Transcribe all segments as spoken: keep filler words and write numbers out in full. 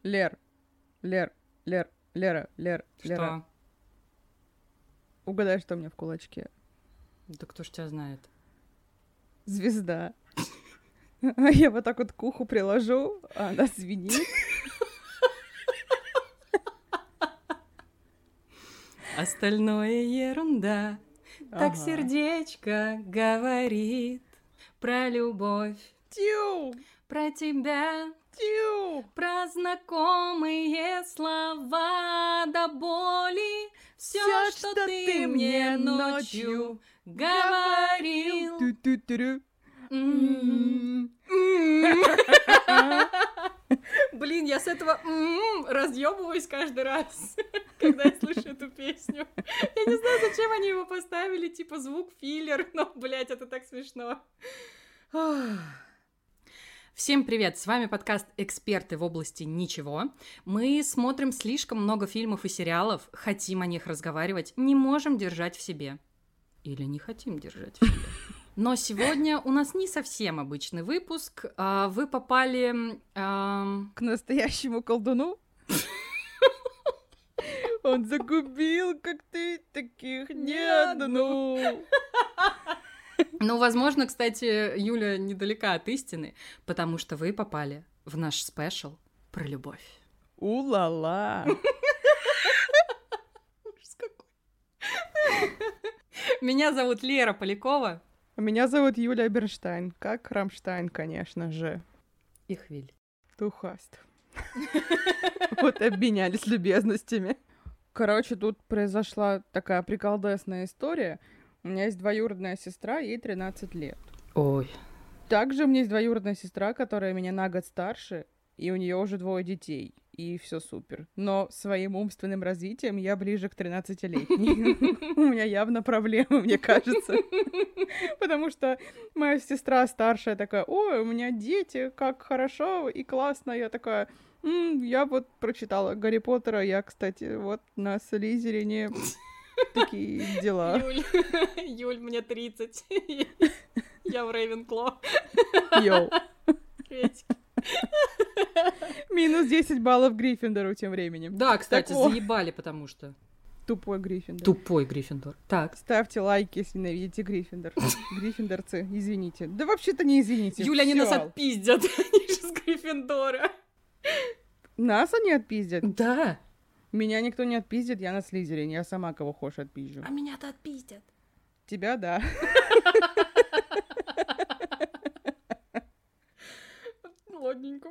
Лер, Лер, Лер, Лера, Лер, Что? Лера. Угадай, что у меня в кулачке. Да кто ж тебя знает? Звезда. Я вот так вот к уху приложу, а она звенит. Остальное ерунда. Так Ага. сердечко говорит про любовь, Тю, про тебя, тю. про знакомые слова до боли. Все, Всё, что, ты мне ночью говорил. Ту-ту-ту-ру. М. Блин, я с этого разъебываюсь каждый раз, когда я слышу эту песню. Я не знаю, зачем они его поставили, типа звук филлер, но, блядь, это так смешно. Всем привет, с вами подкаст «Эксперты в области ничего». Мы смотрим слишком много фильмов и сериалов, хотим о них разговаривать, не можем держать в себе. Или не хотим держать в себе. Но сегодня у нас не совсем обычный выпуск. А, Вы попали... ам, К настоящему колдуну. Он загубил, как ты, таких не одну. Ну, возможно, кстати, Юля недалека от истины, потому что вы попали в наш спешл про любовь. У-ла-ла. Ужас какой. Меня зовут Лера Полякова. Меня зовут Юлия Бернштайн, как Рамштайн, конечно же. И Хвиль. Тухаст. Вот обменялись любезностями. Короче, тут произошла такая приколдесная история. У меня есть двоюродная сестра, ей тринадцать лет. Ой. Также у меня есть двоюродная сестра, которая меня на год старше, и у нее уже двое детей, и все супер. Но своим умственным развитием я ближе к тринадцатилетней. У меня явно проблемы, мне кажется. Потому что моя сестра старшая такая: ой, у меня дети, как хорошо и классно. Я такая: «М, я вот прочитала Гарри Поттера, я, кстати, вот на Слизерине». Такие дела. Юль, Юль, мне тридцать. Я в Рейвенкло. Йоу. Приветики. Минус десять баллов Гриффиндору тем временем. Да, кстати, Так вот. заебали, потому что... Тупой Гриффиндор. Тупой Гриффиндор. Так. Ставьте лайки, если ненавидите Гриффиндор. Гриффиндорцы, извините. Да вообще-то не извините. Юля, они Всё. нас отпиздят. Они же с Гриффиндора. Нас они отпиздят. Да. Меня никто не отпиздит, я на Слизерине. Я сама кого хочешь отпизжу. А меня-то отпиздят. Тебя, да. Ладненько.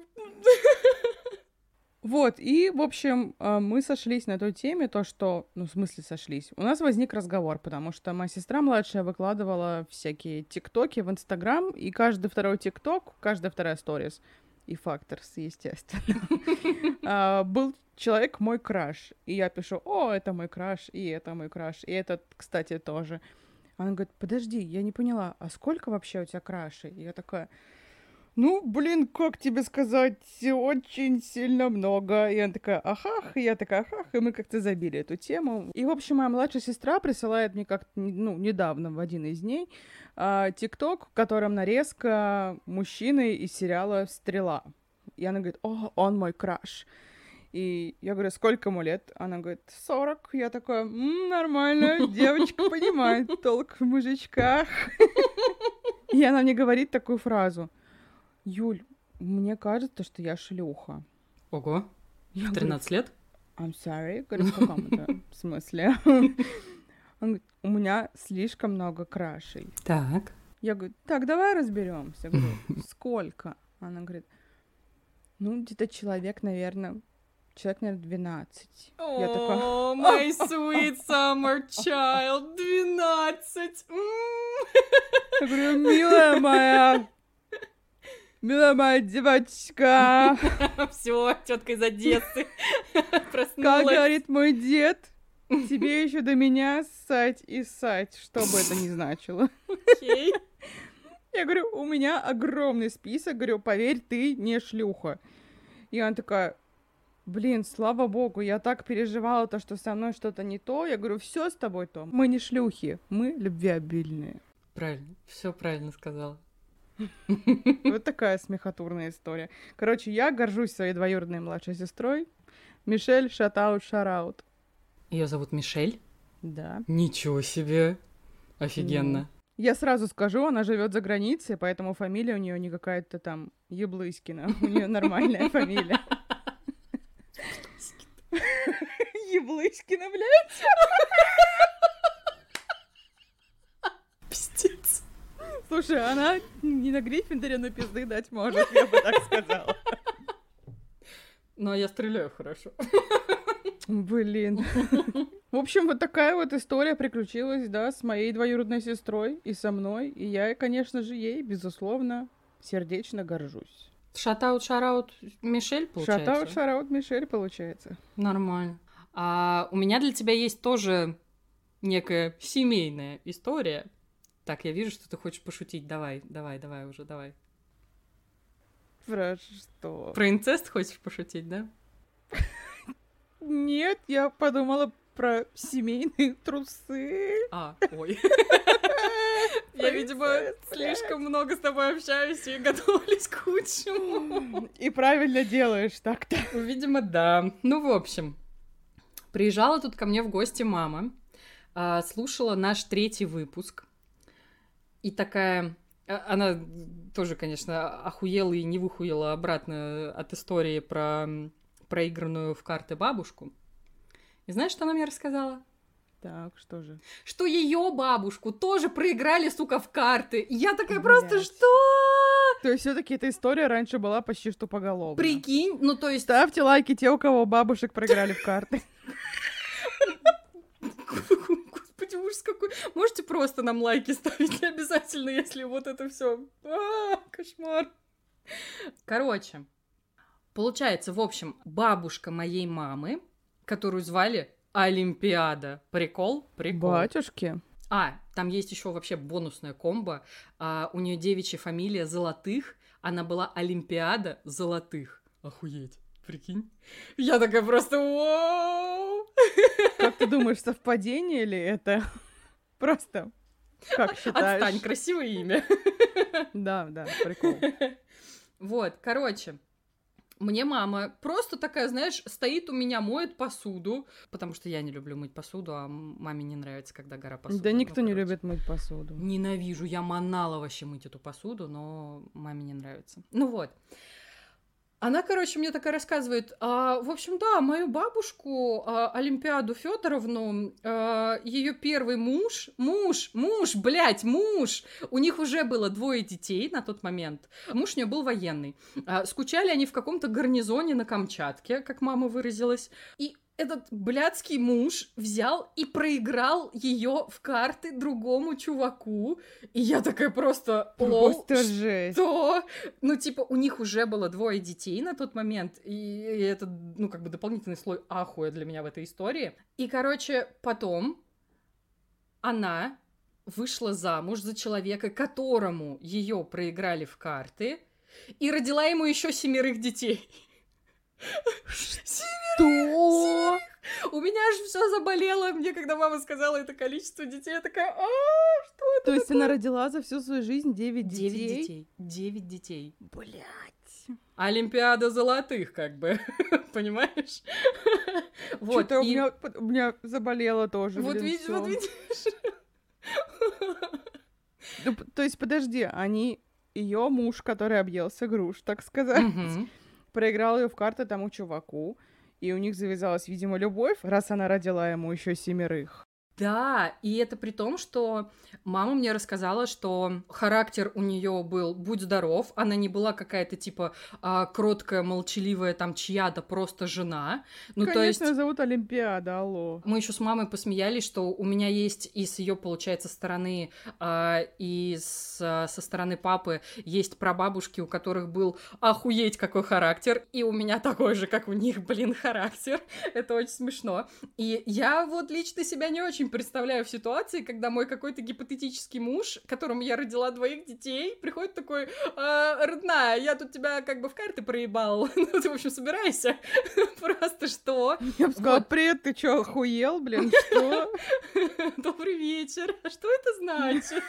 Вот, и, в общем, э, мы сошлись на той теме, то, что... Ну, в смысле сошлись? У нас возник разговор, потому что моя сестра младшая выкладывала всякие тиктоки в Инстаграм, и каждый второй тикток, каждая вторая сторис, и факторс, естественно, а, был человек мой краш. И я пишу: о, это мой краш, и это мой краш, и этот, кстати, тоже. Она говорит: подожди, я не поняла, а сколько вообще у тебя крашей? И я такая: ну, блин, как тебе сказать, очень сильно много. И она такая: ахах, и я такая: ахах, и мы как-то забили эту тему. И, в общем, моя младшая сестра присылает мне как-то, ну, недавно, в один из дней, а, тикток, в котором нарезка мужчины из сериала «Стрела». И она говорит: о, он мой краш. И я говорю: сколько ему лет? Она говорит: сорок. Я такая: м, нормально, девочка понимает толк в мужичках. И она мне говорит такую фразу: Юль, мне кажется, что я шлюха. Ого. Я В тринадцать лет? говорю: I'm sorry. Говорю: в каком-то смысле? Он говорит: у меня слишком много крашей. Так. Я говорю: так, давай разберемся. Говорю: сколько? Она говорит: ну, где-то человек, наверное, человек, наверное, двенадцать. Я такая: О, my sweet summer child, двенадцать. я говорю: милая моя, милая моя девочка, Все, тетка из Одессы как проснулась. говорит мой дед, тебе еще до меня ссать и ссать, что бы это ни значило. Окей. Я говорю: у меня огромный список, говорю, поверь, ты не шлюха. И она такая: блин, слава богу, я так переживала то, что со мной что-то не то. Я говорю: все с тобой то. Мы не шлюхи, мы любвеобильные. Правильно, все правильно сказала. Вот такая смехотурная история. Короче, я горжусь своей двоюродной младшей сестрой. Мишель, шатаут, шараут. Ее зовут Мишель? Да. Ничего себе! Офигенно. Ну, я сразу скажу, она живет за границей, поэтому фамилия у нее не какая-то там Еблыскина. У нее нормальная фамилия. Еблыскина, блядь. Пиздец. Слушай, она не на Гриффиндоре, но пизды дать может, я бы так сказала. Ну, а я стреляю хорошо. Блин. В общем, вот такая вот история приключилась, да, с моей двоюродной сестрой и со мной. И я, конечно же, ей, безусловно, сердечно горжусь. Шатаут, шараут, Мишель, получается? Шатаут, шараут, Мишель, получается. Нормально. А у меня для тебя есть тоже некая семейная история. Так, я вижу, что ты хочешь пошутить. Давай, давай, давай уже, давай. Про что? Про инцест хочешь пошутить, да? Нет, я подумала про семейные трусы. А, ой. Я, видимо, слишком много с тобой общаюсь и готовлюсь к худшему. И правильно делаешь так-то. Видимо, да. Ну, в общем, приезжала тут ко мне в гости мама, слушала наш третий выпуск, и такая... Она тоже, конечно, охуела и не выхуела обратно от истории про проигранную в карты бабушку. И знаешь, что она мне рассказала? Так, что же? Что ее бабушку тоже проиграли, сука, в карты. И я такая Блядь. просто, что? То есть все-таки эта история раньше была почти что поголовно. Прикинь, ну то есть... Ставьте лайки те, у кого бабушек проиграли в карты. Господи, ужас какой. Можете просто нам лайки ставить, не обязательно, если вот это все. Кошмар. Короче, получается, в общем, бабушка моей мамы, которую звали Олимпиада. Прикол? Прикол. Батюшки. А, там есть еще вообще бонусная комбо. А, у нее девичья фамилия Золотых. Она была Олимпиада Золотых. Охуеть. Прикинь? Я такая просто вау! Как ты думаешь, совпадение ли это? Просто как считаешь? Отстань, красивое имя. Да, да, прикол. Вот, короче, мне мама просто такая, знаешь, стоит у меня, моет посуду, потому что я не люблю мыть посуду, а маме не нравится, когда гора посуды. Да никто ну, не короче. любит мыть посуду. Ненавижу, я манала вообще мыть эту посуду, но маме не нравится. Ну вот. Она, короче, мне такая рассказывает, а, в общем, да, мою бабушку, а, Олимпиаду Федоровну, а, ее первый муж, муж, муж, блядь, муж, у них уже было двое детей на тот момент, муж у нее был военный, а, скучали они в каком-то гарнизоне на Камчатке, как мама выразилась, и этот блядский муж взял и проиграл ее в карты другому чуваку. И я такая просто... Лол, Просто жесть. что? Ну, типа, у них уже было двое детей на тот момент. И это, ну, как бы дополнительный слой ахуя для меня в этой истории. И, короче, потом она вышла замуж за человека, которому ее проиграли в карты, и родила ему еще семерых детей. Что? У меня аж все заболело. Мне, когда мама сказала это количество детей, я такая, а что это То есть такое? она родила за всю свою жизнь девять детей? Девять детей. Девять детей. Блять. Олимпиада золотых, как бы. Понимаешь? Вот. Что-то у, и- меня, у меня заболело тоже. Вот блин, видишь, всё. вот видишь. Ну, п- то есть, подожди, они... Ее муж, который объелся груш, так сказать, Мгм. проиграл ее в карты тому чуваку, и у них завязалась, видимо, любовь, раз она родила ему еще семерых. Да, и это при том, что мама мне рассказала, что характер у нее был «будь здоров», она не была какая-то типа а, кроткая, молчаливая, там чья-то просто жена. Ну, Конечно, то есть... её зовут Олимпиада, алло. Мы еще с мамой посмеялись, что у меня есть и с ее, получается, стороны, а, и с, а, со стороны папы есть прабабушки, у которых был охуеть какой характер, и у меня такой же, как у них, блин, характер. Это очень смешно. И я вот лично себя не очень очень представляю в ситуации, когда мой какой-то гипотетический муж, которому я родила двоих детей, приходит такой: «А, родная, я тут тебя как бы в карты проебал, ну ты, в общем, собирайся». Просто что? Я бы сказала: привет, ты чё, охуел, блин, что? Добрый вечер. А что это значит?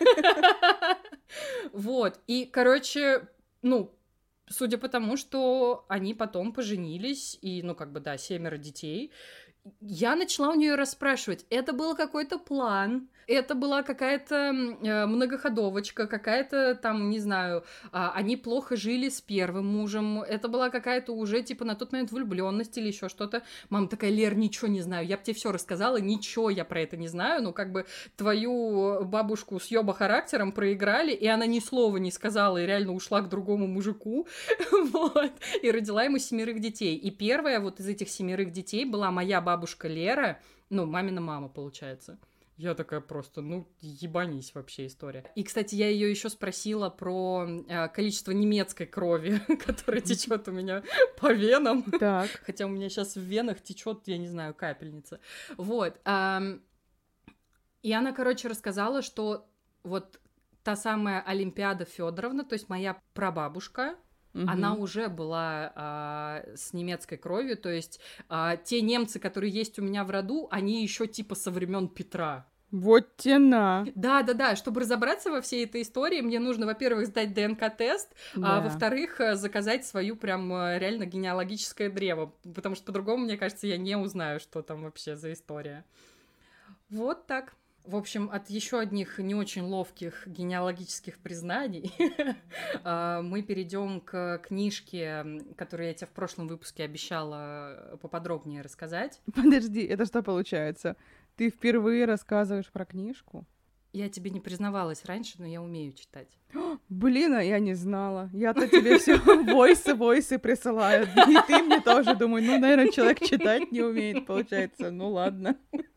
Вот, и, короче, ну, судя по тому, что они потом поженились, и, ну, как бы, да, семеро детей, я начала у нее расспрашивать, это был какой-то план, это была какая-то э, многоходовочка, какая-то там, не знаю, э, они плохо жили с первым мужем, это была какая-то уже, типа, на тот момент влюбленность или еще что-то. Мама такая: Лер, ничего не знаю, я бы тебе все рассказала, ничего я про это не знаю, ну, как бы, твою бабушку с ёба характером проиграли, и она ни слова не сказала, и реально ушла к другому мужику, вот, и родила ему семерых детей. И первая вот из этих семерых детей была моя бабушка Лера, ну, мамина мама, получается. Я такая просто, ну, ебанись вообще история. И, кстати, я ее еще спросила про э, количество немецкой крови, которая течет у меня по венам. Так. Хотя у меня сейчас в венах течет, я не знаю, капельница. Вот. Эм, и она, короче, рассказала, что вот та самая Олимпиада Федоровна, то есть моя прабабушка, Uh-huh. она уже была а, с немецкой кровью, то есть а, те немцы, которые есть у меня в роду, они еще типа со времен Петра. Вот тена. Да-да-да, чтобы разобраться во всей этой истории, мне нужно, во-первых, сдать ДНК-тест, да. а во-вторых, заказать свою прям реально генеалогическое древо, потому что по-другому, мне кажется, я не узнаю, что там вообще за история. Вот так. В общем, от еще одних не очень ловких генеалогических признаний мы перейдем к книжке, которую я тебе в прошлом выпуске обещала поподробнее рассказать. Подожди, это что получается? Ты впервые рассказываешь про книжку? Я тебе не признавалась раньше, но я умею читать. Блин, а я не знала. Я-то тебе все войсы, войсы присылаю. И ты мне тоже, думаю, ну, наверное, человек читать не умеет, получается. Ну, ладно.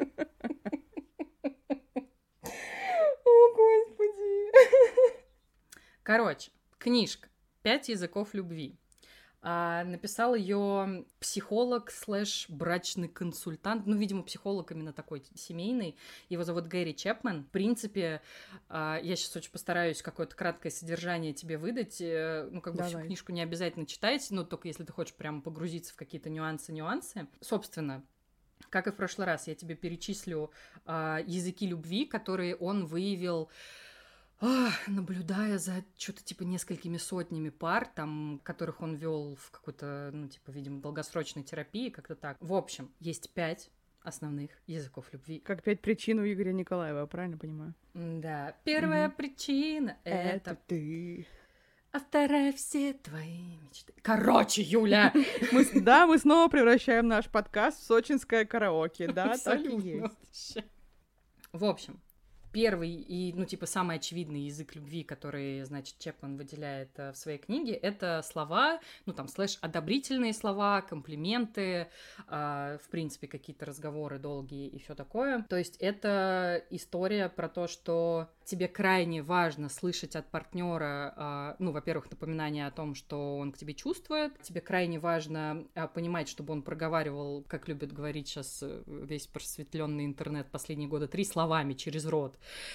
О, Господи. Короче, книжка «Пять языков любви». А, написал ее психолог слэш брачный консультант, ну, видимо, психолог именно такой семейный. Его зовут Гэри Чепмен. В принципе, а, я сейчас очень постараюсь какое-то краткое содержание тебе выдать. Ну, как бы Давай. Всю книжку не обязательно читать, ну, только если ты хочешь прямо погрузиться в какие-то нюансы-нюансы. Собственно, как и в прошлый раз, я тебе перечислю а, языки любви, которые он выявил, а, наблюдая за что-то типа несколькими сотнями пар, там, которых он вел в какой-то, ну, типа, видимо, долгосрочной терапии, как-то так. В общем, есть пять основных языков любви. Как пять причин у Игоря Николаева, правильно понимаю? Да. Первая mm-hmm. причина — это... это ты. А вторая — все твои мечты. Короче, Юля! Мы, да, мы снова превращаем наш подкаст в сочинское караоке, да, так и есть. В общем, первый и, ну, типа, самый очевидный язык любви, который, значит, Чепмен выделяет в своей книге, это слова, ну, там, слэш одобрительные слова, комплименты, э, в принципе, какие-то разговоры долгие и все такое. То есть это история про то, что тебе крайне важно слышать от партнера, э, ну, во-первых, напоминание о том, что он к тебе чувствует, тебе крайне важно э, понимать, чтобы он проговаривал, как любит говорить сейчас весь просветленный интернет последние годы, три словами через рот,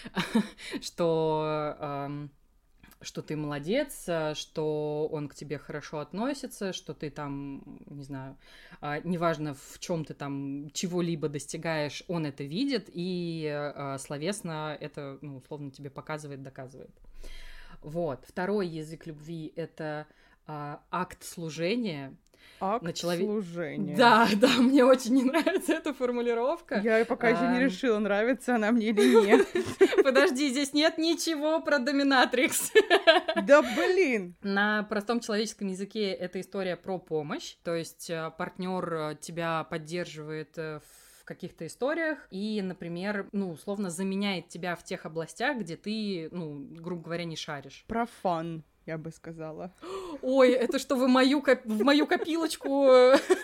что, э, что ты молодец, что он к тебе хорошо относится, что ты там, не знаю, э, неважно в чем ты там чего-либо достигаешь, он это видит и э, словесно это, ну, условно тебе показывает, доказывает. Вот. Второй язык любви — это э, акт служения. Акт на человек... служения. Да, да, мне очень не нравится эта формулировка. Я пока а... еще не решила, нравится она мне или нет. Подожди, здесь нет ничего про доминатрикс. Да блин! На простом человеческом языке это история про помощь, то есть партнер тебя поддерживает в в каких-то историях и, например, ну, условно заменяет тебя в тех областях, где ты, ну, грубо говоря, не шаришь. Про фан, я бы сказала. Ой, это что, вы мою коп... в мою копилочку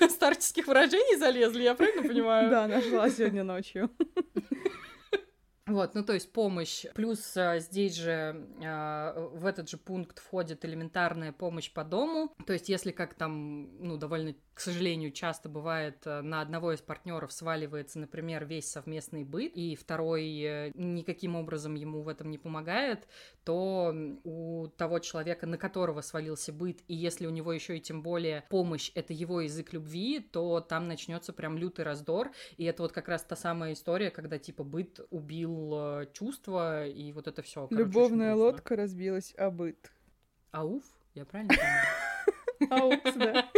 старческих выражений залезли, я правильно понимаю? Да, нашла сегодня ночью. Вот, ну то есть помощь, плюс а, здесь же а, в этот же пункт входит элементарная помощь по дому, то есть если как там, ну довольно, к сожалению, часто бывает, на одного из партнеров сваливается, например, весь совместный быт, и второй никаким образом ему в этом не помогает, то у того человека, на которого свалился быт, и если у него еще и тем более помощь — это его язык любви, то там начнется прям лютый раздор, и это вот как раз та самая история, когда типа быт убил чувства, и вот это все. Любовная лодка разбилась о быт. Ауф? Я правильно понимаю? Аупс, да.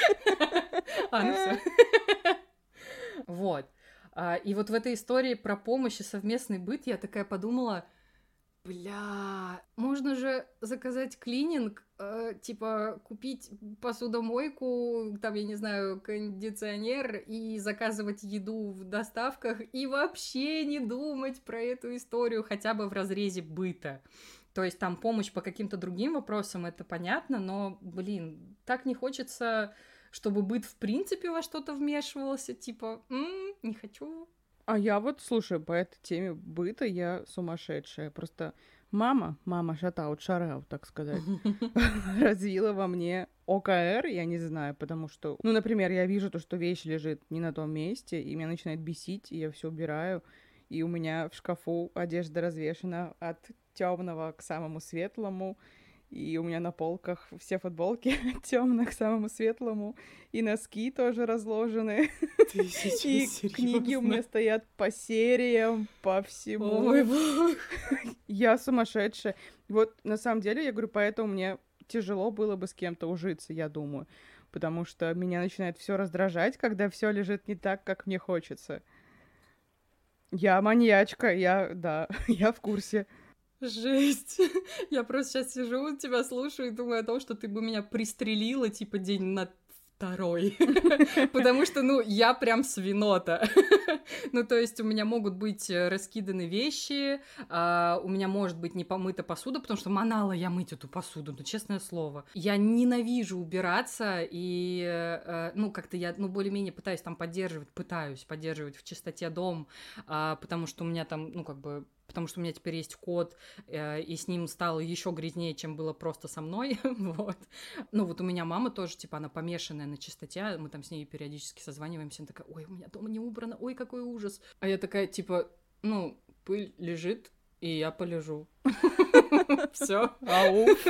А, ну все. Вот. И вот в этой истории про помощь и совместный быт я такая подумала, бля, можно же заказать клининг, э, типа купить посудомойку, там, я не знаю, кондиционер и заказывать еду в доставках и вообще не думать про эту историю хотя бы в разрезе быта. То есть там помощь по каким-то другим вопросам, это понятно, но, блин, так не хочется, чтобы быт в принципе во что-то вмешивался, типа, м-м, не хочу. А я вот, слушай, по этой теме быта я сумасшедшая. Просто мама, мама шатаут, шараут, так сказать, развила во мне ОКР, я не знаю, потому что, ну, например, я вижу то, что вещь лежит не на том месте, и меня начинает бесить, и я все убираю, и у меня в шкафу одежда развешена от темного к самому светлому, и у меня на полках все футболки от темных к самому светлому, и носки тоже разложены. Ты сейчас и серьёзно? Книги у меня стоят по сериям, по всему. О мой бог. Я сумасшедшая. Вот на самом деле, я говорю, поэтому мне тяжело было бы с кем-то ужиться, я думаю. Потому что меня начинает все раздражать, когда все лежит не так, как мне хочется. Я маньячка, я, да, я в курсе. Жесть. Я просто сейчас сижу, тебя слушаю и думаю о том, что ты бы меня пристрелила, типа, день на второй. Потому что, ну, я прям свинота. Ну, то есть у меня могут быть раскиданы вещи, а, у меня может быть не помыта посуда, потому что манала я мыть эту посуду, ну, честное слово. Я ненавижу убираться, и, а, ну, как-то я, ну, более-менее пытаюсь там поддерживать, пытаюсь поддерживать в чистоте дом, а, потому что у меня там, ну, как бы, потому что у меня теперь есть кот, э, и с ним стало еще грязнее, чем было просто со мной, вот. Ну, вот у меня мама тоже, типа, она помешанная на чистоте, мы там с ней периодически созваниваемся, она такая, ой, у меня дома не убрано, ой, какой ужас. А я такая, типа, ну, пыль лежит, и я полежу. Все. Ауф.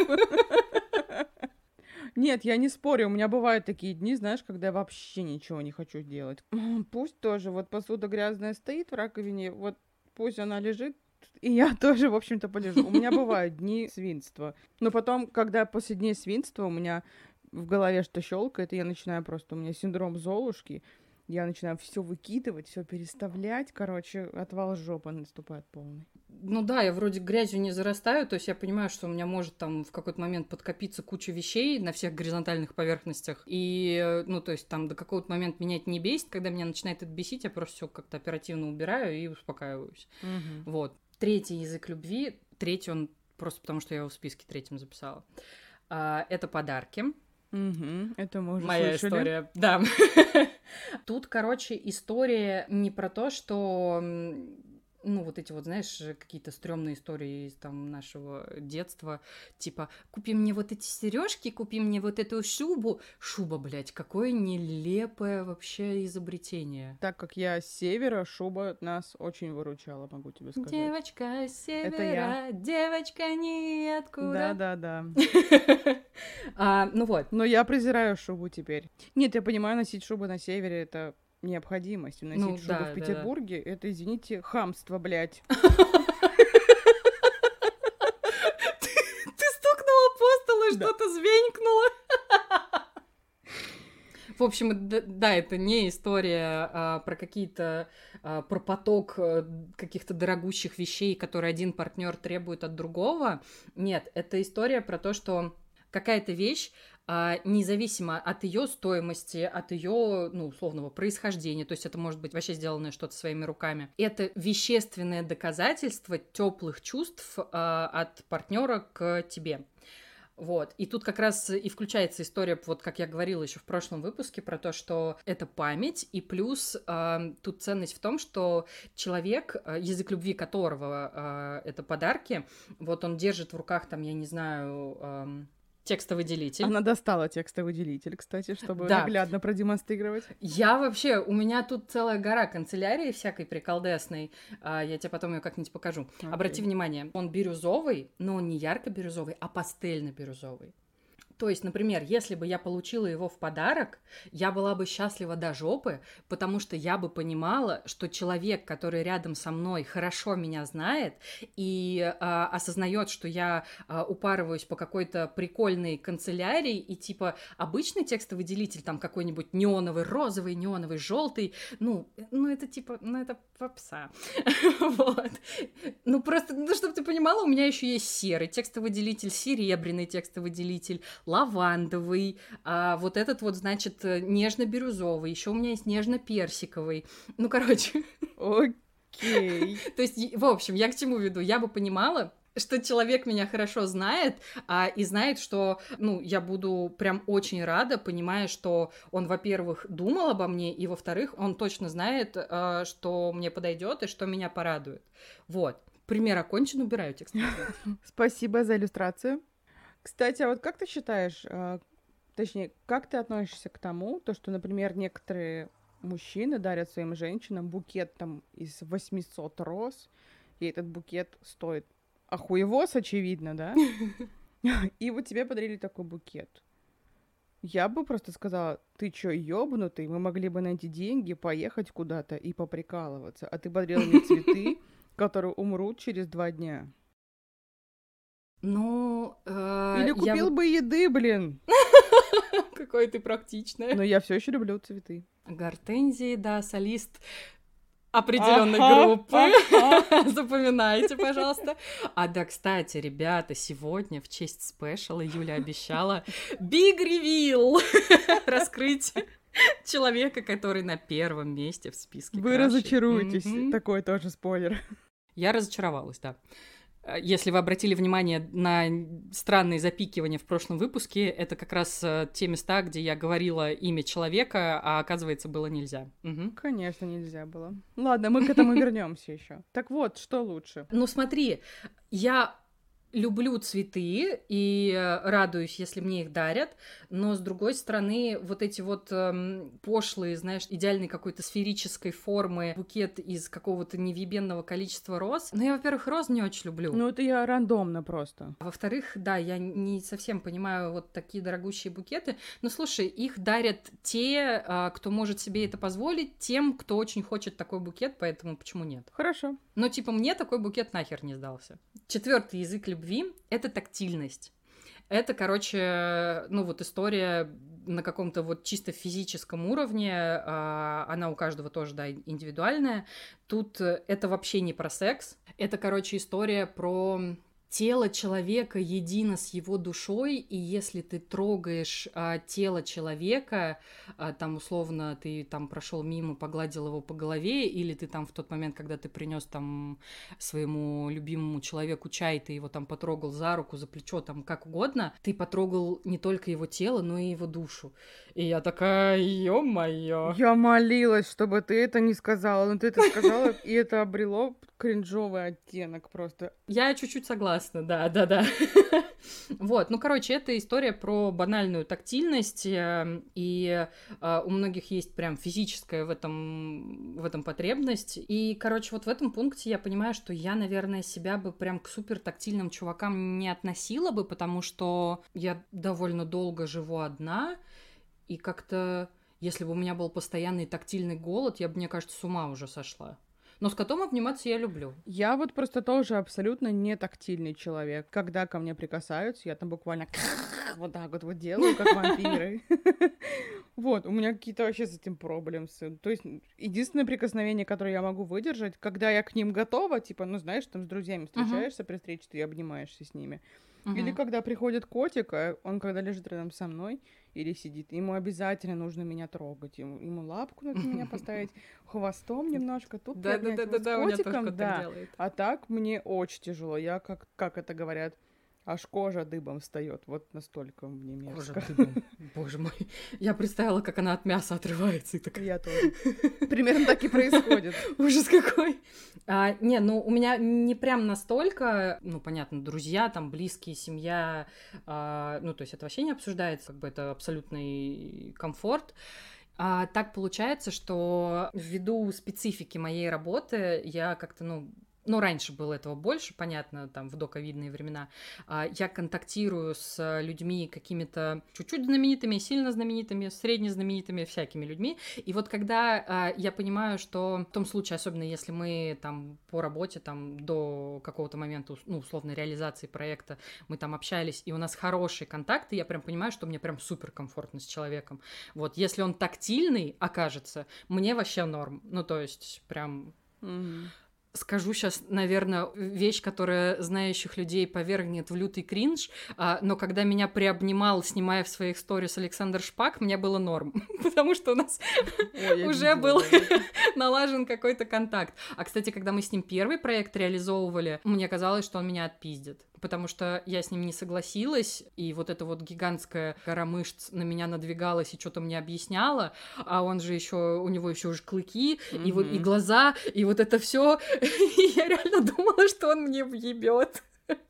Нет, я не спорю, у меня бывают такие дни, знаешь, когда я вообще ничего не хочу делать. Пусть тоже, вот посуда грязная стоит в раковине, вот пусть она лежит, и я тоже, в общем-то, полежу. У меня бывают дни свинства. Но потом, когда после дней свинства у меня в голове что щелкает, и я начинаю просто, у меня синдром Золушки, я начинаю все выкидывать, все переставлять, короче, отвал жопы наступает полный. Ну да, я вроде грязью не зарастаю, то есть я понимаю, что у меня может там в какой-то момент подкопиться куча вещей на всех горизонтальных поверхностях, и, ну, то есть там до какого-то момента меня это не бесит, когда меня начинает это бесить, я просто все как-то оперативно убираю и успокаиваюсь. Угу. Вот. Третий язык любви, третий он просто потому, что я его в списке третьим записала, а, это подарки. Угу, это мы уже Моя слышали. история, да. Тут, короче, история не про то, что, ну, вот эти вот, знаешь, какие-то стрёмные истории из там нашего детства, типа, купи мне вот эти сережки, купи мне вот эту шубу. Шуба, блядь, какое нелепое вообще изобретение. Так как я с севера, шуба нас очень выручала, могу тебе сказать. Девочка с севера, Это я. девочка ниоткуда. Да-да-да. а, ну вот. Но я презираю шубу теперь. Нет, я понимаю, носить шубу на севере — это необходимость. Носить Ну, шубу да, в да, Петербурге да. — это, извините, хамство, блядь. Ты стукнула по столу, и что-то звенькнуло. В общем, да, это не история а, про какие-то, а, про поток каких-то дорогущих вещей, которые один партнер требует от другого. Нет, это история про то, что какая-то вещь, а, независимо от ее стоимости, от ее, ну, условного происхождения, то есть это может быть вообще сделанное что-то своими руками, это вещественное доказательство теплых чувств а, от партнера к тебе. Вот. И тут как раз и включается история, вот как я говорила еще в прошлом выпуске, про то, что это память, и плюс э, тут ценность в том, что человек, э, язык любви которого э, это подарки, вот он держит в руках там, я не знаю... Э, текстовыделитель. Она достала текстовыделитель, кстати, чтобы да. наглядно продемонстрировать. Я вообще, у меня тут целая гора канцелярии всякой приколдесной. А, я тебе потом ее как-нибудь покажу. Okay. Обрати внимание, он бирюзовый, но он не ярко-бирюзовый, а пастельно-бирюзовый. То есть, например, если бы я получила его в подарок, я была бы счастлива до жопы, потому что я бы понимала, что человек, который рядом со мной, хорошо меня знает и а, осознает, что я а, упарываюсь по какой-то прикольной канцелярии, и типа обычный текстовыделитель, там какой-нибудь неоновый розовый, неоновый желтый, ну, ну это типа, ну это попса. Вот. Ну просто, ну чтобы ты понимала, у меня еще есть серый текстовыделитель, серебряный текстовыделитель, лавандовый, а вот этот вот, значит, нежно-бирюзовый, еще у меня есть нежно-персиковый. Ну, короче. Окей. То есть, в общем, я к чему веду? Я бы понимала, что человек меня хорошо знает, а, и знает, что, ну, я буду прям очень рада, понимая, что он, во-первых, думал обо мне, и, во-вторых, он точно знает, а, что мне подойдет и что меня порадует. Вот. Пример окончен, убираю текст. Спасибо за иллюстрацию. Кстати, а вот как ты считаешь, э, точнее, как ты относишься к тому, то, что, например, некоторые мужчины дарят своим женщинам букет там из восемьсот роз, и этот букет стоит охуевоз, очевидно, да? И вот тебе подарили такой букет. Я бы просто сказала, ты чё, ёбнутый? Мы могли бы найти деньги, поехать куда-то и поприкалываться. А ты подарил мне цветы, которые умрут через два дня. Ну, э, или купил я... бы еды, блин. Какое ты практичное. Но я все еще люблю цветы. Гортензии, да, солист определенной ага, группы. Ага. Запоминайте, пожалуйста. А да, кстати, ребята, сегодня в честь спешала Юля обещала Big Reveal раскрыть человека, который на первом месте в списке. Вы крашей. Разочаруетесь. Mm-hmm. Такой тоже спойлер. Я разочаровалась, да. Если вы обратили внимание на странные запикивания в прошлом выпуске, это как раз те места, где я говорила имя человека, а оказывается, было нельзя. Угу. Конечно, нельзя было. Ладно, мы к этому вернемся еще. Так вот, что лучше? Ну смотри, я люблю цветы и радуюсь, если мне их дарят, но, с другой стороны, вот эти вот эм, пошлые, знаешь, идеальной какой-то сферической формы букет из какого-то невъебенного количества роз. Ну, я, во-первых, роз не очень люблю. Ну, это я рандомно просто. Во-вторых, да, я не совсем понимаю вот такие дорогущие букеты, но, слушай, их дарят те, кто может себе это позволить, тем, кто очень хочет такой букет, поэтому почему нет? Хорошо. Но, типа, мне такой букет нахер не сдался. Четвертый язык любви — это тактильность. Это, короче, ну вот история на каком-то вот чисто физическом уровне, а, она у каждого тоже, да, индивидуальная. Тут это вообще не про секс. Это, короче, история про... Тело человека едино с его душой, и если ты трогаешь а, тело человека, а, там условно ты там прошел мимо, погладил его по голове, или ты там в тот момент, когда ты принес там своему любимому человеку чай, ты его там потрогал за руку, за плечо, там как угодно, ты потрогал не только его тело, но и его душу. И я такая, ё-моё. Я молилась, чтобы ты это не сказала, но ты это сказала, и это обрело кринжовый оттенок просто. Я чуть-чуть согласна, да-да-да. Вот, ну, короче, это история про банальную тактильность, и у многих есть прям физическая в этом, в этом потребность. И, короче, вот в этом пункте я понимаю, что я, наверное, себя бы прям к супер тактильным чувакам не относила бы, потому что я довольно долго живу одна, и как-то, если бы у меня был постоянный тактильный голод, я бы, мне кажется, с ума уже сошла. Но с котом обниматься я люблю. Я вот просто тоже абсолютно не тактильный человек. Когда ко мне прикасаются, я там буквально вот так вот вот делаю, как вампиры. Вот, у меня какие-то вообще с этим проблемы. То есть единственное прикосновение, которое я могу выдержать, когда я к ним готова, типа, ну знаешь, там с друзьями встречаешься при встрече, ты обнимаешься с ними. Uh-huh. Или когда приходит котик, а он когда лежит рядом со мной или сидит, ему обязательно нужно меня трогать, ему, ему лапку на меня поставить, хвостом немножко, тут да-да-да, да, у меня тоже кот да. так делает. А так мне очень тяжело, я как, как это говорят, Аж кожа дыбом встает, вот настолько мне мерзко. Кожа дыбом, боже мой. Я представила, как она от мяса отрывается и такая... Я тоже. Примерно так и происходит. Ужас какой. А, не, ну у меня не прям настолько, ну понятно, друзья, там близкие, семья, а, ну то есть это вообще не обсуждается, как бы это абсолютный комфорт. А, так получается, что ввиду специфики моей работы я как-то, ну, ну, раньше было этого больше, понятно, там, в доковидные времена, я контактирую с людьми какими-то чуть-чуть знаменитыми, сильно знаменитыми, среднезнаменитыми, всякими людьми, и вот когда я понимаю, что в том случае, особенно если мы там по работе там до какого-то момента, ну, условной реализации проекта, мы там общались, и у нас хорошие контакты, я прям понимаю, что мне прям супер комфортно с человеком. Вот, если он тактильный окажется, мне вообще норм, ну, то есть прям... Mm-hmm. Скажу сейчас, наверное, вещь, которая знающих людей повергнет в лютый кринж, а, но когда меня приобнимал, снимая в своих сторис Александр Шпак, мне было норм, потому что у нас Ой, уже был налажен какой-то контакт. А, кстати, когда мы с ним первый проект реализовывали, мне казалось, что он меня отпиздит, потому что я с ним не согласилась, и вот эта вот гигантская гора мышц на меня надвигалась и что-то мне объясняла, а он же еще, у него еще уже клыки, mm-hmm. и вот и глаза, и вот это все. И я реально думала, что он мне въебет.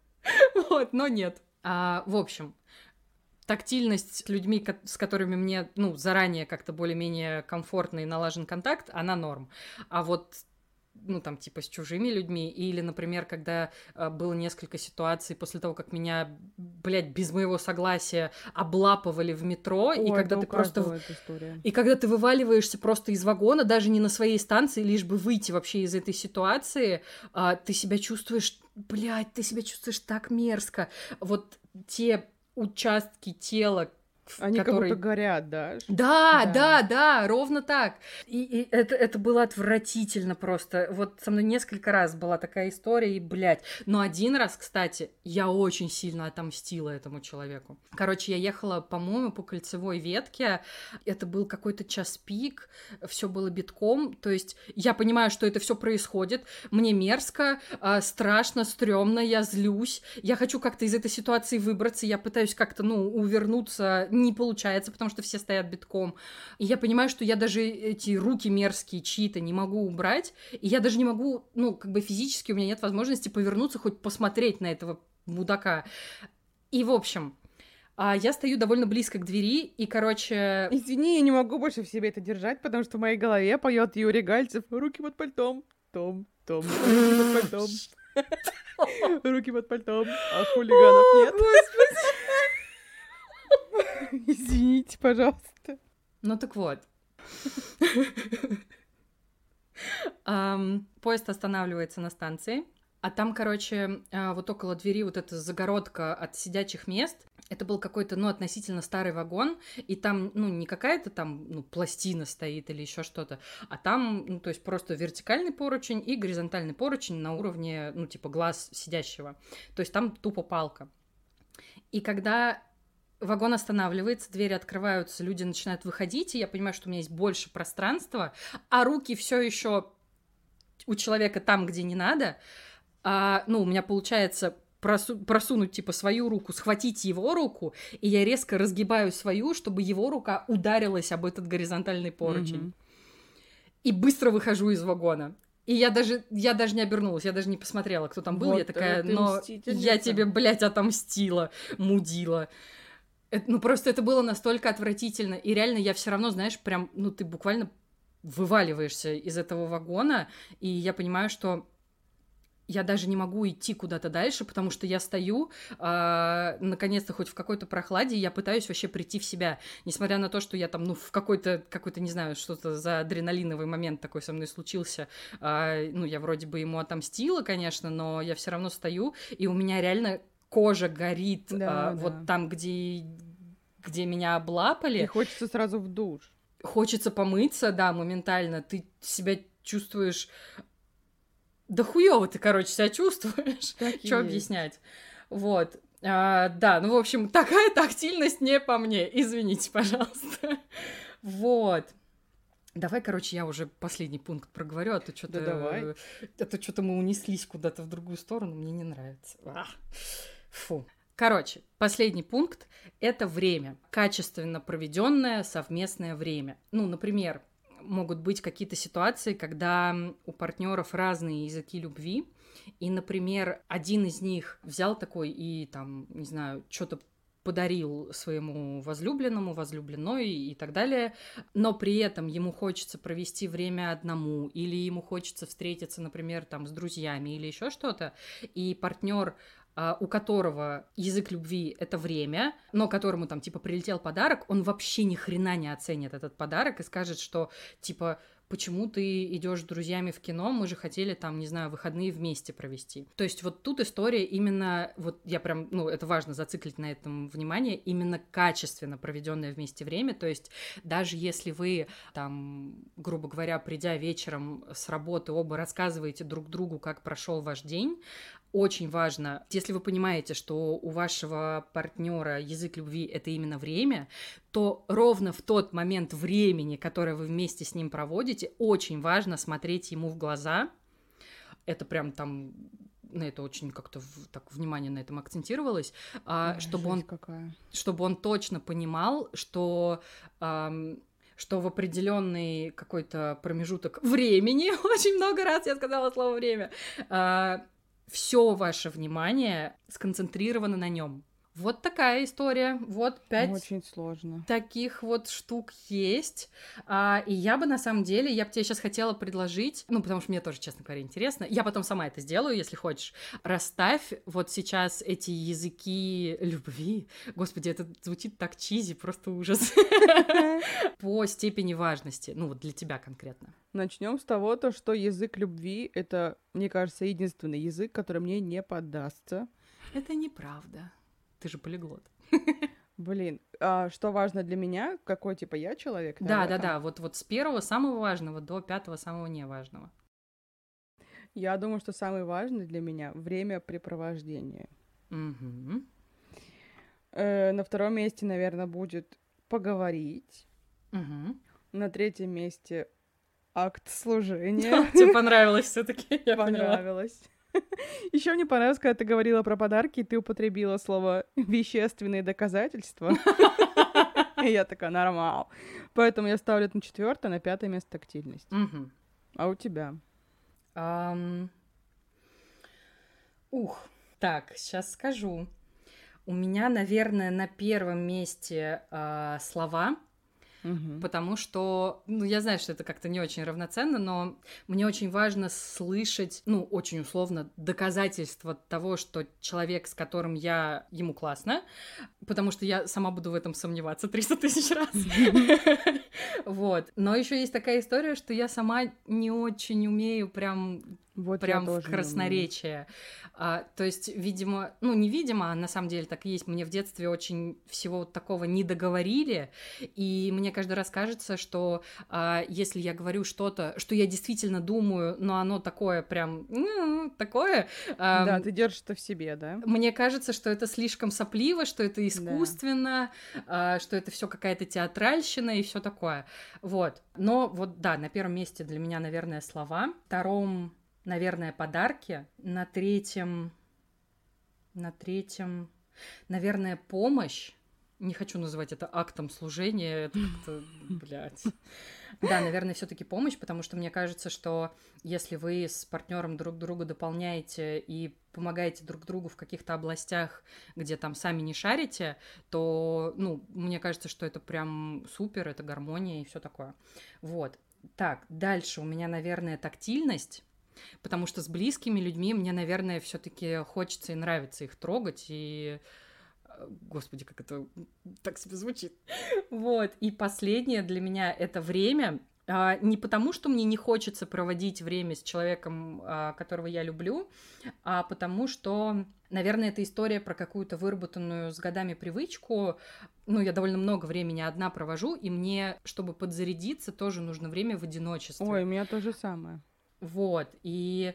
Вот, но нет. А, в общем, тактильность с людьми, с которыми мне, ну, заранее как-то более-менее комфортно и налажен контакт, она норм. А вот ну, там, типа, с чужими людьми, или, например, когда э, было несколько ситуаций после того, как меня, блядь, без моего согласия облапывали в метро, Ой, и когда ты просто... И когда ты вываливаешься просто из вагона, даже не на своей станции, лишь бы выйти вообще из этой ситуации, э, ты себя чувствуешь, блядь, ты себя чувствуешь так мерзко. Вот те участки тела, Они который... как будто горят, да? Да, да, да, да, ровно так. И, и это, это было отвратительно просто. Вот со мной несколько раз была такая история, и, блядь. Но один раз, кстати, я очень сильно отомстила этому человеку. Короче, я ехала, по-моему, по кольцевой ветке. Это был какой-то час пик, все было битком. То есть я понимаю, что это все происходит. Мне мерзко, страшно, стрёмно, я злюсь. Я хочу как-то из этой ситуации выбраться. Я пытаюсь как-то, ну, увернуться. Не получается, потому что все стоят битком. И я понимаю, что я даже эти руки мерзкие чьи-то не могу убрать, и я даже не могу, ну, как бы физически у меня нет возможности повернуться, хоть посмотреть на этого мудака. И, в общем, я стою довольно близко к двери, и, короче... Извини, я не могу больше в себе это держать, потому что в моей голове поет Юрий Гальцев «Руки под пальтом, том, том, руки под пальтом, руки под пальтом, а хулиганов нет». Извините, пожалуйста. Ну так вот. um, поезд останавливается на станции, а там, короче, вот около двери вот эта загородка от сидячих мест. Это был какой-то, ну, относительно старый вагон, и там, ну, не какая-то там, ну, пластина стоит или еще что-то, а там, ну, то есть просто вертикальный поручень и горизонтальный поручень на уровне, ну, типа глаз сидящего. То есть там тупо палка. И когда вагон останавливается, двери открываются, люди начинают выходить, и я понимаю, что у меня есть больше пространства, а руки все еще у человека там, где не надо. А, ну, у меня получается просу- просунуть, типа, свою руку, схватить его руку, и я резко разгибаю свою, чтобы его рука ударилась об этот горизонтальный поручень. Mm-hmm. И быстро выхожу из вагона. И я даже, я даже не обернулась, я даже не посмотрела, кто там был. Вот, я такая, но я тебе, блядь, отомстила, мудила. Это, ну, просто это было настолько отвратительно. И реально я все равно, знаешь, прям, ну, ты буквально вываливаешься из этого вагона, и я понимаю, что я даже не могу идти куда-то дальше, потому что я стою, э, наконец-то хоть в какой-то прохладе, и я пытаюсь вообще прийти в себя. Несмотря на то, что я там, ну, в какой-то, какой-то, не знаю, что-то за адреналиновый момент такой со мной случился. Э, ну, я вроде бы ему отомстила, конечно, но я все равно стою, и у меня реально... кожа горит, да, а, да. вот там, где, где меня облапали. И хочется сразу в душ. Хочется помыться, да, моментально. Ты себя чувствуешь... Да хуёво ты, короче, себя чувствуешь. Что объяснять? Вот. А, да, ну, в общем, такая тактильность не по мне. Извините, пожалуйста. Вот. Давай, короче, я уже последний пункт проговорю, а то что-то... Да давай. А то что-то мы унеслись куда-то в другую сторону, мне не нравится. Ах. Фу. Короче, последний пункт — это время. Качественно проведенное совместное время. Ну, например, могут быть какие-то ситуации, когда у партнеров разные языки любви, и, например, один из них взял такой и, там, не знаю, что-то подарил своему возлюбленному, возлюбленной и так далее, но при этом ему хочется провести время одному, или ему хочется встретиться, например, там, с друзьями или еще что-то, и партнер, у которого язык любви — это время, но которому там типа прилетел подарок, он вообще ни хрена не оценит этот подарок и скажет, что типа почему ты идешь с друзьями в кино, мы же хотели там, не знаю, выходные вместе провести. То есть вот тут история именно, вот я прям, ну, это важно зациклить на этом внимание, именно качественно проведенное вместе время, то есть даже если вы там, грубо говоря, придя вечером с работы, оба рассказываете друг другу, как прошел ваш день, очень важно, если вы понимаете, что у вашего партнера язык любви — это именно время, то ровно в тот момент времени, которое вы вместе с ним проводите, очень важно смотреть ему в глаза. Это прям там на это очень как-то в, так внимание на этом акцентировалось, а, Ой, чтобы он, какая. чтобы он точно понимал, что ам, что в определенный какой-то промежуток времени, очень много раз я сказала слово время, а, все ваше внимание сконцентрировано на нем. Вот такая история. Вот пять Очень сложно. таких вот штук есть. А, и я бы, на самом деле, я бы тебе сейчас хотела предложить, ну, потому что мне тоже, честно говоря, интересно. Я потом сама это сделаю, если хочешь. Расставь вот сейчас эти языки любви. Господи, это звучит так чизи, просто ужас. По степени важности. Ну, вот для тебя конкретно. Начнем с того, то, что язык любви — это, мне кажется, единственный язык, который мне не поддастся. Это неправда. Ты же полиглот. Блин, а что важно для меня? Какой, типа, я человек? Да, да, да, вот, вот с первого самого важного до пятого самого неважного. Я думаю, что самое важное для меня — времяпрепровождение. Угу. Э, на втором месте, наверное, будет поговорить. Угу. На третьем месте акт служения. Тебе понравилось все-таки? Я Понравилось. Еще мне понравилось, когда ты говорила про подарки, и ты употребила слово «вещественные доказательства». И я такая, нормал. Поэтому я ставлю это на четвертое, на пятое место тактильность. А у тебя? Ух, так, сейчас скажу. У меня, наверное, на первом месте слова. Угу. Потому что, ну, я знаю, что это как-то не очень равноценно, но мне очень важно слышать, ну, очень условно, доказательства того, что человек, с которым я, ему классно, потому что я сама буду в этом сомневаться триста тысяч раз. Вот. Но еще есть такая история, что я сама не очень умею прям... Вот прям в красноречие. А, то есть, видимо, ну, не видимо, а на самом деле так и есть. Мне в детстве очень всего вот такого не договорили, и мне каждый раз кажется, что а, если я говорю что-то, что я действительно думаю, но оно такое прям, ну, такое... А, да, ты держишь это в себе, да? Мне кажется, что это слишком сопливо, что это искусственно, да. а, что это все какая-то театральщина и все такое. Вот. Но вот, да, на первом месте для меня, наверное, слова. Втором... Наверное, подарки. На третьем... На третьем... Наверное, помощь. Не хочу называть это актом служения. Это как-то... Блядь. Да, наверное, все-таки помощь, потому что мне кажется, что если вы с партнером друг друга дополняете и помогаете друг другу в каких-то областях, где там сами не шарите, то, ну, мне кажется, что это прям супер, это гармония и все такое. Вот. Так, дальше у меня, наверное, тактильность. Потому что с близкими людьми мне, наверное, все-таки хочется и нравится их трогать, и... Господи, как это так себе звучит. Вот, и последнее для меня — это время. А, не потому, что мне не хочется проводить время с человеком, а, которого я люблю, а потому что, наверное, это история про какую-то выработанную с годами привычку. Ну, я довольно много времени одна провожу, и мне, чтобы подзарядиться, тоже нужно время в одиночестве. Ой, у меня то же самое. Вот, и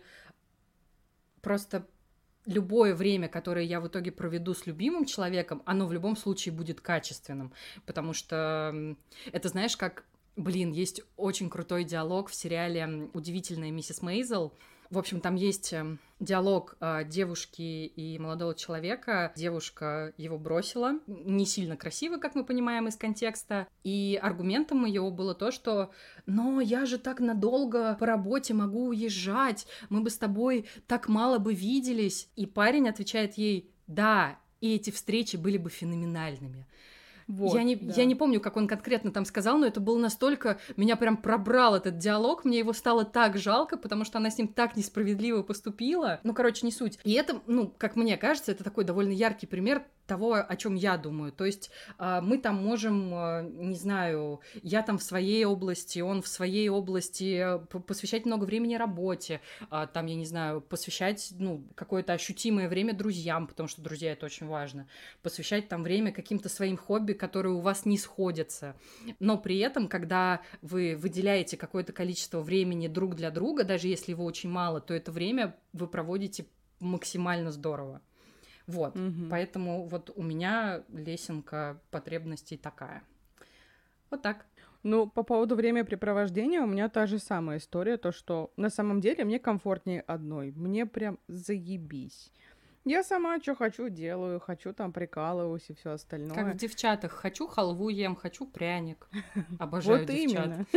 просто любое время, которое я в итоге проведу с любимым человеком, оно в любом случае будет качественным, потому что это, знаешь, как, блин, есть очень крутой диалог в сериале «Удивительная миссис Мейзел». В общем, там есть э, диалог э, девушки и молодого человека. Девушка его бросила, не сильно красиво, как мы понимаем из контекста. И аргументом ее было то, что «но я же так надолго по работе могу уезжать, мы бы с тобой так мало бы виделись». И парень отвечает ей «да, и эти встречи были бы феноменальными». Вот, я, не, да. я не помню, как он конкретно там сказал, но это было настолько... Меня прям пробрал этот диалог, мне его стало так жалко, потому что она с ним так несправедливо поступила. Ну, короче, не суть. И это, ну, как мне кажется, это такой довольно яркий пример того, о чем я думаю. То есть э, мы там можем, э, не знаю, я там в своей области, он в своей области, э, посвящать много времени работе, э, там, я не знаю, посвящать, ну, какое-то ощутимое время друзьям, потому что друзья — это очень важно, посвящать там время каким-то своим хобби, которые у вас не сходятся. Но при этом, когда вы выделяете какое-то количество времени друг для друга, даже если его очень мало, то это время вы проводите максимально здорово. Вот, Мгм. поэтому вот у меня лесенка потребностей такая. Вот так. Ну, по поводу времяпрепровождения у меня та же самая история, то, что на самом деле мне комфортнее одной. Мне прям заебись. Я сама что хочу делаю, хочу там прикалываюсь и все остальное. Как в девчатах. Хочу халву ем, хочу пряник. Обожаю Вот девчат. именно.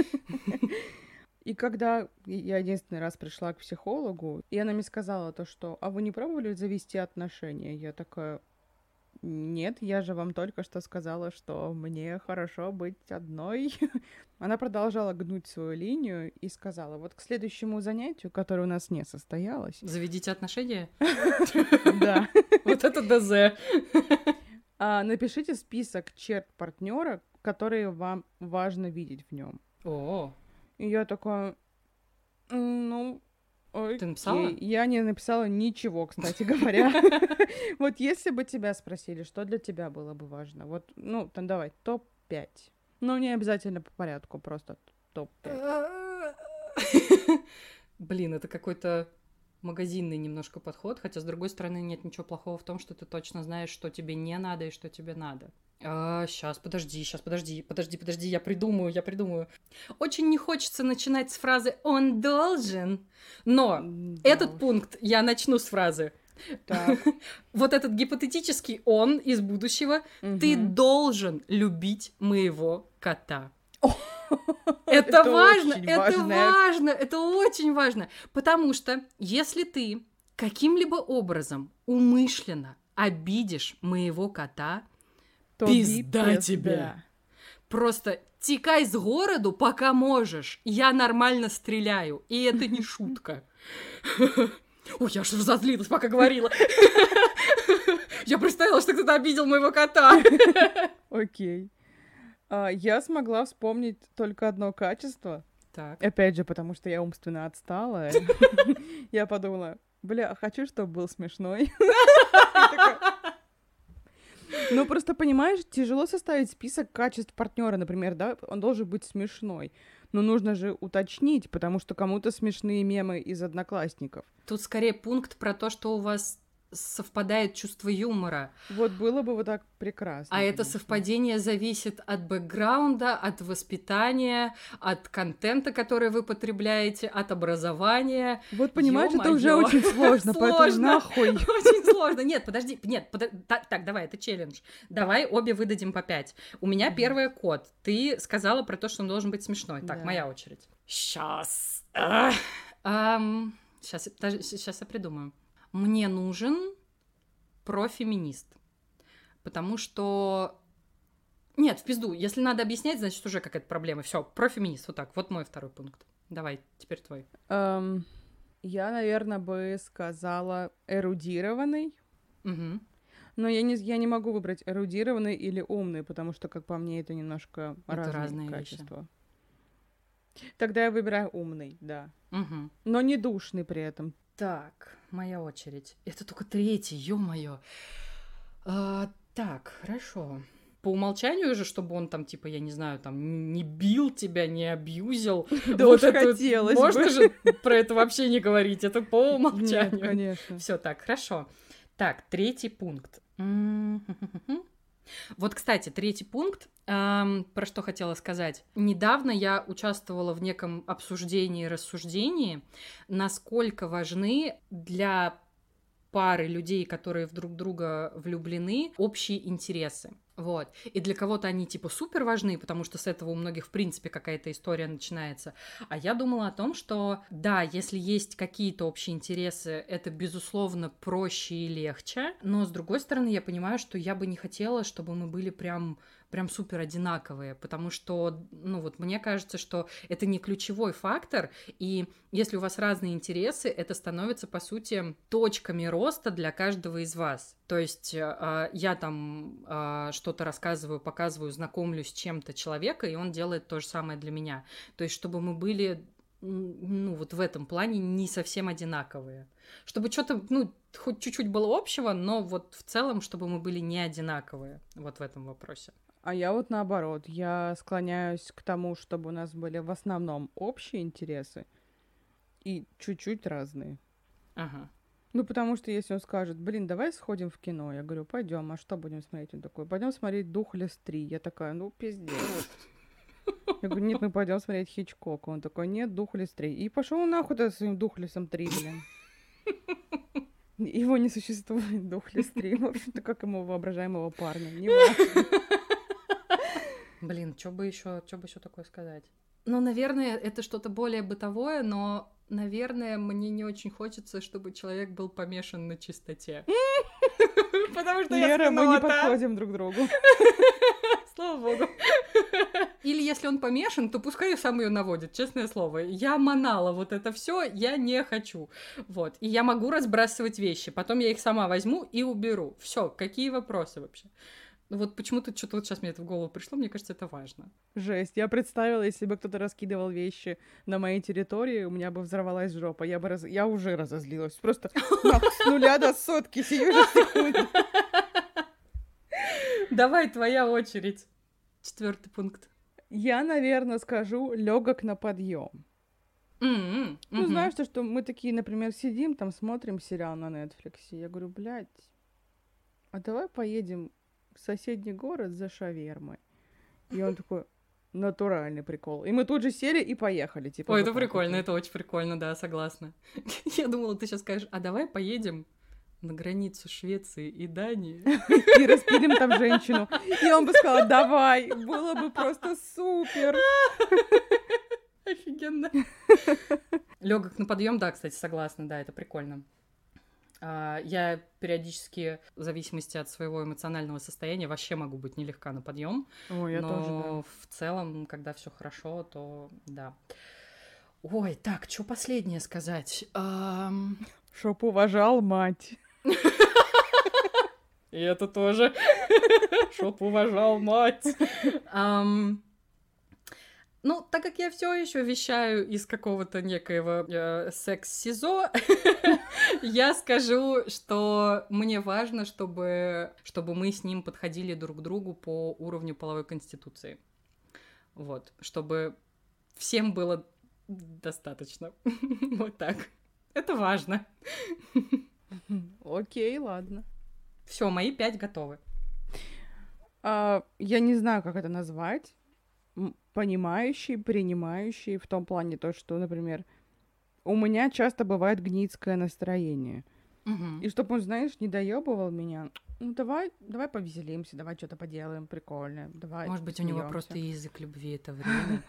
И когда я единственный раз пришла к психологу, и она мне сказала то, что «а вы не пробовали завести отношения?» Я такая «нет, я же вам только что сказала, что мне хорошо быть одной». Она продолжала гнуть свою линию и сказала «вот к следующему занятию, которое у нас не состоялось». Заведите отношения? Да. Вот это ДЗ. А, напишите список черт партнера, которые вам важно видеть в нем. О, И я такая, «М, ну, окей». ты написала? Я не написала ничего, кстати говоря. Вот если бы тебя спросили, что для тебя было бы важно, вот, ну, там давай, топ пять. Ну, не обязательно по порядку, просто топ пять. Блин, это какой-то магазинный немножко подход, хотя, с другой стороны, нет ничего плохого в том, что ты точно знаешь, что тебе не надо и что тебе надо. А, сейчас, подожди, сейчас, подожди, подожди, подожди, я придумаю, я придумаю. Очень не хочется начинать с фразы «он должен», но Да этот уж. пункт я начну с фразы. Так. Вот этот гипотетический «он» из будущего. Ты Мгм. должен любить моего кота. Это Это важно, очень это важная- важно, это очень важно. Потому что если ты каким-либо образом умышленно обидишь моего кота, То пизда пипец, тебе. да. просто текай с городу, пока можешь. Я нормально стреляю, и это не шутка. Ой, я аж разозлилась, пока говорила. Я представила, что кто-то обидел моего кота. Окей. А, я смогла вспомнить только одно качество. Так. Опять же, потому что я умственно отстала. Я подумала, бля, хочу, чтобы был смешной. Ну, просто, понимаешь, тяжело составить список качеств партнера, например, да, он должен быть смешной. Но нужно же уточнить, потому что кому-то смешные мемы из одноклассников. Тут скорее пункт про то, что у вас совпадает чувство юмора. Вот было бы вот так прекрасно. А это конечно. совпадение зависит от бэкграунда, от воспитания, от контента, который вы потребляете, от образования. Вот понимаешь, это уже Ё-моё. очень сложно, поэтому Сложно. нахуй. Очень сложно. Нет, подожди, нет, подо- так, так, давай, это челлендж. Давай обе выдадим по пять. У меня Мгм. первый код. Ты сказала про то, что он должен быть смешной. Так, Да. моя очередь. Сейчас. Сейчас, сейчас я придумаю. Мне нужен профеминист. Потому что... Нет, в пизду. Если надо объяснять, значит, уже какая-то проблема. Все, профеминист. Вот так. Вот мой второй пункт. Давай, теперь твой. Эм, я, наверное, бы сказала эрудированный. Угу. Но я не, я не могу выбрать эрудированный или умный, потому что, как по мне, это немножко Это разные, разные вещи. качества. Тогда я выбираю умный, да. Угу. Но не душный при этом. Так, моя очередь. Это только третий, ё-моё. А, так, хорошо. По умолчанию же, чтобы он там, типа, я не знаю, там, не бил тебя, не абьюзил. Да уж хотелось бы. Можно же про это вообще не говорить, это по Нет, умолчанию. конечно. Все так, хорошо. Так, третий пункт. М-м-м-м. Вот, кстати, третий пункт, эм, про что хотела сказать. Недавно я участвовала в неком обсуждении, рассуждении, насколько важны для пары людей, которые в друг друга влюблены, общие интересы. Вот. И для кого-то они типа супер важны, потому что с этого у многих в принципе какая-то история начинается. А я думала о том, что да, если есть какие-то общие интересы, это безусловно проще и легче, но с другой стороны я понимаю, что я бы не хотела, чтобы мы были прям прям супер одинаковые, потому что, ну вот мне кажется, что это не ключевой фактор, и если у вас разные интересы, это становится, по сути, точками роста для каждого из вас. То есть э, я там э, что-то рассказываю, показываю, знакомлюсь с чем-то человека, и он делает то же самое для меня. То есть чтобы мы были, ну вот в этом плане не совсем одинаковые. Чтобы что-то, ну, хоть чуть-чуть было общего, но вот в целом, чтобы мы были не одинаковые вот в этом вопросе. А я вот наоборот, я склоняюсь к тому, чтобы у нас были в основном общие интересы и чуть-чуть разные. Ага. Ну, потому что если он скажет, блин, давай сходим в кино, я говорю, пойдем, а что будем смотреть? Он такой, пойдем смотреть «Духлесс три». Я такая, ну, пиздец. Я говорю, нет, мы пойдем смотреть Хичкока. Он такой, нет, «Духлесс три». И пошел нахуй со своим «Духлессом три», блин. Его не существует, «Духлесс три». В общем-то, как ему воображаемого парня. Не важно. Блин, что бы еще, что бы еще такое сказать? Ну, наверное, это что-то более бытовое, но, наверное, мне не очень хочется, чтобы человек был помешан на чистоте. Потому что я Лера, мы не подходим друг другу. Слава богу. Или если он помешан, то пускай сам ее наводит, честное слово. Я манала вот это все, я не хочу. Вот. И я могу разбрасывать вещи, потом я их сама возьму и уберу. Все, какие вопросы вообще? Ну вот почему-то что-то вот сейчас мне это в голову пришло, мне кажется, это важно. Жесть. Я представила, если бы кто-то раскидывал вещи на моей территории, у меня бы взорвалась жопа. Я бы раз... я уже разозлилась. Просто нахуй, с нуля до сотки сию же секунду. Давай, твоя очередь. Четвертый пункт. Я, наверное, скажу легок на подъем. Mm-hmm. Ну, Mm-hmm. знаешь, то, что мы такие, например, сидим, там смотрим сериал на Netflix. Я говорю, блядь, а давай поедем в соседний город за шавермой. И он такой, натуральный прикол. И мы тут же сели и поехали. Типа, Ой, вот это так прикольно, вот. это очень прикольно, да, согласна. Я думала, ты сейчас скажешь, а давай поедем на границу Швеции и Дании. И распилим там женщину. И он бы сказал, давай, было бы просто супер. Офигенно. Легок на подъем, да, кстати, согласна, да, это прикольно. Я периодически, в зависимости от своего эмоционального состояния, вообще могу быть нелегка на подъем. Ой, я но тоже, да. в целом, когда все хорошо, то да. Ой, так, что последнее сказать? Ам... Чтоб уважал мать. И это тоже. Чтоб уважал мать. Um, ну, так как я все еще вещаю из какого-то некоего э, секс-сизо, я скажу, что мне важно, чтобы, чтобы мы с ним подходили друг к другу по уровню половой конституции. Вот. Чтобы всем было достаточно. Вот так. Это важно. Окей, ладно. Все, мои пять готовы. А, я не знаю, как это назвать. Понимающий, принимающий в том плане то, что, например, у меня часто бывает гнитское настроение. Угу. И чтобы он, знаешь, не доебывал меня. Ну, давай, давай повеселимся, давай что-то поделаем прикольное. Давай. Может быть, у него просто язык любви это время.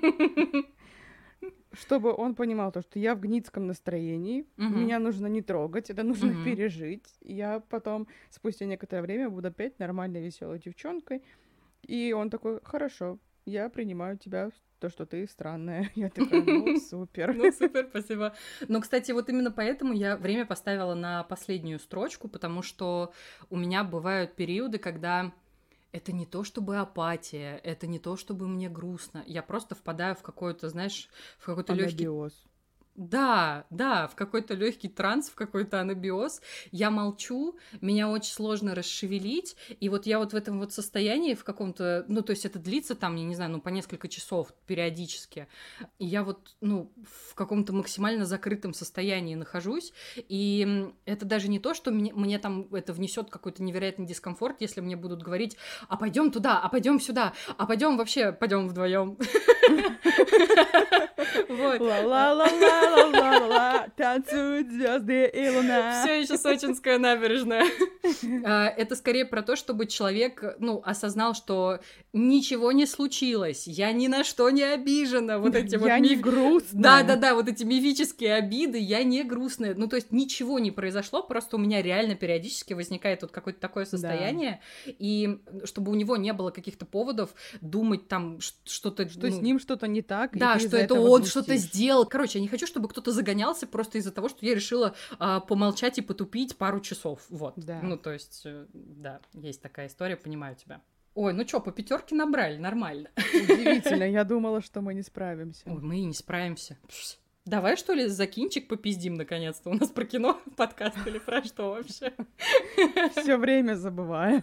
Чтобы он понимал то, что я в гнитском настроении, uh-huh. меня нужно не трогать, это нужно uh-huh. пережить. Я потом, спустя некоторое время, буду опять нормальной, веселой девчонкой. И он такой, хорошо, я принимаю тебя, то, что ты странная. Я такая, ну, супер. Ну, супер, спасибо. Но, кстати, вот именно поэтому я время поставила на последнюю строчку, потому что у меня бывают периоды, когда... Это не то, чтобы апатия, это не то, чтобы мне грустно. Я просто впадаю в какой-то, знаешь, в какой-то легкий... Анабиоз. Да, да, в какой-то легкий транс, в какой-то анабиоз. Я молчу, меня очень сложно расшевелить, и вот я вот в этом вот состоянии в каком-то, ну, то есть это длится там, я не знаю, ну, по несколько часов периодически. И я вот, ну, в каком-то максимально закрытом состоянии нахожусь, и это даже не то, что мне, мне там это внесет какой-то невероятный дискомфорт, если мне будут говорить, а пойдем туда, а пойдем сюда, а пойдем вообще, пойдем вдвоем. Ла-ла-ла-ла-ла-ла-ла, танцуют звезды и луна. Все еще Сочинская набережная. Это скорее про то, чтобы человек, ну, осознал, что ничего не случилось, я ни на что не обижена. Вот эти вот я миф... не грустная. Да-да-да, вот эти мифические обиды, я не грустная. Ну, то есть ничего не произошло, просто у меня реально периодически возникает вот какое-то такое состояние, да. И чтобы у него не было каких-то поводов думать там что-то... Что ну... с ним что-то не так, да, и ты что это он грустишь. Что-то сделал. Короче, я не хочу, чтобы кто-то загонялся просто из-за того, что я решила а, помолчать и потупить пару часов. Вот. Да. Ну, то есть, э, да, есть такая история, понимаю тебя. Ой, ну чё, по пятерке набрали, нормально. Удивительно, я думала, что мы не справимся. Ой, мы и не справимся. Давай, что ли, за кинчик попиздим, наконец-то. У нас про кино подкаст или про что вообще? Все время забываю.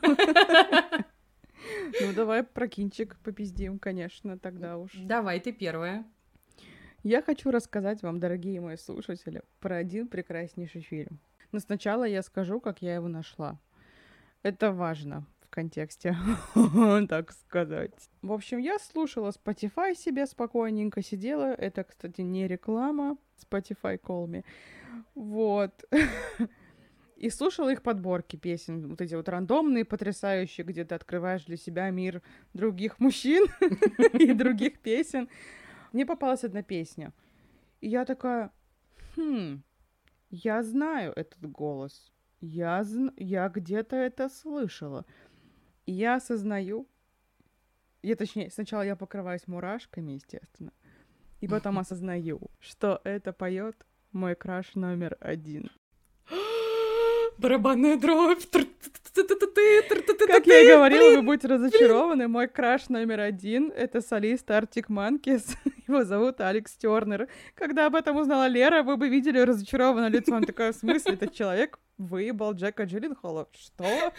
Ну, давай про кинчик попиздим, конечно, тогда уж. Давай, ты первая. Я хочу рассказать вам, дорогие мои слушатели, про один прекраснейший фильм. Но сначала я скажу, как я его нашла. Это важно в контексте, так сказать. В общем, я слушала Spotify себе спокойненько, сидела. Это, кстати, не реклама. Spotify call me. Вот. И слушала их подборки песен, вот эти вот рандомные, потрясающие, где ты открываешь для себя мир других мужчин и других песен. Мне попалась одна песня. И я такая, хм, я знаю этот голос. Я, зн... я где-то это слышала. И я осознаю, я, точнее, сначала я покрываюсь мурашками, естественно, и потом осознаю, что это поет мой краш номер один. Барабанная дробь. Как я и говорила, вы будете разочарованы. Мой краш номер один — это солист Arctic Monkeys. Его зовут Алекс Тернер. Когда об этом узнала Лера, вы бы видели разочарованное лицо. Он такой, в смысле, этот человек выебал Джека Джилленхола? Что?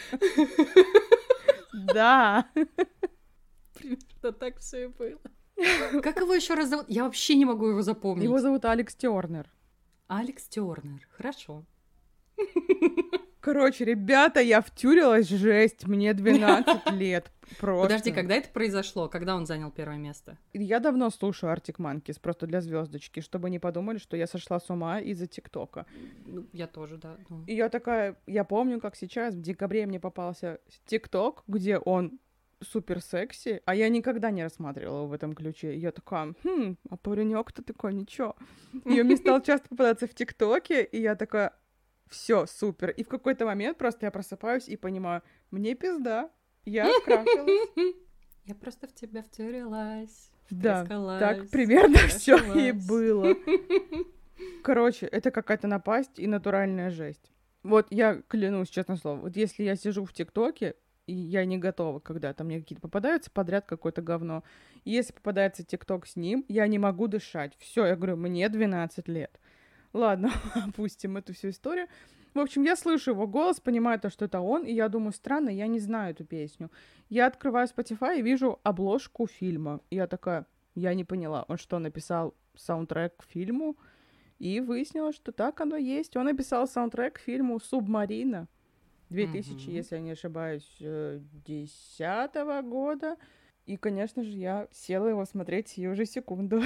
Да. Примерно так все и было. Как его еще раз зовут? Я вообще не могу его запомнить. Его зовут Алекс Тернер. Алекс Тернер. Хорошо. Короче, ребята, я втюрилась, жесть, мне двенадцать лет просто. Подожди, когда это произошло? Когда он занял первое место? Я давно слушаю Arctic Monkeys, просто для звездочки, чтобы не подумали, что я сошла с ума из-за ТикТока. Ну, я тоже, да. Ну. И я такая, я помню, как сейчас, в декабре мне попался ТикТок, где он супер секси, а я никогда не рассматривала его в этом ключе. И я такая, хм, а паренек-то такой, ничего. И он мне стал часто попадаться в ТикТоке, и я такая... Все, супер. И в какой-то момент просто я просыпаюсь и понимаю, мне пизда, я открашилась. Я просто в тебя втюрилась. Да, так примерно все и было. Короче, это какая-то напасть и натуральная жесть. Вот я клянусь, честное слово, вот если я сижу в ТикТоке, и я не готова, когда там мне какие-то попадаются подряд какое-то говно, и если попадается ТикТок с ним, я не могу дышать. Все, я говорю, мне двенадцать лет. Ладно, опустим эту всю историю. В общем, я слышу его голос, понимаю то, что это он, и я думаю, странно, я не знаю эту песню. Я открываю Spotify и вижу обложку фильма. И я такая, я не поняла, он что, написал саундтрек к фильму? И выяснилось, что так оно есть. Он написал саундтрек к фильму «Субмарина» две тысячи, mm-hmm. если я не ошибаюсь, десятого года. И, конечно же, я села его смотреть сию же секунду.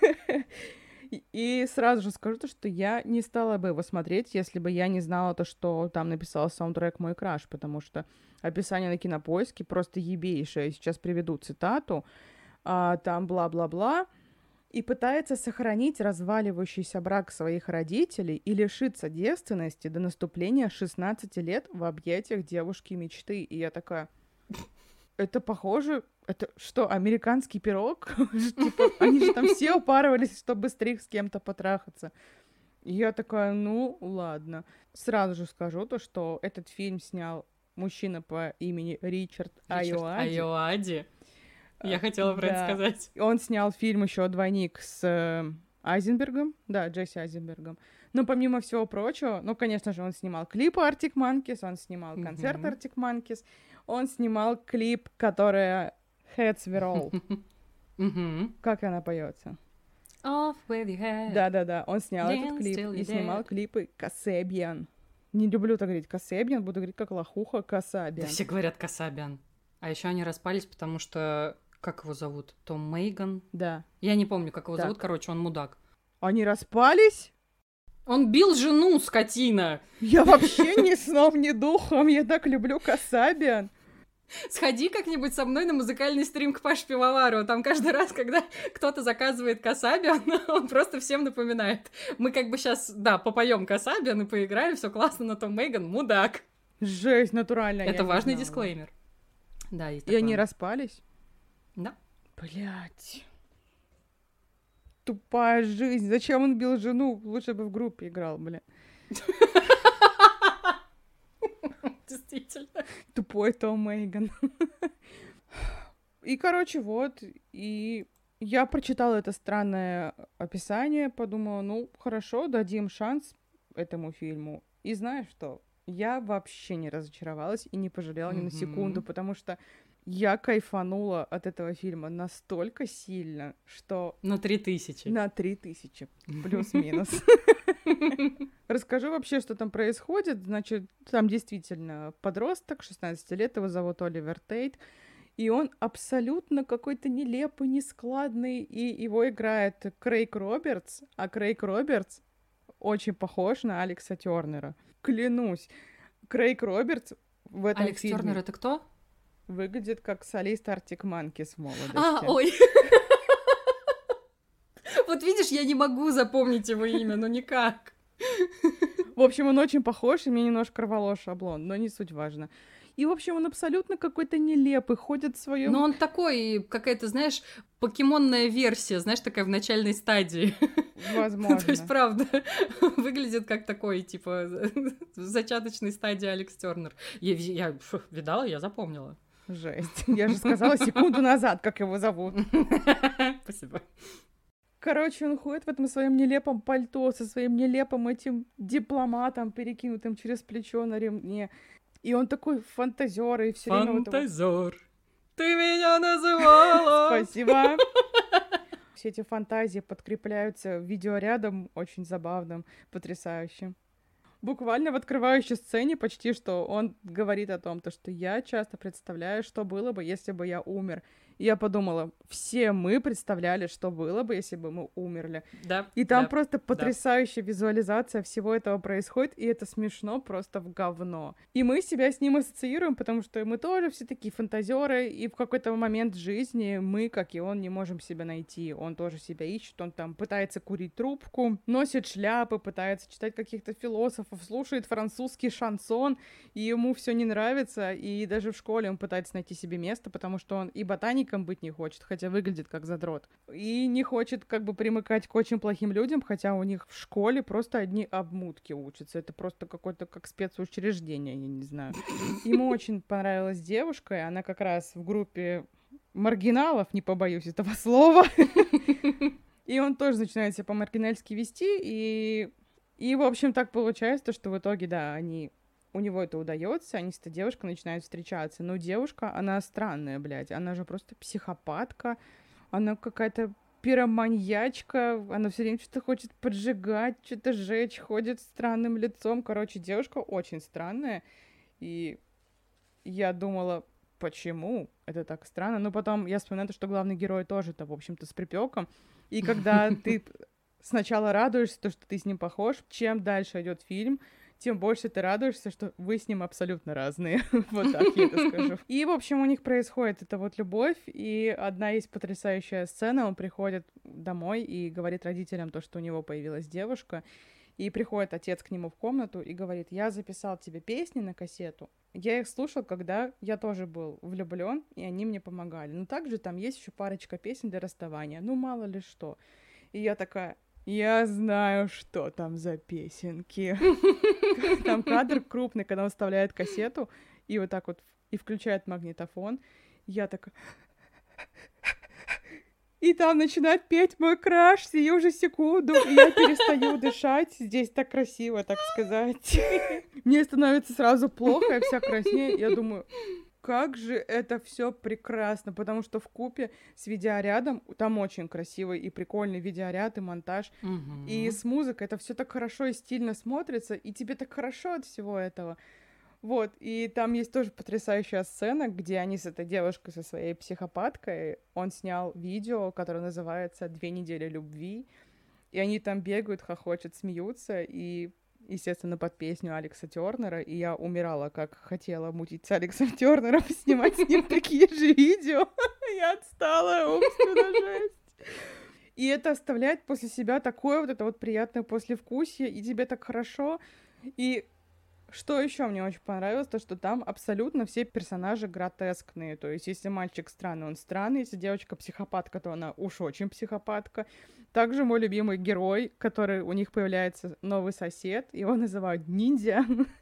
И сразу же скажу то, что я не стала бы его смотреть, если бы я не знала то, что там написал саундтрек «Мой краш», потому что описание на Кинопоиске просто ебейшее. Я сейчас приведу цитату. А, там бла-бла-бла. И пытается сохранить разваливающийся брак своих родителей и лишиться девственности до наступления шестнадцати лет в объятиях девушки мечты. И я такая... Это похоже... Это что, американский пирог? Типа, они же там все упарывались, чтобы быстрее с кем-то потрахаться. И я такая, ну, ладно. Сразу же скажу то, что этот фильм снял мужчина по имени Ричард Айоади. Айоади. Я хотела про это сказать. Он снял фильм еще «Двойник» с Айзенбергом, да, Джесси Айзенбергом. Но помимо всего прочего, ну, конечно же, он снимал клипы Arctic Monkeys, он снимал концерт Мгм. Arctic Monkeys, он снимал клип, который Heads We Roll. Мгм. Как она поется? Off with your head. Да-да-да, он снял этот Dance клип till и you're снимал dead. клипы Касэбьян. Не люблю так говорить Касэбьян, буду говорить как лохуха Да Касабьян. все говорят Касабиан. А еще они распались, потому что... Как его зовут? Том Мейган? Да. Я не помню, как его Так. зовут. Короче, он мудак. Они распались? Он бил жену, скотина! Я вообще ни сном, ни духом, я так люблю Касабьян. Сходи как-нибудь со мной на музыкальный стрим к Паше Пивовару. Там каждый раз, когда кто-то заказывает Касабиан, он просто всем напоминает. Мы как бы сейчас, да, попоем Касабиан и поиграем, все классно, но Том Мейган мудак. Жесть, натурально. я Это не важный знала. дисклеймер. Да, есть И они такое. распались? Да. Блять. Тупая жизнь. Зачем он бил жену? Лучше бы в группе играл, бля. Действительно. Тупой Том Мейган. И, короче, вот. И я прочитала это странное описание, подумала, ну, хорошо, дадим шанс этому фильму. И знаешь что? Я вообще не разочаровалась и не пожалела ни на секунду, Мгм. потому что я кайфанула от этого фильма настолько сильно, что На три тысячи. на три тысячи плюс-минус. Расскажу вообще, что там происходит. Значит, там действительно подросток, шестнадцать лет, его зовут Оливер Тейт, и он абсолютно какой-то нелепый, нескладный, и его играет Крейг Робертс, а Крейг Робертс очень похож на Алекса Тёрнера. Клянусь, Крейг Робертс в этом Алекс фильме Тёрнер это кто? выглядит как солист Arctic Monkeys в молодости. А, ой. Вот видишь, я не могу запомнить его имя, ну никак. В общем, он очень похож, и мне немножко рвало шаблон, но не суть важно. И, в общем, он абсолютно какой-то нелепый, ходит в своем... Но он такой, какая-то, знаешь, покемонная версия, знаешь, такая в начальной стадии. Возможно. То есть, правда, выглядит как такой, типа, в зачаточной стадии Алекс Тёрнер. Я, я фу, видала, я запомнила. Жесть. Я же сказала секунду назад, как его зовут. Спасибо. Короче, он ходит в этом своем нелепом пальто, со своим нелепым этим дипломатом, перекинутым через плечо на ремне. И он такой фантазер, и все время... вот его- Фантазер, ты меня называла. Спасибо. Все эти фантазии подкрепляются видеорядом очень забавным, потрясающим. Буквально в открывающей сцене почти что он говорит о том, то, что я часто представляю, что было бы, если бы я умер. И я подумала, все мы представляли, что было бы, если бы мы умерли. Да. И там да. просто потрясающая визуализация всего этого происходит, и это смешно просто в говно. И мы себя с ним ассоциируем, потому что мы тоже все такие фантазеры, и в какой-то момент жизни мы, как и он, не можем себя найти. Он тоже себя ищет, он там пытается курить трубку, носит шляпы, пытается читать каких-то философов, слушает французский шансон, и ему все не нравится, и даже в школе он пытается найти себе место, потому что он и ботаником быть не хочет, хотя выглядит как задрот, и не хочет как бы примыкать к очень плохим людям, хотя у них в школе просто одни обмутки учатся, это просто какое-то как спецучреждение, я не знаю. Ему очень понравилась девушка, и она как раз в группе маргиналов, не побоюсь этого слова, и он тоже начинает себя по-маргинальски вести, и, и в общем, так получается, что в итоге, да, они... У него это удается, они с этой девушкой начинают встречаться. Но девушка, она странная, блядь. Она же просто психопатка. Она какая-то пироманьячка. Она все время что-то хочет поджигать, что-то жечь, ходит странным лицом. Короче, девушка очень странная. И я думала, почему это так странно? Но потом я вспоминаю, что главный герой тоже-то, в общем-то, с припеком. И когда ты сначала радуешься, то, что ты с ним похож, чем дальше идет фильм, тем больше ты радуешься, что вы с ним абсолютно разные. Вот так я это скажу. И, в общем, у них происходит эта вот любовь, и одна есть потрясающая сцена, он приходит домой и говорит родителям то, что у него появилась девушка, и приходит отец к нему в комнату и говорит, я записал тебе песни на кассету, я их слушал, когда я тоже был влюблен, и они мне помогали. Но также там есть еще парочка песен для расставания, ну мало ли что. И я такая... Я знаю, что там за песенки. Там кадр крупный, когда он вставляет кассету и вот так вот и включает магнитофон. Я такая... И там начинает петь мой краш сию же секунду, и я перестаю дышать. Здесь так красиво, так сказать. Мне становится сразу плохо, я вся краснею. Я думаю, как же это все прекрасно, потому что вкупе с видеорядом, там очень красивый и прикольный видеоряд и монтаж, Мгм. и с музыкой это все так хорошо и стильно смотрится, и тебе так хорошо от всего этого. Вот, и там есть тоже потрясающая сцена, где они с этой девушкой, со своей психопаткой, он снял видео, которое называется «Две недели любви», и они там бегают, хохочут, смеются, и, естественно, под песню Алекса Тернера, и я умирала, как хотела мутить с Алексом Тернером, снимать с ним такие же видео. Я отстала, умственно, жесть. И это оставляет после себя такое вот это вот приятное послевкусие, и тебе так хорошо, и что еще мне очень понравилось, то что там абсолютно все персонажи гротескные. То есть, если мальчик странный, он странный. Если девочка психопатка, то она уж очень психопатка. Также мой любимый герой, который у них появляется новый сосед, его называют ниндзя.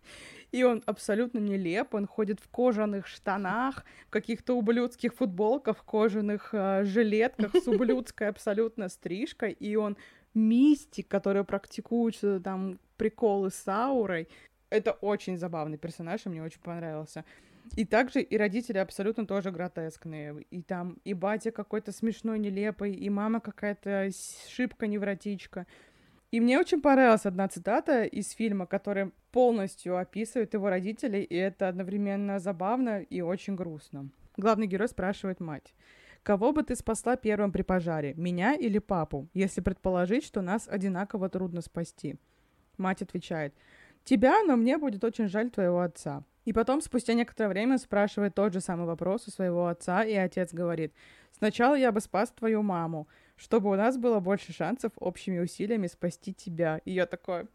И он абсолютно нелеп, он ходит в кожаных штанах, в каких-то ублюдских футболках, в кожаных э, жилетках с ублюдской абсолютно стрижкой, и он мистик, который практикует что-то там приколы с аурой. Это очень забавный персонаж, и мне очень понравился. И также и родители абсолютно тоже гротескные. И там и батя какой-то смешной, нелепый, и мама какая-то шибко-невротичка. И мне очень понравилась одна цитата из фильма, которая полностью описывает его родителей, и это одновременно забавно и очень грустно. Главный герой спрашивает мать: «Кого бы ты спасла первым при пожаре, меня или папу, если предположить, что нас одинаково трудно спасти?» Мать отвечает: «Тебя, но мне будет очень жаль твоего отца». И потом, спустя некоторое время, спрашивает тот же самый вопрос у своего отца, и отец говорит: «Сначала я бы спас твою маму, чтобы у нас было больше шансов общими усилиями спасти тебя». И я такой: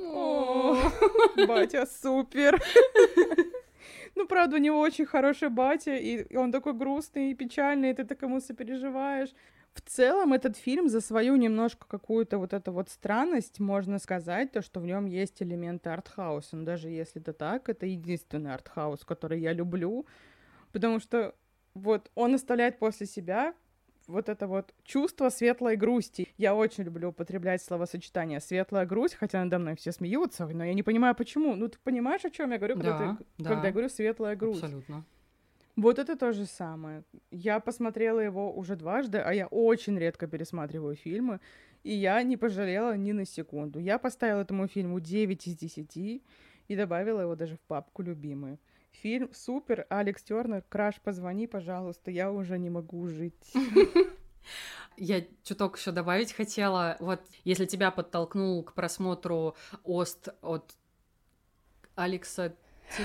«О, батя супер». Ну, правда, у него очень хороший батя, и он такой грустный и печальный, и ты так ему сопереживаешь. В целом, этот фильм за свою немножко какую-то вот эту вот странность, можно сказать, то, что в нем есть элементы артхауса. Но даже если это так, это единственный артхаус, который я люблю, потому что вот он оставляет после себя вот это вот чувство светлой грусти. Я очень люблю употреблять словосочетание «светлая грусть», хотя надо мной все смеются, но я не понимаю, почему. Ну, ты понимаешь, о чем я говорю, когда, Да, ты, да, когда я говорю «светлая грусть»? абсолютно. Вот это то же самое. Я посмотрела его уже дважды, а я очень редко пересматриваю фильмы, и я не пожалела ни на секунду. Я поставила этому фильму девять из десяти и добавила его даже в папку «Любимые». Фильм супер, Алекс Тернер, краш, позвони, пожалуйста, я уже не могу жить. Я чуток еще добавить хотела. Вот если тебя подтолкнул к просмотру «Ост» от Алекса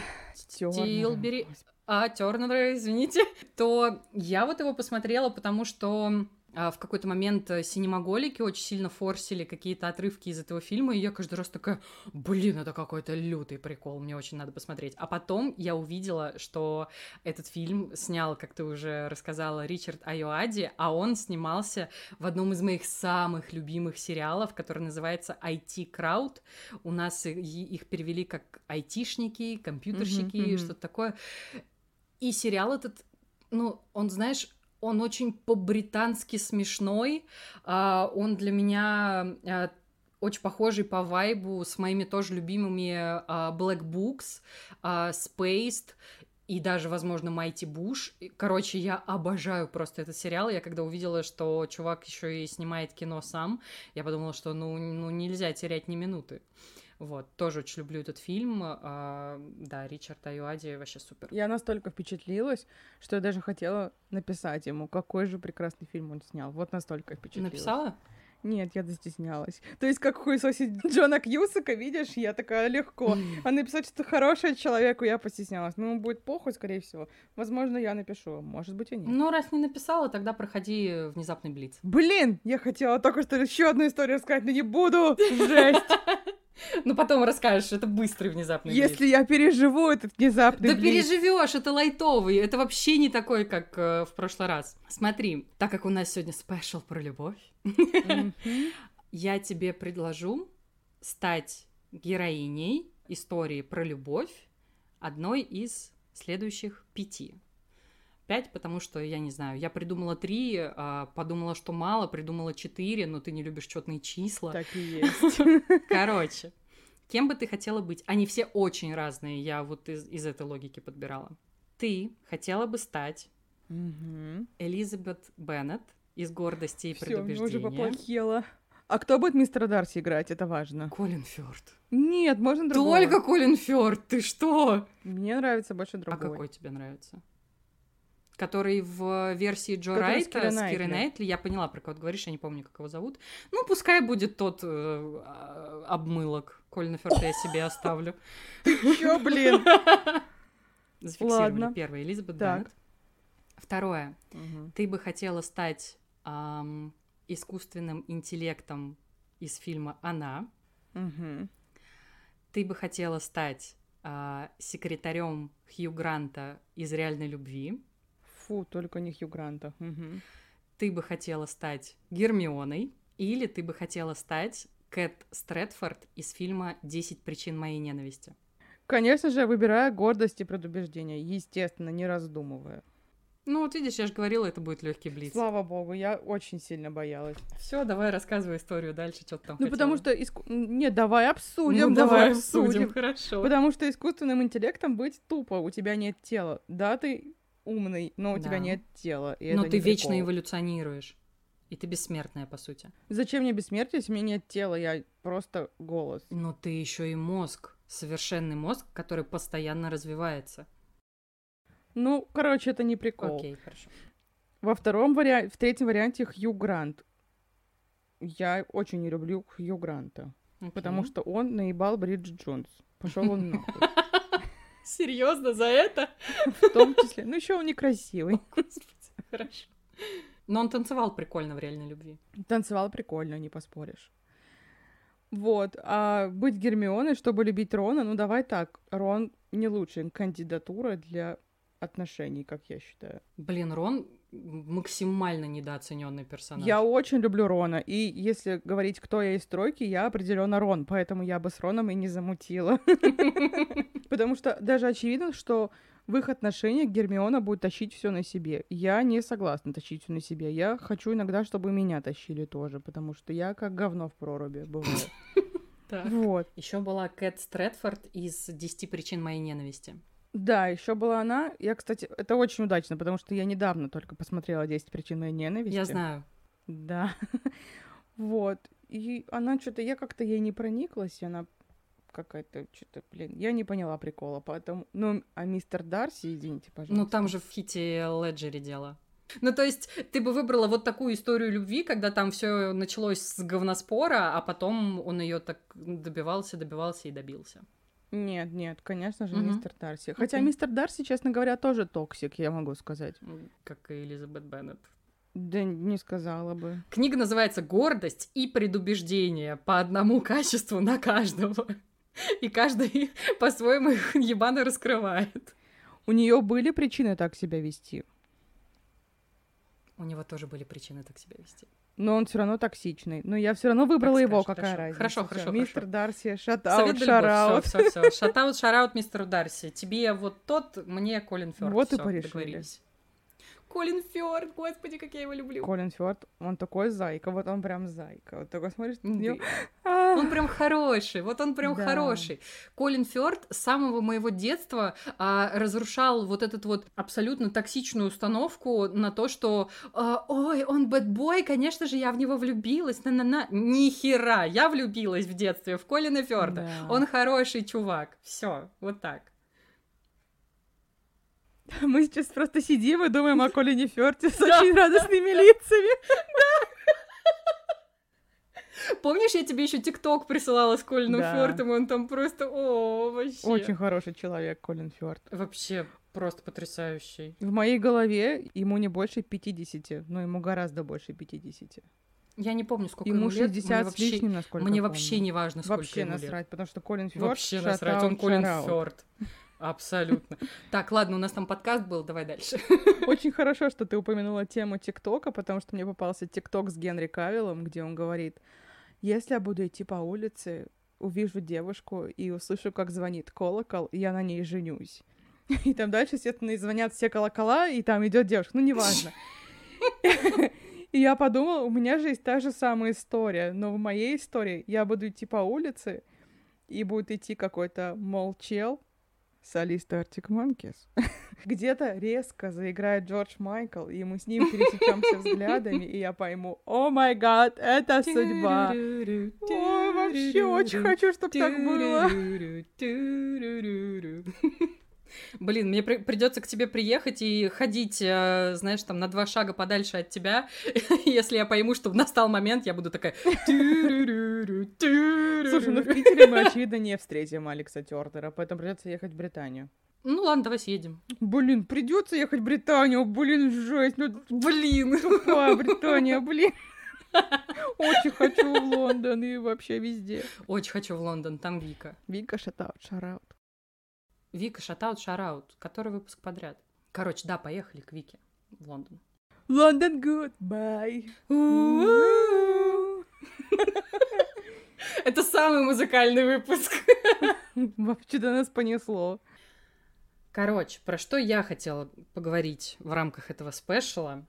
Тилбери, а, Тернера, извините, то я вот его посмотрела, потому что а, в какой-то момент синемаголики очень сильно форсили какие-то отрывки из этого фильма, и я каждый раз такая: блин, это какой-то лютый прикол, мне очень надо посмотреть. А потом я увидела, что этот фильм снял, как ты уже рассказала, Ричард Айоади, а он снимался в одном из моих самых любимых сериалов, который называется ай ти Crowd. У нас их перевели как айтишники, компьютерщики, mm-hmm, mm-hmm. что-то такое. И сериал этот, ну, он, знаешь, он очень по-британски смешной, uh, он для меня uh, очень похожий по вайбу с моими тоже любимыми uh, Black Books, uh, Spaced и даже, возможно, Mighty Bush. Короче, я обожаю просто этот сериал. Я когда увидела, что чувак еще и снимает кино сам, я подумала, что ну, ну нельзя терять ни минуты. Вот, тоже очень люблю этот фильм. А, да, Ричард Айоади вообще супер. Я настолько впечатлилась, что я даже хотела написать ему, какой же прекрасный фильм он снял. Вот настолько впечатлилась. Написала? Нет, я застеснялась. То есть, как хуесосить Джона Кьюсака, видишь, я такая легко. А написать что-то хорошее человеку я постеснялась. Ну, будет похуй, скорее всего. Возможно, я напишу, может быть, и нет. Ну, раз не написала, тогда проходи внезапный блиц. Блин, я хотела только что еще одну историю рассказать, но не буду. Жесть. Ну, потом расскажешь, это быстрый внезапный блиц. Если я переживу этот внезапный да блиц. Да переживешь, это лайтовый, это вообще не такой, как э, в прошлый раз. Смотри, так как у нас сегодня спешл про любовь, mm-hmm. я тебе предложу стать героиней истории про любовь одной из следующих пяти. пять, потому что, я не знаю, я придумала три, а, подумала, что мало, придумала четыре, но ты не любишь четные числа. Так и есть. Короче, кем бы ты хотела быть? Они все очень разные, я вот из, из этой логики подбирала. Ты хотела бы стать Мгм. Элизабет Беннет из «Гордости и Всё, мне уже предубеждения». поплохело. А кто будет мистера Дарси играть? Это важно. Колин Фёрд. Нет, можно другого. Только Колин Фёрд, ты что? Мне нравится больше А другой. какой тебе нравится? Который в версии Джо Который с Райта Кирой с Кирой Найтли. Найтли. Я поняла, про кого ты говоришь, я не помню, как его зовут. Ну, пускай будет тот э, а, обмылок. Колина Фёрда я себе оставлю. Чё, блин? Зафиксировали. Ладно. Первое, Элизабет Так. Беннет. Второе. Мгм. Ты бы хотела стать ам, искусственным интеллектом из фильма «Она». Мгм. Ты бы хотела стать а, секретарем Хью Гранта из «Реальной любви». Фу, только не Хью Гранта. Мгм. Ты бы хотела стать Гермионой. Или ты бы хотела стать Кэт Стрэдфорд из фильма «Десять причин моей ненависти». Конечно же, я выбираю гордость и предубеждение. Естественно, не раздумывая. Ну, вот видишь, я же говорила, это будет легкий блиц. Слава богу, я очень сильно боялась. Все, давай рассказывай историю дальше, что ты там Ну, хотела. потому что... иску- Нет, давай обсудим, Ну, давай давай обсудим. обсудим, хорошо. Потому что искусственным интеллектом быть тупо, у тебя нет тела. Да, ты умный, но у тебя Да. нет тела. И Но это ты не вечно прикол. эволюционируешь. И ты бессмертная, по сути. Зачем мне бессмертие, если у меня нет тела? Я просто голос. Но ты еще и мозг. Совершенный мозг, который постоянно развивается. Ну, короче, это не прикол. Окей, хорошо. Во втором варианте, в третьем варианте Хью Грант. Я очень не люблю Хью Гранта. Окей. Потому что он наебал Бриджит Джонс. Пошел он нахуй. Серьезно, за это? В том числе. Ну, еще он некрасивый. Господи, хорошо. Но он танцевал прикольно в «Реальной любви». Танцевал прикольно, не поспоришь. Вот. А быть Гермионой, чтобы любить Рона, ну давай так. Рон не лучшая кандидатура для отношений, как я считаю. Блин, Рон максимально недооцененный персонаж. Я очень люблю Рона. И если говорить, кто я из тройки, я определенно Рон. Поэтому я бы с Роном и не замутила. Потому что даже очевидно, что в их отношениях Гермиона будет тащить все на себе. Я не согласна тащить все на себе. Я хочу иногда, чтобы меня тащили тоже, потому что я как говно в проруби бываю. Вот. Еще была Кэт Стрэдфорд из «Десяти причин моей ненависти». Да, еще была она. Я, кстати, это очень удачно, потому что я недавно только посмотрела «Десять причин моей ненависти». Я знаю. Да. Вот. И она что-то, я как-то ей не прониклась, и она какая-то, что-то, блин, я не поняла прикола, поэтому... Ну, а мистер Дарси, извините, пожалуйста. Ну, там же в Хите Леджере дело. Ну, то есть, ты бы выбрала вот такую историю любви, когда там все началось с говноспора, а потом он ее так добивался, добивался и добился. Нет, нет, конечно же, Мгм. мистер Дарси. Хотя Окей. мистер Дарси, честно говоря, тоже токсик, я могу сказать. М, Как и Элизабет Беннет. Да не сказала бы. Книга называется «Гордость и предубеждение» по одному качеству на каждого. И каждый по-своему их ебано раскрывает. У нее были причины так себя вести, У него тоже были причины так себя вести. но он все равно токсичный. Но я все равно выбрала Как его, скажешь, какая хорошо. разница. Хорошо, Всё, хорошо, Мистер хорошо. Дарси, Совет шатаут, да любовь. шараут. Все, все, все. Шатаут, шараут мистеру Дарси. Тебе вот тот, мне Колин Фёрд. Вот и Всё, порешили. договорились. Колин Фёрд, господи, как я его люблю. Колин Фёрд, он такой зайка, вот он прям зайка. Вот такой смотришь на Да. неё, а, Он прям хороший, вот он прям Да. хороший. Колин Фёрд с самого моего детства а, разрушал вот эту вот абсолютно токсичную установку на то, что а, ой, он бэтбой, конечно же, я в него влюбилась, на-на-на. Ни хера, я влюбилась в детстве в Колина Фёрда. Да. Он хороший чувак. Все, вот так. Мы сейчас просто сидим и думаем о Колине Фёрде с очень радостными лицами. Помнишь, я тебе еще ТикТок присылала с Колином Да. Фёрдом, и он там просто, о, вообще. Очень хороший человек, Колин Фёрд. Вообще просто потрясающий. В моей голове ему не больше пятидесяти, но ему гораздо больше пятидесяти. Я не помню, сколько Ему ему лет. Мне шестьдесят с вообще, лишним, насколько мне я вообще помню. не важно, сколько Вообще ему насрать, лет. потому что Колин Фёрд Вообще shout насрать, он out, Колин shout out. Фёрд. Абсолютно. Так, ладно, у нас там подкаст был, давай дальше. Очень хорошо, что ты упомянула тему ТикТока, потому что мне попался ТикТок с Генри Кавиллом, где он говорит: если я буду идти по улице, увижу девушку и услышу, как звонит колокол, я на ней женюсь. И там дальше, естественно, и звонят все колокола, и там идет девушка, ну, неважно. И я подумала, у меня же есть та же самая история, но в моей истории я буду идти по улице, и будет идти какой-то молчел, солист Arctic Monkeys. Где-то резко заиграет Джордж Майкл, и мы с ним пересечемся взглядами, и я пойму, о май гад, это судьба. О, вообще очень хочу, чтобы так было. Блин, мне при- придется к тебе приехать и ходить, э, знаешь, там на два шага подальше от тебя. Если я пойму, что настал момент, я буду такая... Слушай, ну в Питере мы, очевидно, не встретим Алекса Тёрнера, поэтому придется ехать в Британию. Ну ладно, давай съедем. Блин, придется ехать в Британию, блин, жесть, ну Блин. тупая Британия, блин. Очень хочу в Лондон и вообще везде. Очень хочу в Лондон, там Вика. Вика, шатаут, шараут. Вика, шатаут, шараут. Который выпуск подряд? Короче, да, поехали к Вике в Лондон. Лондон, goodbye. Это самый музыкальный выпуск. Вообще-то нас понесло. Короче, про что я хотела поговорить в рамках этого спешала?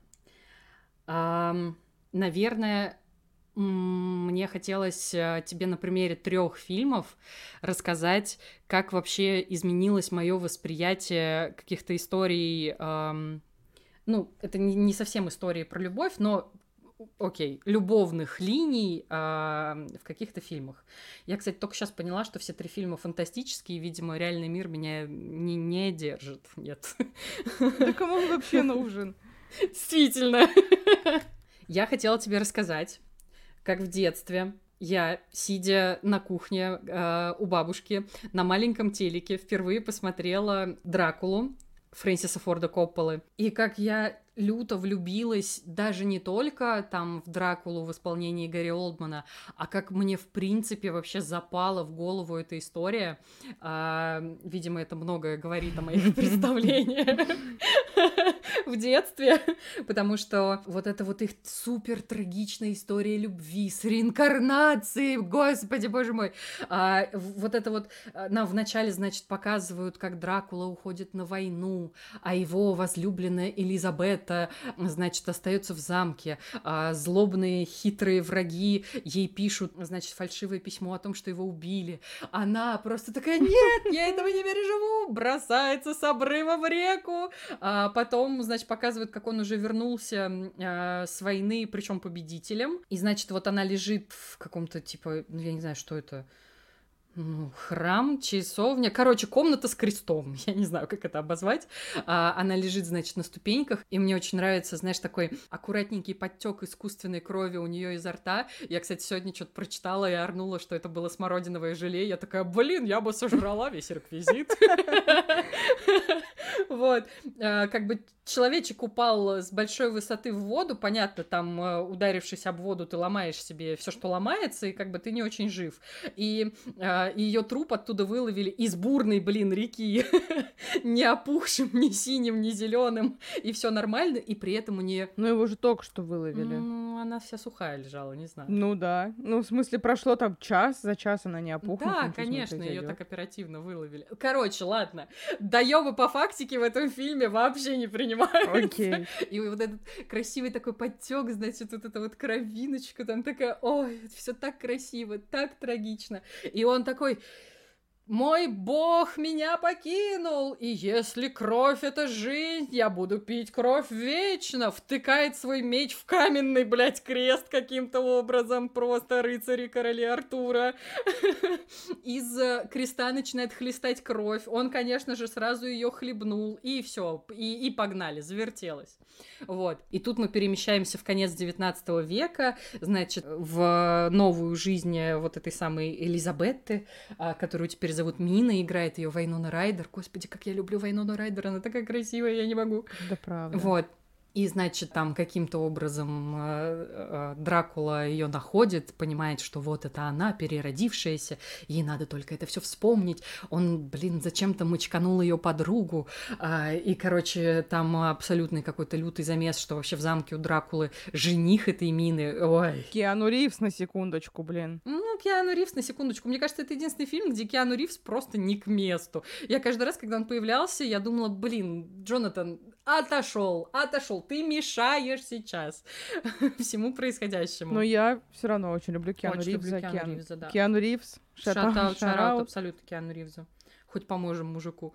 Ам, наверное, м, мне хотелось э, тебе на примере трех фильмов рассказать, как вообще изменилось мое восприятие каких-то историй. ам, ну, это не, не совсем истории про любовь, но окей, любовных линий а, в каких-то фильмах. Я, кстати, только сейчас поняла, что все три фильма фантастические, и, видимо, реальный мир меня не, не держит. Нет. Да кому он вообще нужен? Действительно. Я хотела тебе рассказать, как в детстве я, сидя на кухне э, у бабушки, на маленьком телеке впервые посмотрела «Дракулу» Фрэнсиса Форда Копполы. И как я люто влюбилась даже не только там в Дракулу в исполнении Гэри Олдмана, а как мне в принципе вообще запала в голову эта история. А, видимо, это многое говорит о моих представлениях в детстве, потому что вот это вот их супер трагичная история любви с реинкарнацией, господи, боже мой. А, вот это вот нам вначале, значит, показывают, как Дракула уходит на войну, а его возлюбленная Элизабет, значит, остается в замке. А злобные, хитрые враги ей пишут, значит, фальшивое письмо о том, что его убили. Она просто такая: нет, я этого не переживу, бросается с обрыва в реку. А потом, значит, показывают, как он уже вернулся а, с войны, причем победителем. И, значит, вот она лежит в каком-то, типа, ну, я не знаю, что это, ну, храм, часовня, короче, комната с крестом, я не знаю, как это обозвать. А, она лежит, значит, на ступеньках, и мне очень нравится, знаешь, такой аккуратненький подтек искусственной крови у нее изо рта. Я, кстати, сегодня что-то прочитала и орнула, что это было смородиновое желе. Я такая: блин, я бы сожрала весь реквизит. Вот, как бы человечек упал с большой высоты в воду, понятно, там, ударившись об воду, ты ломаешь себе все, что ломается, и как бы ты не очень жив. И ее труп оттуда выловили из бурной, блин, реки, не опухшим, ни синим, ни зеленым, и все нормально, и при этом у нее... Ну, его же только что выловили. Ну, она вся сухая лежала, не знаю. Ну да. Ну, в смысле, прошло там час, за час она не опухнет. Да, конечно, ее так оперативно выловили. Короче, ладно, доёбы по фактике в этом фильме вообще не принимаются. Окей. И вот этот красивый такой подтек, значит, вот эта вот кровиночка там такая: ой, все так красиво, так трагично. И он такой: мой бог меня покинул, и если кровь — это жизнь, я буду пить кровь вечно. Втыкает свой меч в каменный, блядь, крест каким-то образом, просто рыцари короли Артура. Из креста начинает хлестать кровь. Он, конечно же, сразу ее хлебнул, и все, и, и погнали, завертелось. Вот. И тут мы перемещаемся в конец девятнадцатого века, значит, в новую жизнь вот этой самой Элизабетты, которую теперь зовут Мина, играет ее Вайнона Райдер. Господи, как я люблю Вайнону Райдер, она такая красивая, я не могу. Да, правда. Вот. И, значит, там каким-то образом э, э, Дракула ее находит, понимает, что вот это она, переродившаяся, ей надо только это все вспомнить. Он, блин, зачем-то мочканул ее подругу. Э, и, короче, там абсолютный какой-то лютый замес, что вообще в замке у Дракулы жених этой Мины. Ой. Киану Ривз на секундочку, блин. Ну, Киану Ривз на секундочку. Мне кажется, это единственный фильм, где Киану Ривз просто не к месту. Я каждый раз, когда он появлялся, я думала, блин, Джонатан, отошел, отошел, ты мешаешь сейчас всему происходящему. Но я все равно очень люблю Киану Очень Ривза. люблю Киану Ривза, да. Киану Ривз, шат-аут, шат-аут, абсолютно Киану Ривзу. Хоть поможем мужику.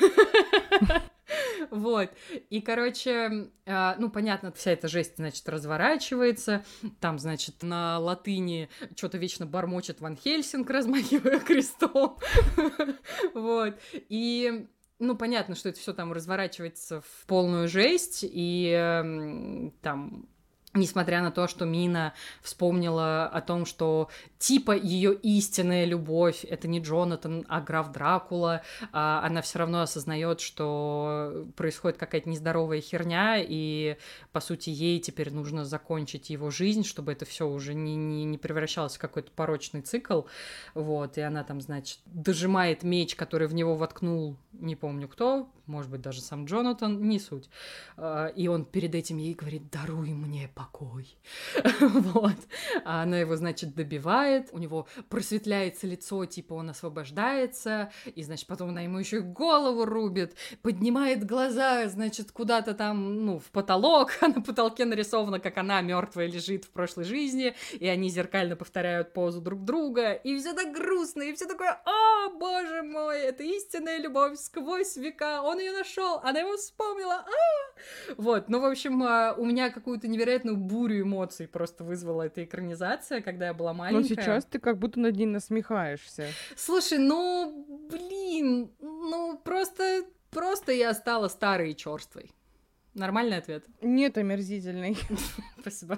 Вот. И, короче, э, ну, понятно, вся эта жесть, значит, разворачивается. Там, значит, на латыни что-то вечно бормочет Ван Хельсинг, размахивая крестом. Вот. И... Ну, понятно, что это все там разворачивается в полную жесть, и э, там... Несмотря на то, что Мина вспомнила о том, что типа ее истинная любовь это не Джонатан, а граф Дракула, она все равно осознает, что происходит какая-то нездоровая херня, и по сути ей теперь нужно закончить его жизнь, чтобы это все уже не, не, не превращалось в какой-то порочный цикл. Вот, и она там, значит, дожимает меч, который в него воткнул, не помню кто, может быть, даже сам Джонатан, не суть. И он перед этим ей говорит: даруй мне покой. Вот. А она его, значит, добивает, у него просветляется лицо, типа он освобождается, и, значит, потом она ему еще и голову рубит, поднимает глаза, значит, куда-то там, ну, в потолок, а на потолке нарисовано, как она мертвая лежит в прошлой жизни, и они зеркально повторяют позу друг друга, и все так грустно, и все такое: о, боже мой, это истинная любовь сквозь века, он ее нашел, она его вспомнила, а Вот, ну, в общем, у меня какую-то невероятную бурю эмоций просто вызвала эта экранизация, когда я была маленькая. Но сейчас ты как будто над ней насмехаешься. Слушай, ну, блин, ну, просто, просто я стала старой и чёрствой. Нормальный ответ? Нет, омерзительный. Спасибо.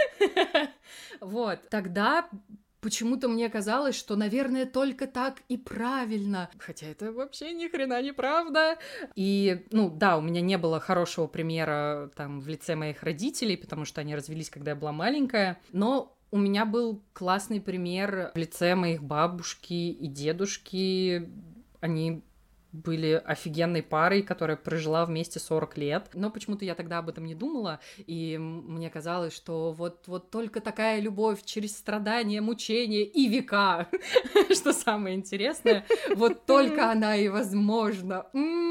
Вот, тогда... Почему-то мне казалось, что, наверное, только так и правильно. Хотя это вообще ни хрена не правда. И, ну, да, у меня не было хорошего примера там в лице моих родителей, потому что они развелись, когда я была маленькая. Но у меня был классный пример в лице моих бабушки и дедушки. Они были офигенной парой, которая прожила вместе сорок лет. Но почему-то я тогда об этом не думала, и мне казалось, что вот, вот только такая любовь через страдания, мучения и века, что самое интересное, вот только она и возможна.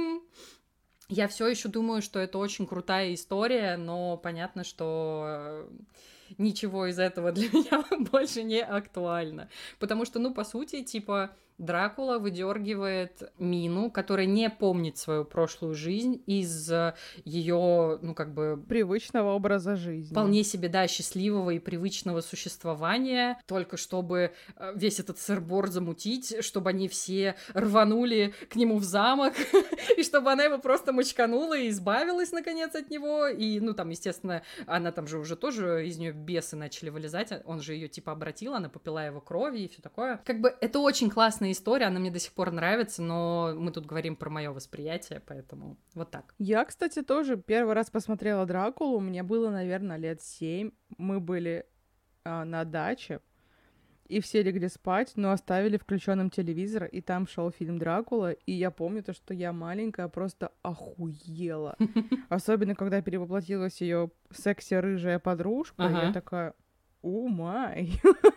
Я все еще думаю, что это очень крутая история, но понятно, что ничего из этого для меня больше не актуально. Потому что, ну, по сути, типа, Дракула выдергивает Мину, которая не помнит свою прошлую жизнь, из ее, ну, как бы... привычного образа жизни. Вполне себе, да, счастливого и привычного существования, только чтобы весь этот сыр-бор замутить, чтобы они все рванули к нему в замок, и чтобы она его просто мочканула и избавилась, наконец, от него. И, ну, там, естественно, она там же уже тоже, из нее бесы начали вылезать, он же ее типа обратил, она попила его крови и все такое. Как бы это очень классная история, она мне до сих пор нравится, но мы тут говорим про мое восприятие, поэтому вот так. Я, кстати, тоже первый раз посмотрела Дракулу, мне было, наверное, лет семь, мы были а, на даче, и все легли спать, но оставили включенным телевизор, и там шел фильм «Дракула», и я помню то, что я маленькая просто охуела. Особенно, когда перевоплотилась ее секси-рыжая подружка, ага. Я такая: о май!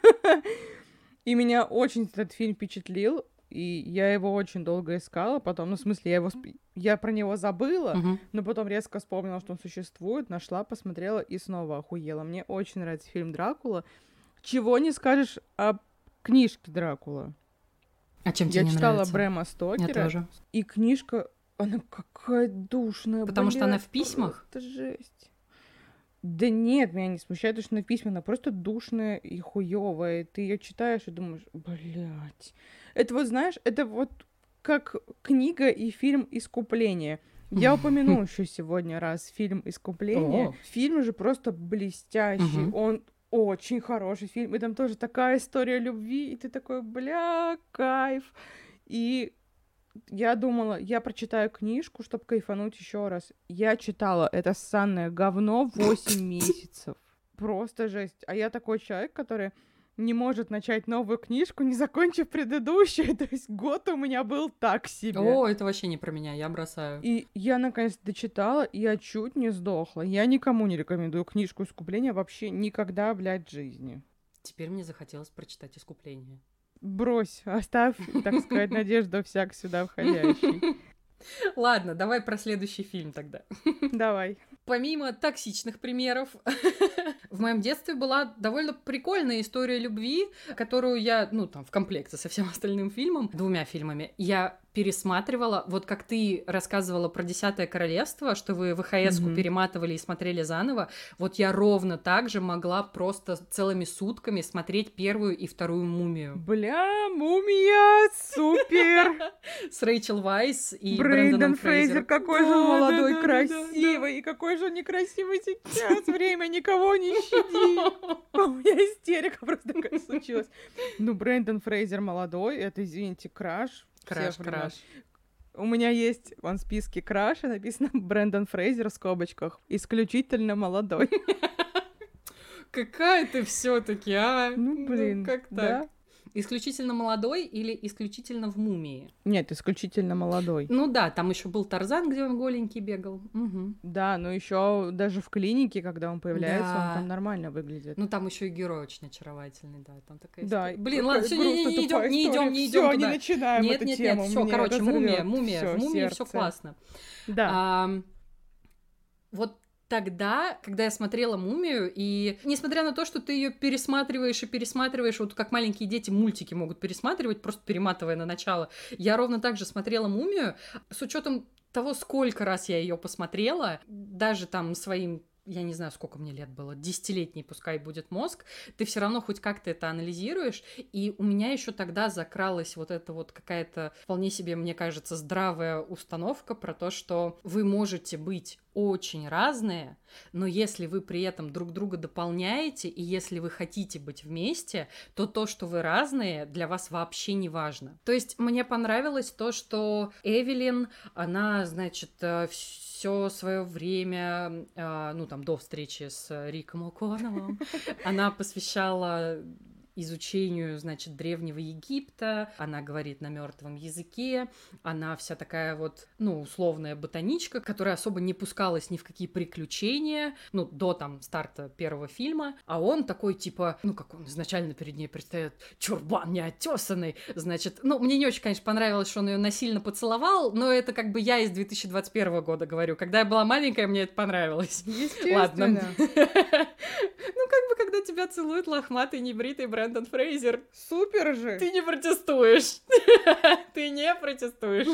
И меня очень этот фильм впечатлил, и я его очень долго искала, потом, ну, в смысле, я его, я про него забыла, uh-huh. но потом резко вспомнила, что он существует, нашла, посмотрела и снова охуела. Мне очень нравится фильм «Дракула». Чего не скажешь о книжке «Дракула». А чем тебе я не читала нравится? Брэма Стокера, я тоже. И книжка, она какая душная. Потому блядь, что она в письмах? Это жесть. Да нет, меня не смущает, что она в письмах, она просто душная и хуёвая. Ты ее читаешь и думаешь: блядь. Это вот, знаешь, это вот как книга и фильм «Искупление». Я упомяну еще сегодня раз фильм «Искупление». Фильм же просто блестящий. Он очень хороший фильм. И там тоже такая история любви. И ты такой: бля, кайф. И Я думала, я прочитаю книжку, чтобы кайфануть еще раз. Я читала это ссанное говно восемь месяцев. Просто жесть. А я такой человек, который не может начать новую книжку, не закончив предыдущую. То есть год у меня был так себе. О, это вообще не про меня, я бросаю. И я наконец дочитала, и я чуть не сдохла. Я никому не рекомендую книжку «Искупление» вообще никогда, блядь, в жизни. Теперь мне захотелось прочитать «Искупление». Брось, оставь, так сказать, надежду всяк сюда входящий. Ладно, давай про следующий фильм тогда. Давай. Помимо токсичных примеров, в моем детстве была довольно прикольная история любви, которую я, ну, там, в комплекте со всем остальным фильмом, двумя фильмами, я пересматривала, вот как ты рассказывала про «Десятое королевство», что вы вэ ха эс-ку mm-hmm. перематывали и смотрели заново, вот я ровно так же могла просто целыми сутками смотреть первую и вторую «Мумию». Бля, «Мумия», супер! С Рэйчел Вайс и Брэндон Брэндоном Фрейзер. Фрейзер, какой же он молодой, красивый, и какой же он некрасивый сейчас, время никого не щадит. У меня истерика просто такая случилась. Ну, Брэндон Фрейзер молодой, это, извините, краш. Краш, краш. У меня есть в списке краша, написано Брэндон Фрейзер в скобочках. Исключительно молодой. Какая ты все-таки, а? Ну, блин, ну, как так? Да? Исключительно молодой или исключительно в «Мумии»? Нет, исключительно молодой. Ну да, там еще был Тарзан, где он голенький бегал. Угу. Да, но еще даже в клинике, когда он появляется, да. он там нормально выглядит. Ну там еще и герой очень очаровательный, да, там такая. Да. История. Блин, ладно, все, не, не, не идем, не идем, не идем туда. Не начинаем нет, эту нет, тему. Нет, все, короче, «Мумия», «Мумия», всё, в «Мумии» все классно. Да. А, вот. Тогда, когда я смотрела «Мумию», и несмотря на то, что ты ее пересматриваешь и пересматриваешь, вот как маленькие дети мультики могут пересматривать, просто перематывая на начало, я ровно так же смотрела «Мумию», с учетом того, сколько раз я ее посмотрела, даже там своим, я не знаю, сколько мне лет было, десятилетний пускай будет мозг, ты все равно хоть как-то это анализируешь, и у меня еще тогда закралась вот эта вот какая-то вполне себе, мне кажется, здравая установка про то, что вы можете быть очень разные, но если вы при этом друг друга дополняете, и если вы хотите быть вместе, то то, что вы разные, для вас вообще не важно. То есть мне понравилось то, что Эвелин, она, значит, все свое время, ну там до встречи с Риком О'Коннеллом, она посвящала изучению, значит, Древнего Египта, она говорит на мертвом языке, она вся такая вот, ну, условная ботаничка, которая особо не пускалась ни в какие приключения, ну, до там старта первого фильма, а он такой, типа, ну, как он изначально перед ней предстает, чурбан неотесанный, значит, ну, мне не очень, конечно, понравилось, что он ее насильно поцеловал, но это как бы я из две тысячи двадцать первого года говорю, когда я была маленькая, мне это понравилось. Естественно. Ладно. Ну, как бы, когда тебя целует лохматый, небритый Брэндон Фрейзер. Супер же! Ты не протестуешь. Ты не протестуешь.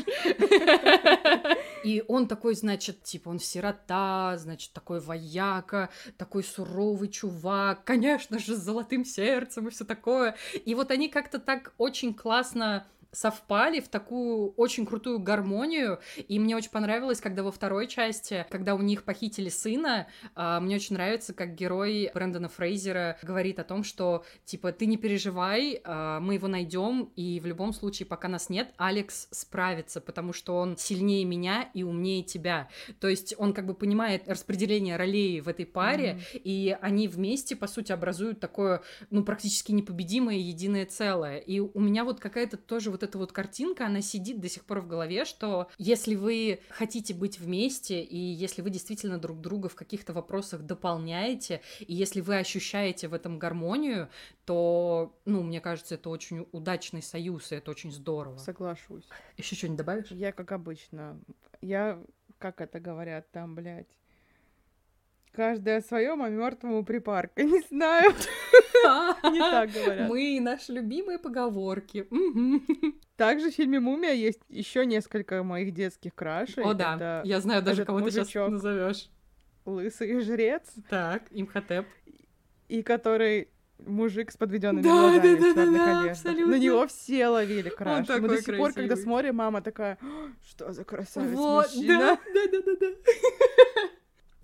И он такой, значит, типа, он сирота, значит, такой вояка, такой суровый чувак, конечно же, с золотым сердцем и все такое. И вот они как-то так очень классно совпали в такую очень крутую гармонию, и мне очень понравилось, когда во второй части, когда у них похитили сына, мне очень нравится, как герой Брэндона Фрейзера говорит о том, что, типа, ты не переживай, мы его найдем, и в любом случае, пока нас нет, Алекс справится, потому что он сильнее меня и умнее тебя. То есть он как бы понимает распределение ролей в этой паре, mm-hmm. и они вместе, по сути, образуют такое, ну, практически непобедимое единое целое. И у меня вот какая-то тоже вот эта вот картинка, она сидит до сих пор в голове, что если вы хотите быть вместе, и если вы действительно друг друга в каких-то вопросах дополняете, и если вы ощущаете в этом гармонию, то, ну, мне кажется, это очень удачный союз, и это очень здорово. Соглашусь. Еще что-нибудь добавишь? Я, как обычно, я, как это говорят там, блядь, каждый о своем, а мертвому припарка. Не знаю. Не так говорят. Мы наши любимые поговорки. Также в фильме «Мумия» есть еще несколько моих детских крашей. О, да. Я знаю даже, кого ты сейчас назовешь. Лысый жрец. Так, Имхотеп. И который мужик с подведенными глазами в черных одеждах. На него все ловили краш. Мы до сих пор, когда смотрим, мама такая: что за красавец мужчина. Да, да, да, да.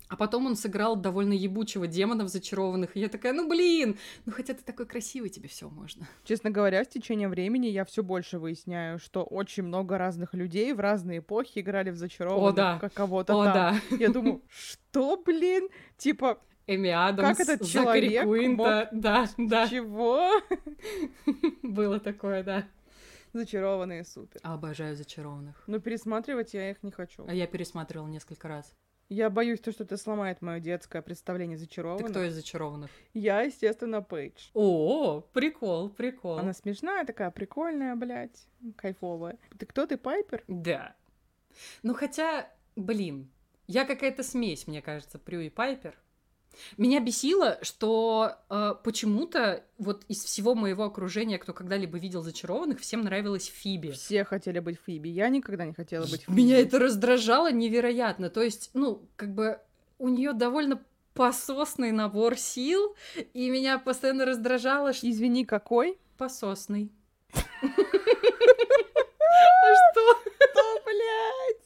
А потом он сыграл довольно ебучего демона в «Зачарованных», и я такая, ну блин, ну хотя ты такой красивый, тебе все можно. Честно говоря, с течением времени я все больше выясняю, что очень много разных людей в разные эпохи играли в «Зачарованных», О, да. как кого-то О, там. да. Я думаю, что, блин? Типа, Эми Адамс, как этот Закари человек Куинта, мог... да, да. Чего? Было такое, да. «Зачарованные» супер. Обожаю «Зачарованных». Но пересматривать я их не хочу. А я пересматривала несколько раз. Я боюсь, то, что это сломает мое детское представление Ты «Зачарованных». кто из «Зачарованных»? Я, естественно, Пейдж. О, прикол, прикол. Она смешная такая, прикольная, блядь, кайфовая. Ты кто, ты Пайпер? Да. Ну хотя, блин, я какая-то смесь, мне кажется, Прю и Пайпер. Меня бесило, что э, почему-то вот из всего моего окружения, кто когда-либо видел «Зачарованных», всем нравилась Фиби. Все хотели быть Фиби. Я никогда не хотела быть Фиби. Меня это раздражало невероятно. То есть, ну, как бы у нее довольно пососный набор сил, и меня постоянно раздражало, что... Извини, какой? Пососный. А что? Что, блядь?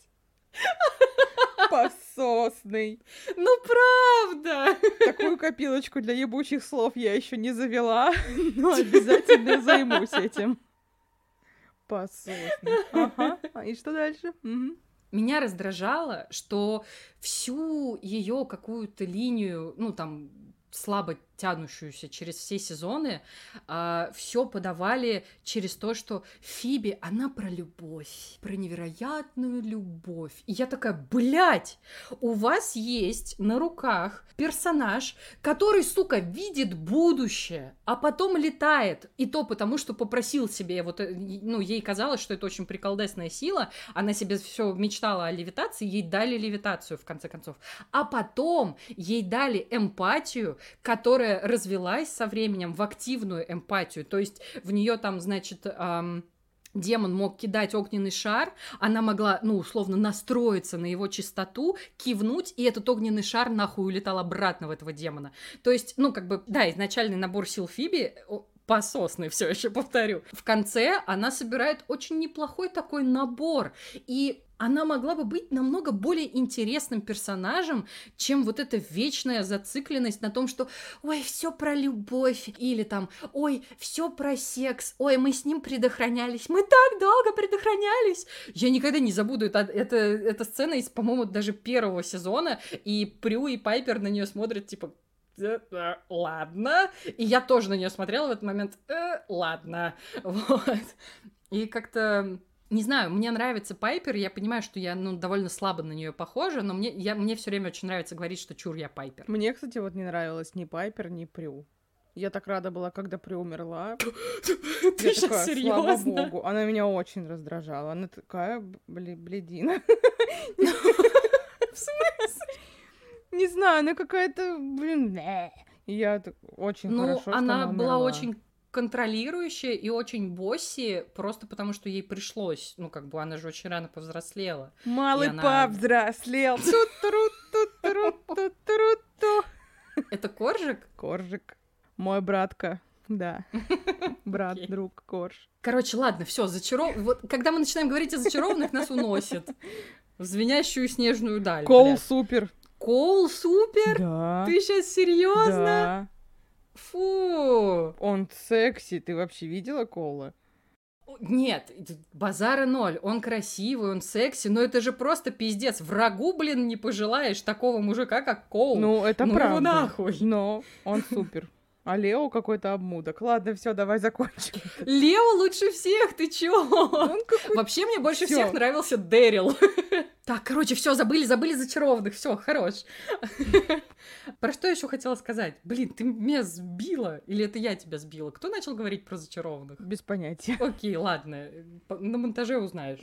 Пососный. Ну, правда! Такую копилочку для ебучих слов я еще не завела, но обязательно займусь этим. Пососный. Ага. А и что дальше? Угу. Меня раздражало, что всю ее какую-то линию, ну, там, слабо тянущуюся через все сезоны, а, все подавали через то, что Фиби, она про любовь, про невероятную любовь. И я такая, блядь, у вас есть на руках персонаж, который, сука, видит будущее, а потом летает. И то потому, что попросил себе, вот, ну, ей казалось, что это очень приколдесная сила, она себе все мечтала о левитации, ей дали левитацию, в конце концов. А потом ей дали эмпатию, которая развилась со временем в активную эмпатию, то есть в нее там, значит, эм, демон мог кидать огненный шар, она могла, ну, условно, настроиться на его частоту, кивнуть, и этот огненный шар нахуй улетал обратно в этого демона. То есть, ну, как бы, да, изначальный набор сил Фиби пососный, все еще повторю. В конце она собирает очень неплохой такой набор, и она могла бы быть намного более интересным персонажем, чем вот эта вечная зацикленность на том, что ой, все про любовь, или там ой, все про секс, ой, мы с ним предохранялись, мы так долго предохранялись. Я никогда не забуду это, это, эта сцена из, по-моему, даже первого сезона, и Прю и Пайпер на нее смотрят, типа, э, ладно. И я тоже на нее смотрела в этот момент, э, ладно. Вот. И как-то... Не знаю, мне нравится Пайпер, я понимаю, что я, ну, довольно слабо на нее похожа, но мне, я, мне все время очень нравится говорить, что чур, я Пайпер. Мне, кстати, вот не нравилось ни Пайпер, ни Прю. Я так рада была, когда Прю умерла. Ты Я сейчас такая, слава серьезно? богу. Она меня очень раздражала. Она такая, блин, бледина. В смысле? Не знаю, она какая-то, блин, и я очень хорошо, что она она была умерла. очень контролирующая и очень босси, просто потому что ей пришлось, ну, как бы, она же очень рано повзрослела. Малый она... повзрослел. Ту-туру-ту-туру-ту-туру-ту. Это Коржик? Коржик. Мой братка. Да. Брат, Окей. друг, Корж. Короче, ладно, все, зачаров... Вот когда мы начинаем говорить о зачарованных, нас уносит в звенящую снежную даль. Коул блядь. супер. Коул супер? Да. Ты сейчас серьезно? Да. Фу. Он секси. Ты вообще видела Коула? Нет, базара ноль. Он красивый, он секси, но это же просто пиздец. Врагу, блин, не пожелаешь такого мужика, как Коул. Ну, это ну правда. его нахуй. Но он супер. А Лео какой-то обмудок. Ладно, все, давай закончим. Лео лучше всех, ты чё? Он какой... Вообще мне больше Всё. всех нравился Дэрил. Так, короче, все, забыли, забыли зачарованных, все, хорош. Про что еще хотела сказать? Блин, ты меня сбила? Или это я тебя сбила? Кто начал говорить про зачарованных? Без понятия. Окей, ладно, на монтаже узнаешь.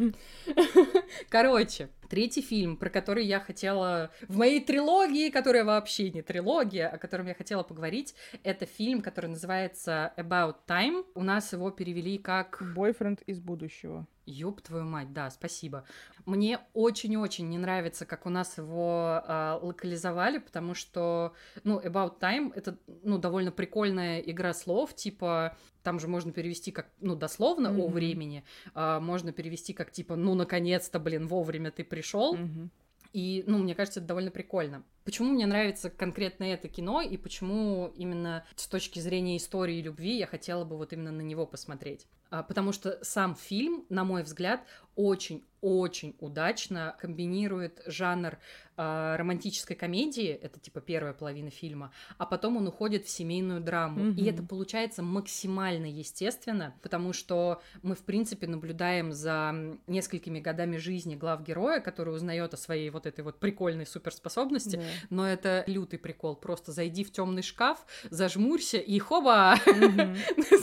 Короче, третий фильм, про который я хотела... В моей трилогии, которая вообще не трилогия, о котором я хотела поговорить, это фильм, который называется About Time. У нас его перевели как... Бойфренд из будущего. Ёб твою мать, да, спасибо. Мне очень-очень не нравится, как у нас его э, локализовали, потому что, ну, About Time — это, ну, довольно прикольная игра слов, типа, там же можно перевести как, ну, дословно mm-hmm. о времени, э, можно перевести как, типа, ну, наконец-то, блин, вовремя ты пришел. Mm-hmm. И, ну, мне кажется, это довольно прикольно. Почему мне нравится конкретно это кино, и почему именно с точки зрения истории любви я хотела бы вот именно на него посмотреть? А, потому что сам фильм, на мой взгляд, очень-очень удачно комбинирует жанр э, романтической комедии, это типа первая половина фильма, а потом он уходит в семейную драму. Mm-hmm. И это получается максимально естественно, потому что мы, в принципе, наблюдаем за несколькими годами жизни главгероя, который узнает о своей вот этой вот прикольной суперспособности, yeah. но это лютый прикол. Просто зайди в темный шкаф, зажмурься и хоба! Mm-hmm.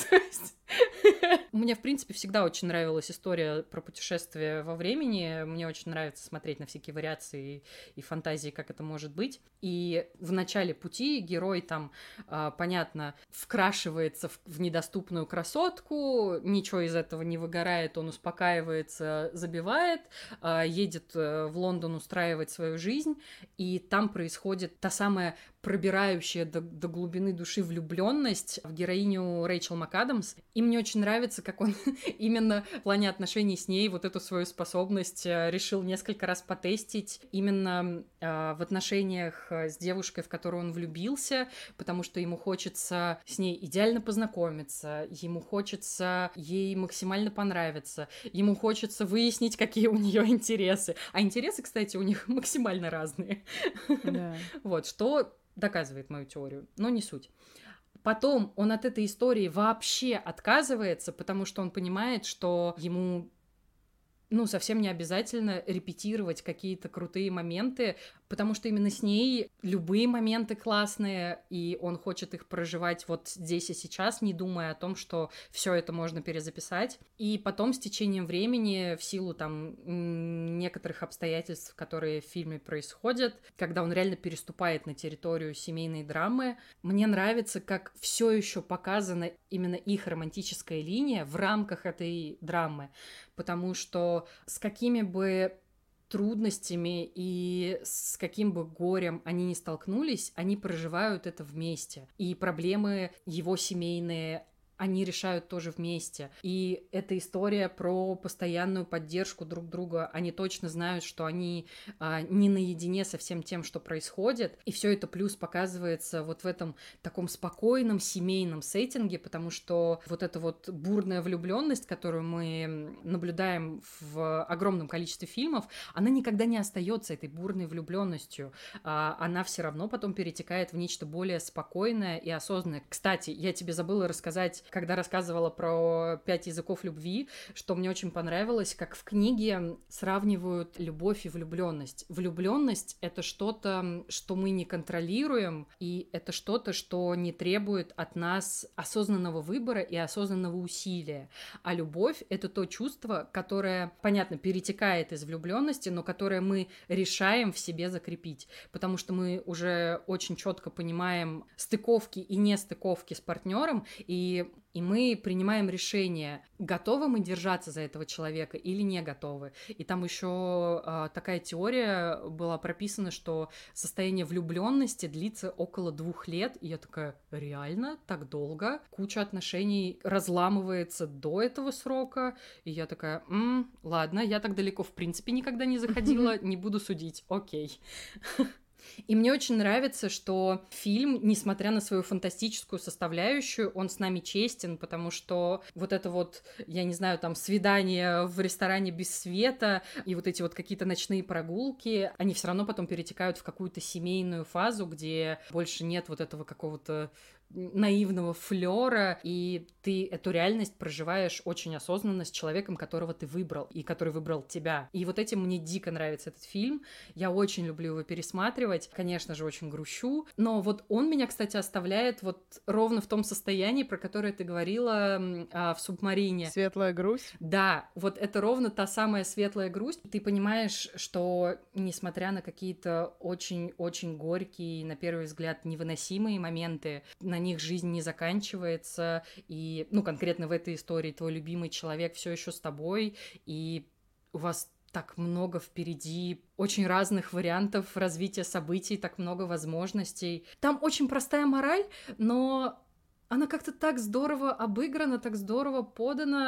Мне, в принципе, всегда очень нравилась история про путешествие во времени. Мне очень нравится смотреть на всякие вариации и фантазии, как это может быть. И в начале пути герой там, понятно, вкрашивается в недоступную красотку, ничего из этого не выгорает, он успокаивается, забивает, едет в Лондон устраивать свою жизнь, и там происходит та самая пробирающая до, до глубины души влюбленность в героиню Рэйчел МакАдамс. И мне очень нравится, как он именно в плане отношений с ней вот эту свою способность решил несколько раз потестить именно э, в отношениях с девушкой, в которую он влюбился, потому что ему хочется с ней идеально познакомиться, ему хочется ей максимально понравиться, ему хочется выяснить, какие у нее интересы. А интересы, кстати, у них максимально разные. Да. Вот, что доказывает мою теорию, но не суть. Потом он от этой истории вообще отказывается, потому что он понимает, что ему, ну, совсем не обязательно репетировать какие-то крутые моменты, потому что именно с ней любые моменты классные, и он хочет их проживать вот здесь и сейчас, не думая о том, что все это можно перезаписать. И потом с течением времени, в силу там некоторых обстоятельств, которые в фильме происходят, когда он реально переступает на территорию семейной драмы, мне нравится, как все еще показана именно их романтическая линия в рамках этой драмы, потому что с какими бы трудностями и с каким бы горем они ни столкнулись, они проживают это вместе. И проблемы его семейные они решают тоже вместе. И эта история про постоянную поддержку друг друга. Они точно знают, что они а, не наедине со всем тем, что происходит. И все это плюс показывается вот в этом таком спокойном семейном сеттинге, потому что вот эта вот бурная влюбленность, которую мы наблюдаем в огромном количестве фильмов, она никогда не остается этой бурной влюбленностью. А, она все равно потом перетекает в нечто более спокойное и осознанное. Кстати, я тебе забыла рассказать, когда рассказывала про пять языков любви, что мне очень понравилось, как в книге сравнивают любовь и влюбленность. Влюбленность — это что-то, что мы не контролируем, и это что-то, что не требует от нас осознанного выбора и осознанного усилия. А любовь — это то чувство, которое, понятно, перетекает из влюбленности, но которое мы решаем в себе закрепить, потому что мы уже очень четко понимаем стыковки и нестыковки с партнером, и И мы принимаем решение, готовы мы держаться за этого человека или не готовы. И там еще а, такая теория была прописана, что состояние влюбленности длится около двух лет. И я такая, реально? Так долго? Куча отношений разламывается до этого срока. И я такая, м-м, ладно, я так далеко в принципе никогда не заходила, не буду судить, окей. И мне очень нравится, что фильм, несмотря на свою фантастическую составляющую, он с нами честен, потому что вот это вот, я не знаю, там, свидание в ресторане без света и вот эти вот какие-то ночные прогулки, они все равно потом перетекают в какую-то семейную фазу, где больше нет вот этого какого-то наивного флера, и ты эту реальность проживаешь очень осознанно с человеком, которого ты выбрал, и который выбрал тебя. И вот этим мне дико нравится этот фильм. Я очень люблю его пересматривать. Конечно же, очень грущу. Но вот он меня, кстати, оставляет вот ровно в том состоянии, про которое ты говорила а, в «Субмарине». Светлая грусть? Да, вот это ровно та самая светлая грусть. Ты понимаешь, что несмотря на какие-то очень-очень горькие, на первый взгляд, невыносимые моменты, на них жизнь не заканчивается, и, ну, конкретно в этой истории твой любимый человек все еще с тобой, и у вас так много впереди очень разных вариантов развития событий, так много возможностей. Там очень простая мораль, но она как-то так здорово обыграна, так здорово подана.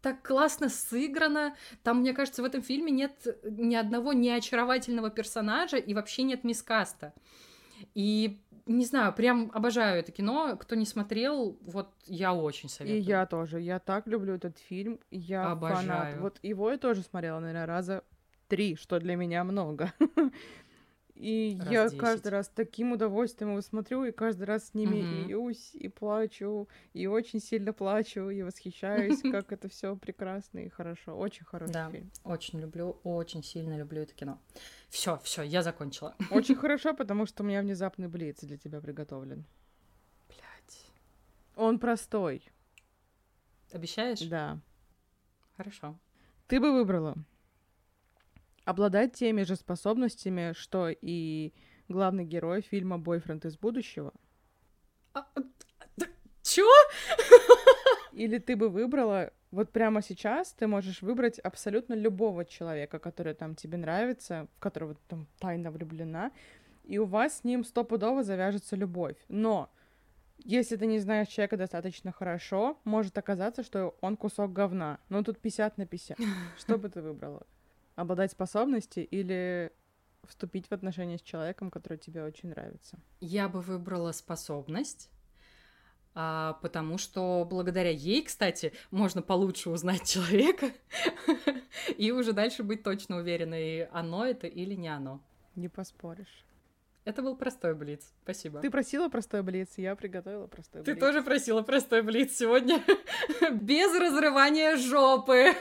так классно сыграно. Там, мне кажется, в этом фильме нет ни одного неочаровательного персонажа и вообще нет мискаста. И, не знаю, прям обожаю это кино. Кто не смотрел, вот я очень советую. И я тоже. Я так люблю этот фильм. Я Обожаю. фанат. Вот его я тоже смотрела, наверное, раза три, что для меня много. И Раз я десять. каждый раз таким удовольствием его смотрю, и каждый раз с ними Мгм. и льюсь, и плачу, и очень сильно плачу, и восхищаюсь, как это все прекрасно и хорошо. Очень хороший Да, фильм. очень люблю, очень сильно люблю это кино. Все, все, я закончила. Очень хорошо, потому что у меня внезапный блиц для тебя приготовлен. Блять. Он простой, Обещаешь? да. Хорошо. Ты бы выбрала обладать теми же способностями, что и главный герой фильма «Бойфренд из будущего», А, а, да, чё? или ты бы выбрала, вот прямо сейчас ты можешь выбрать абсолютно любого человека, который там тебе нравится, в которого ты там тайно влюблена, и у вас с ним стопудово завяжется любовь. Но если ты не знаешь человека достаточно хорошо, может оказаться, что он кусок говна. Ну тут пятьдесят на пятьдесят. Что бы ты выбрала? Обладать способностью или вступить в отношения с человеком, который тебе очень нравится? Я бы выбрала способность, а, потому что благодаря ей, кстати, можно получше узнать человека и уже дальше быть точно уверенной, оно это или не оно. Не поспоришь. Это был простой блиц. Спасибо. Ты просила простой блиц, я приготовила простой Ты блиц. тоже просила простой блиц сегодня. Без разрывания жопы.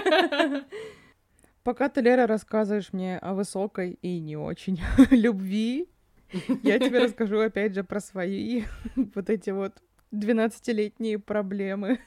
Пока ты, Лера, рассказываешь мне о высокой и не очень любви, я тебе расскажу опять же про свои вот эти вот двенадцатилетние проблемы.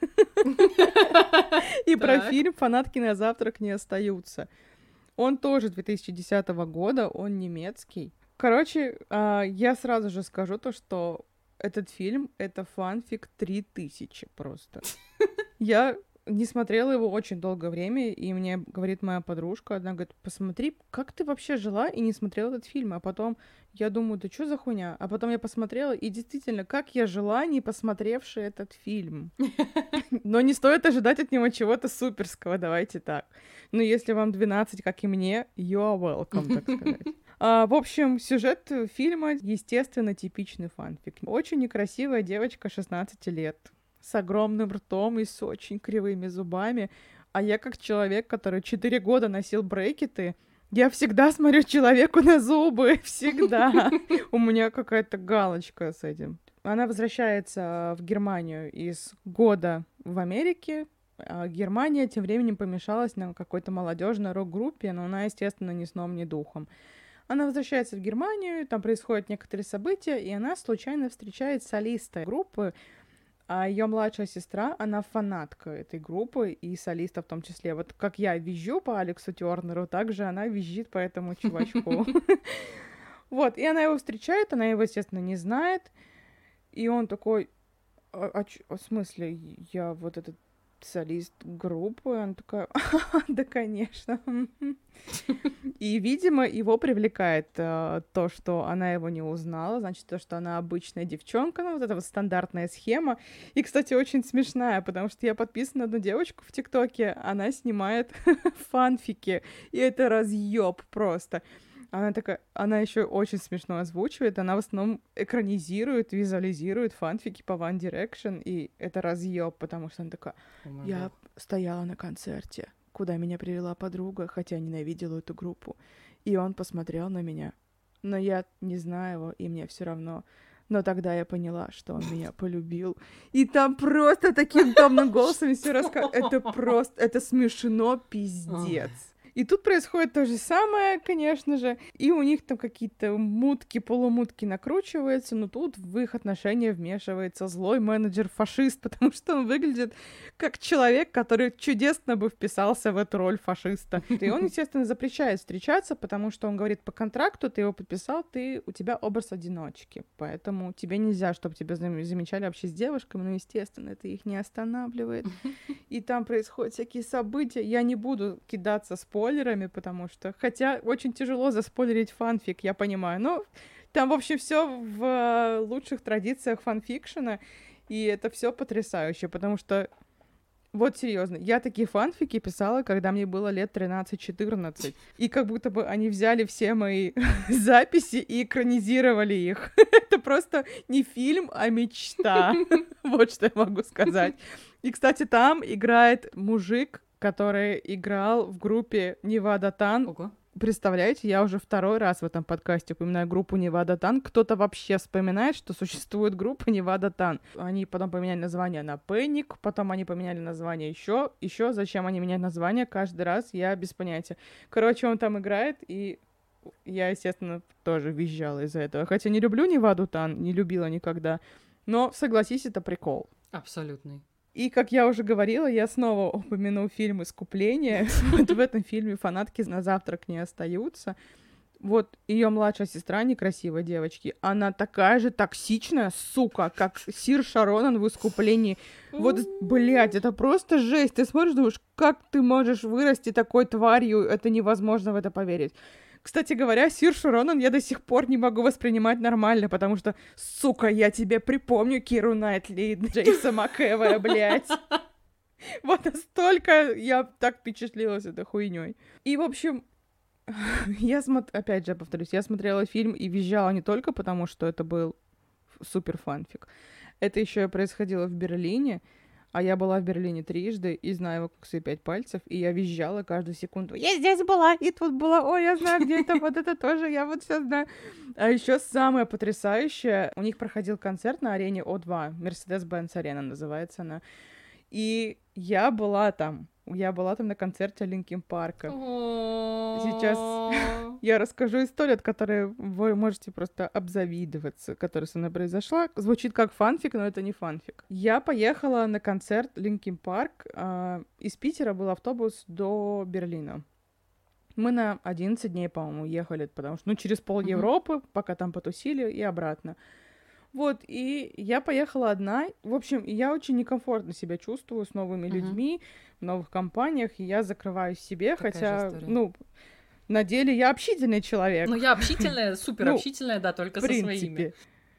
И про Так. фильм «Фанатки на завтрак не остаются». Он тоже две тысячи десятого года, он немецкий. Короче, а, я сразу же скажу то, что этот фильм — это фанфик три тысячи просто. Я не смотрела его очень долгое время, и мне говорит моя подружка, она говорит: посмотри, как ты вообще жила и не смотрела этот фильм. А потом я думаю, да что за хуйня? А потом я посмотрела, и действительно, как я жила, не посмотревши этот фильм. Но не стоит ожидать от него чего-то суперского, давайте так. Ну, если вам двенадцать, как и мне, you are welcome, так сказать. А, в общем, сюжет фильма, естественно, типичный фанфик. Очень некрасивая девочка шестнадцати лет, с огромным ртом и с очень кривыми зубами. А я, как человек, который четыре года носил брекеты, я всегда смотрю человеку на зубы, всегда. У меня какая-то галочка с этим. Она возвращается в Германию из года в Америке. А Германия тем временем помешалась на какой-то молодежной рок-группе, но она, естественно, ни сном, ни духом. Она возвращается в Германию, там происходят некоторые события, и она случайно встречает солиста группы, а ее младшая сестра, она фанатка этой группы и солиста в том числе. Вот как я визжу по Алексу Тернеру, так же она визжит по этому чувачку. Вот, и она его встречает, она его, естественно, не знает, и он такой: а в смысле, я вот этот солист группы? Она такая: да, конечно. И, видимо, его привлекает э, то, что она его не узнала, значит, то, что она обычная девчонка, ну, вот эта вот стандартная схема. И, кстати, очень смешная, потому что я подписана на одну девочку в ТикТоке, она снимает фанфики, и это разъёб просто. Она такая, она еще очень смешно озвучивает, она в основном экранизирует, визуализирует фанфики по One Direction, и это разъёб, потому что она такая: О, я бог. стояла на концерте, куда меня привела подруга, хотя ненавидела эту группу. И он посмотрел на меня. Но я не знаю его, и мне все равно. Но тогда я поняла, что он меня полюбил. И там просто таким томным голосом все рассказывают. Это просто, это смешно, пиздец. И тут происходит то же самое, конечно же, и у них там какие-то мутки, полумутки накручиваются, но тут в их отношения вмешивается злой менеджер-фашист, потому что он выглядит как человек, который чудесно бы вписался в эту роль фашиста. И он, естественно, запрещает встречаться, потому что он говорит: по контракту ты его подписал, ты, у тебя образ одиночки, поэтому тебе нельзя, чтобы тебя замечали вообще с девушками, но, естественно, это их не останавливает. И там происходят всякие события. Я не буду кидаться спойлерами, потому что... Хотя очень тяжело заспойлерить фанфик, я понимаю. Но там, в общем, все в лучших традициях фанфикшена, и это все потрясающе, потому что Вот серьезно, я такие фанфики писала, когда мне было лет тринадцать-четырнадцать. И как будто бы они взяли все мои записи и экранизировали их. Это просто не фильм, а мечта. Вот что я могу сказать. И, кстати, там играет мужик, который играл в группе Невада Тан. Ого. Представляете, я уже второй раз в этом подкасте упоминаю группу Невада Тан. Кто-то вообще вспоминает, что существует группа Невада Тан. Они потом поменяли название на Пэник, потом они поменяли название еще, еще. Зачем они меняют название каждый раз, я без понятия. Короче, он там играет, и я, естественно, тоже визжала из-за этого. Хотя не люблю Неваду Тан, не любила никогда. Но, согласись, это прикол. Абсолютный. И, как я уже говорила, я снова упомяну фильм «Искупление». Вот в этом фильме фанатки на завтрак не остаются. Вот ее младшая сестра, некрасивая девочки, она такая же токсичная, сука, как Сир Шаронан в «Искуплении». Вот, блядь, это просто жесть. Ты смотришь, думаешь, как ты можешь вырасти такой тварью? Это невозможно в это поверить. Кстати говоря, Сиршу Ронан я до сих пор не могу воспринимать нормально, потому что, сука, я тебе припомню Киру Найтли и Джеймса МcЭвоя, блядь. Вот настолько я так впечатлилась этой хуйней. И, в общем, я смотрела, опять же, повторюсь, я смотрела фильм и визжала не только потому, что это был супер фанфик. Это еще и происходило в Берлине. А я была в Берлине трижды и знаю его как свои пять пальцев, и я визжала каждую секунду. Я здесь была, и тут была, ой, я знаю, где это, вот это тоже, я вот все знаю. А еще самое потрясающее, у них проходил концерт на арене О два, Mercedes-Benz Arena называется она, и я была там, я была там на концерте Линкин Парка. Сейчас я расскажу историю, от которой вы можете просто обзавидоваться, которая со мной произошла. Звучит как фанфик, но это не фанфик. Я поехала на концерт Линкин Парк. Э, из Питера был автобус до Берлина. Мы на одиннадцать дней, по-моему, ехали, потому что, ну, через пол Европы, mm-hmm. пока там потусили, и обратно. Вот, и я поехала одна. В общем, я очень некомфортно себя чувствую с новыми uh-huh. людьми, в новых компаниях, и я закрываюсь в себе, такая хотя, ну, на деле я общительный человек. Ну, я общительная, супер общительная, да, только со своими.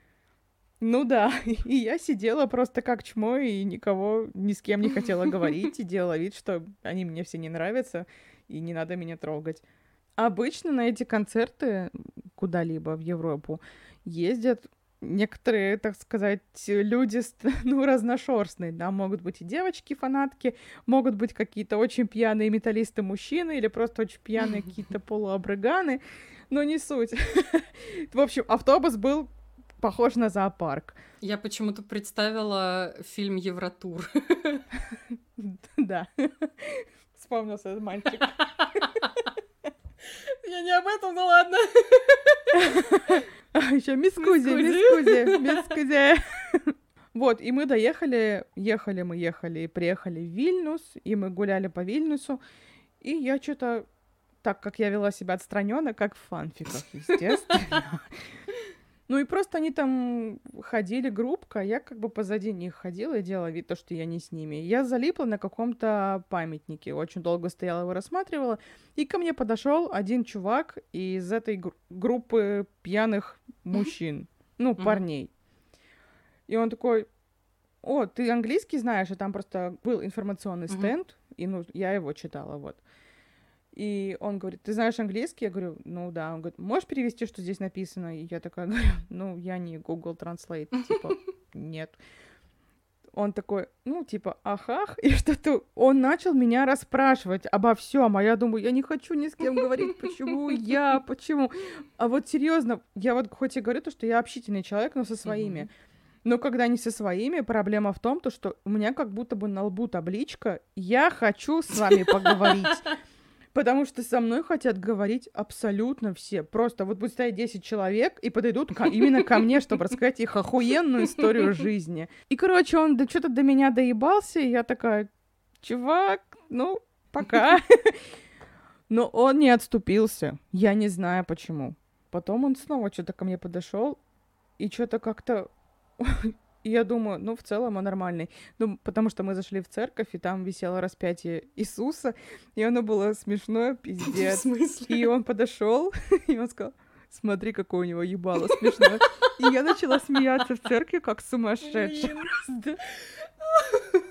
Ну да, и я сидела просто как чмо, и никого, ни с кем не хотела говорить, и делала вид, что они мне все не нравятся, и не надо меня трогать. Обычно на эти концерты куда-либо в Европу ездят некоторые, так сказать, люди, ну, разношерстные, да, могут быть и девочки-фанатки, могут быть какие-то очень пьяные металлисты-мужчины или просто очень пьяные какие-то полуабрыганы, но не суть. В общем, автобус был похож на зоопарк. Я почему-то представила фильм «Евротур». Да. Вспомнился этот мальчик. Я не об этом, ну ладно. Еще мискузи, мискузи, мискузи. Вот, и мы доехали, ехали мы, ехали, приехали в Вильнюс, и мы гуляли по Вильнюсу, и я что-то, так как я вела себя отстраненно, как в фанфиках, естественно. Ну и просто они там ходили группка, я как бы позади них ходила и делала вид, что я не с ними. Я залипла на каком-то памятнике, очень долго стояла его рассматривала, и ко мне подошел один чувак из этой гр- группы пьяных мужчин, ну, парней. И он такой: о, ты английский знаешь? И там просто был информационный стенд, и ну, я его читала, вот. И он говорит: ты знаешь английский? Я говорю: ну да. Он говорит: можешь перевести, что здесь написано? И я такая говорю: ну, я не Google Translate, типа, нет. Он такой, ну, типа, ахах, и что-то он начал меня расспрашивать обо всем, а я думаю, я не хочу ни с кем говорить, почему я, почему? А вот серьезно, я вот хоть и говорю то, что я общительный человек, но со своими. Но когда не со своими, проблема в том, то, что у меня как будто бы на лбу табличка «Я хочу с вами поговорить». Потому что со мной хотят говорить абсолютно все. Просто вот будет стоять десять человек и подойдут ко- именно ко мне, чтобы рассказать их охуенную историю жизни. И, короче, он да, что-то до меня доебался, и я такая: чувак, ну, пока. Но он не отступился. Я не знаю почему. Потом он снова что-то ко мне подошел, и что-то как-то... И я думаю, ну, в целом он нормальный. Ну, потому что мы зашли в церковь, и там висело распятие Иисуса, и оно было смешное, пиздец. В смысле? И он подошел, и он сказал: смотри, какое у него ебало смешное. И я начала смеяться в церкви, как сумасшедшая.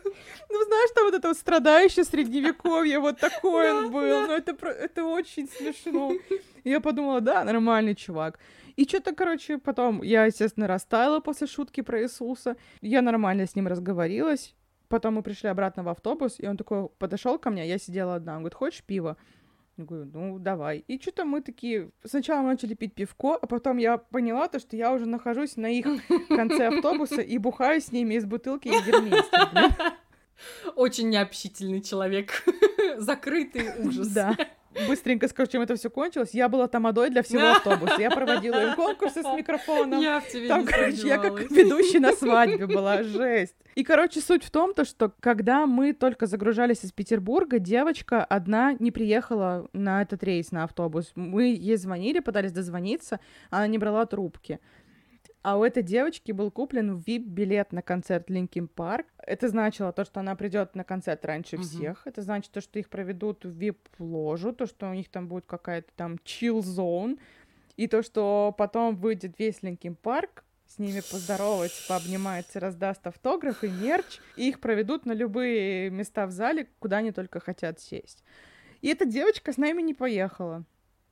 Ну, знаешь, там вот это вот страдающее средневековье, вот такой он был. Ну, это, это очень смешно. И я подумала, да, нормальный чувак. И что-то, короче, потом я, естественно, растаяла после шутки про Иисуса. Я нормально с ним разговорилась. Потом мы пришли обратно в автобус, и он такой подошел ко мне, я сидела одна. Он говорит, хочешь пиво? Я говорю, ну, давай. И что-то мы такие... Сначала мы начали пить пивко, а потом я поняла то, что я уже нахожусь на их конце автобуса и бухаю с ними из бутылки Егермейстер. Очень необщительный человек. Закрытый ужас. Да. Быстренько скажу, чем это все кончилось. Я была тамадой для всего автобуса. Я проводила им конкурсы с микрофоном. Я в тебе Там, не короче, я как сомневалась. ведущая на свадьбе была. Жесть. И, короче, суть в том, то, что когда мы только загружались из Петербурга, девочка одна не приехала на этот рейс, на автобус. Мы ей звонили, пытались дозвониться, она не брала трубки. А у этой девочки был куплен ви ай пи-билет на концерт Linkin Park. Это значило то, что она придет на концерт раньше uh-huh. всех. Это значит то, что их проведут в ви ай пи-ложу, то, что у них там будет какая-то там chill zone. И то, что потом выйдет весь Linkin Park, с ними поздоровается, пообнимается, раздаст автограф и мерч. И их проведут на любые места в зале, куда они только хотят сесть. И эта девочка с нами не поехала.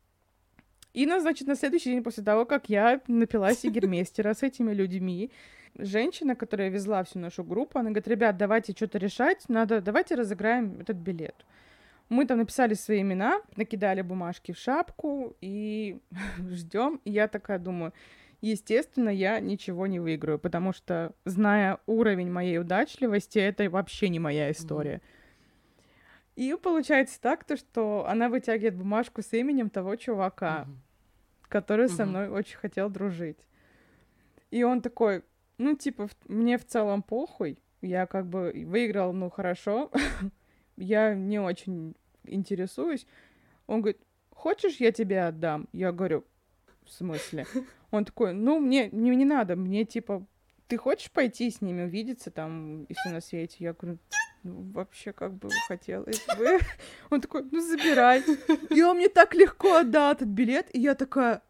И, ну, значит, на следующий день после того, как я напилась Егермейстера с этими людьми, женщина, которая везла всю нашу группу, она говорит, ребят, давайте что-то решать, надо, давайте разыграем этот билет. Мы там написали свои имена, накидали бумажки в шапку и ждем. И я такая думаю, естественно, я ничего не выиграю, потому что, зная уровень моей удачливости, это вообще не моя история. Mm-hmm. И получается так, то, что она вытягивает бумажку с именем того чувака, mm-hmm. который mm-hmm. со мной очень хотел дружить. И он такой, ну, типа, в- мне в целом похуй, я как бы выиграл, ну, хорошо, я не очень интересуюсь. Он говорит, хочешь, я тебе отдам? Я говорю, в смысле? Он такой, ну, мне не, не надо, мне, типа, ты хочешь пойти с ними увидеться там и все на свете? Я говорю, ну, вообще, как бы хотелось бы. Он такой, ну, забирай. И он мне так легко отдал этот билет, и я такая,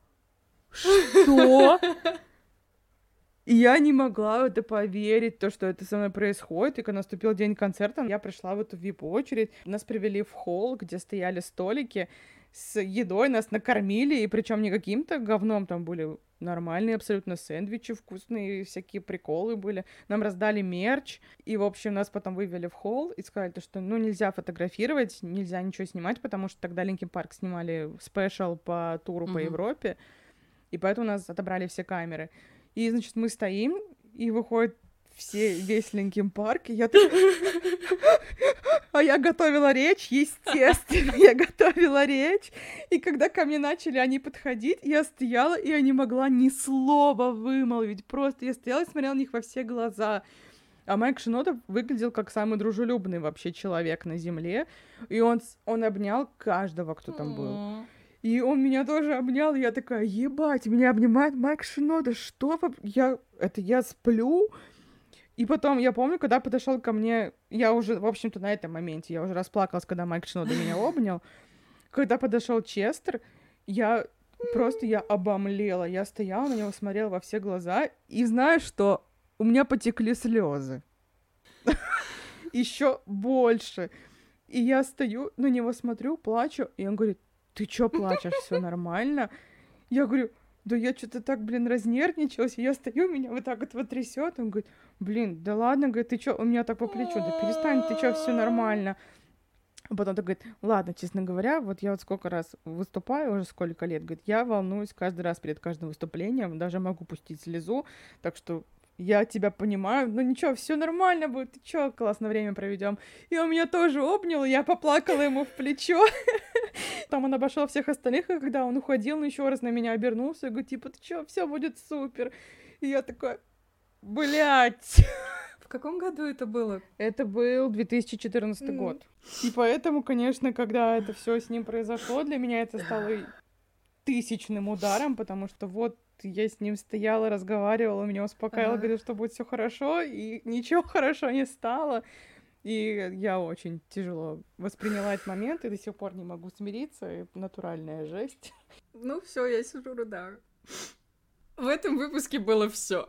что? И я не могла в это поверить, то, что это со мной происходит. И когда наступил день концерта, я пришла в эту ви ай пи-очередь. Нас привели в холл, где стояли столики с едой, нас накормили, и причем не каким-то говном, там были нормальные абсолютно сэндвичи, вкусные, всякие приколы были. Нам раздали мерч, и, в общем, нас потом вывели в холл и сказали, то, что, ну, нельзя фотографировать, нельзя ничего снимать, потому что тогда Linkin Park снимали спешл по туру mm-hmm. по Европе, и поэтому нас отобрали все камеры. И, значит, мы стоим, и выходит все, весь Linkin Park, и я такая... А я готовила речь, естественно, я готовила речь. И когда ко мне начали они подходить, я стояла, и я не могла ни слова вымолвить. Просто я стояла и смотрела на них во все глаза. А Майк Шинода выглядел как самый дружелюбный вообще человек на земле. И он, он обнял каждого, кто там был. И он меня тоже обнял, и я такая, ебать, меня обнимает Майк Шинода, что вы... Я... Это я сплю? И потом, я помню, когда подошел ко мне, я уже, в общем-то, на этом моменте, я уже расплакалась, когда Майк Шинода меня обнял. Когда подошел Честер, я просто, я обомлела. Я стояла на него, смотрела во все глаза, и знаю, что у меня потекли слезы. Еще больше. И я стою, на него смотрю, плачу, и он говорит, ты чё плачешь, все нормально? Я говорю, да я что-то так, блин, разнервничалась, и я стою, меня вот так вот вот трясет. Он говорит, блин, да ладно, говорит, ты чё, у меня так по плечу, да перестань, ты чё, все нормально. А потом так говорит, ладно, честно говоря, вот я вот сколько раз выступаю, уже сколько лет, говорит, я волнуюсь каждый раз перед каждым выступлением, даже могу пустить слезу, так что я тебя понимаю, но ничего, все нормально будет, ты чё, классно время проведем. И он меня тоже обнял, и я поплакала ему в плечо. Там он обошел всех остальных, и когда он уходил, он еще раз на меня обернулся и говорит, типа, ты чё, все будет супер. И я такая, блядь. В каком году это было? Это был две тысячи четырнадцатый mm. год. И поэтому, конечно, когда это все с ним произошло, для меня это стало тысячным ударом, потому что вот я с ним стояла, разговаривала, меня успокаивала, ага. говорила, что будет все хорошо, и ничего хорошо не стало. И я очень тяжело восприняла этот момент, и до сих пор не могу смириться, и натуральная жесть. Ну все, я сижу, рыдаю. В этом выпуске было все.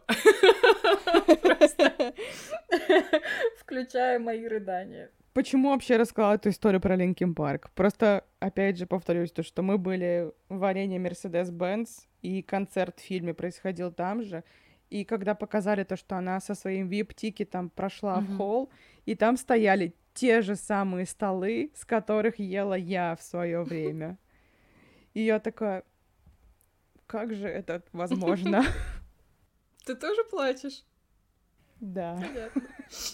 Включая мои рыдания. Почему вообще рассказала эту историю про Линкин Парк? Просто, опять же, повторюсь, то, что мы были в арене Mercedes-Benz, и концерт в фильме происходил там же, и когда показали то, что она со своим ви ай пи-тикетом прошла mm-hmm. в холл, и там стояли те же самые столы, с которых ела я в свое время. И я такая, как же это возможно? Ты тоже плачешь? Да. Понятно.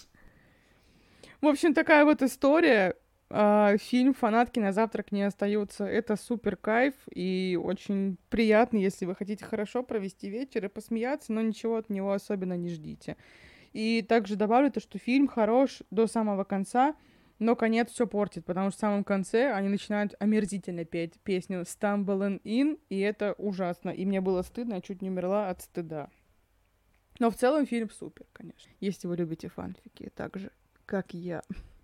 В общем, такая вот история. Фильм «Фанатки на завтрак не остаются». Это супер кайф и очень приятно, если вы хотите хорошо провести вечер и посмеяться, но ничего от него особенно не ждите. И также добавлю то, что фильм хорош до самого конца, но конец все портит, потому что в самом конце они начинают омерзительно петь песню «Stumbling In», и это ужасно. И мне было стыдно, я чуть не умерла от стыда. Но в целом фильм супер, конечно, если вы любите фанфики так же, как я.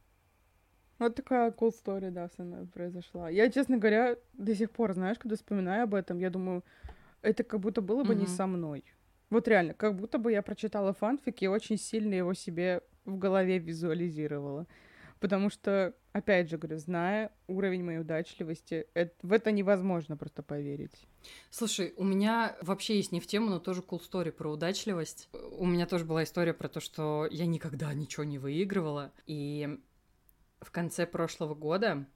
Вот такая cool story, да, со мной произошла. Я, честно говоря, до сих пор, знаешь, когда вспоминаю об этом, я думаю, это как будто было бы mm-hmm. не со мной. Вот реально, как будто бы я прочитала фанфик и очень сильно его себе в голове визуализировала. Потому что, опять же говорю, зная уровень моей удачливости, это, в это невозможно просто поверить. Слушай, у меня вообще есть не в тему, но тоже cool story про удачливость. У меня тоже была история про то, что я никогда ничего не выигрывала. И в конце прошлого года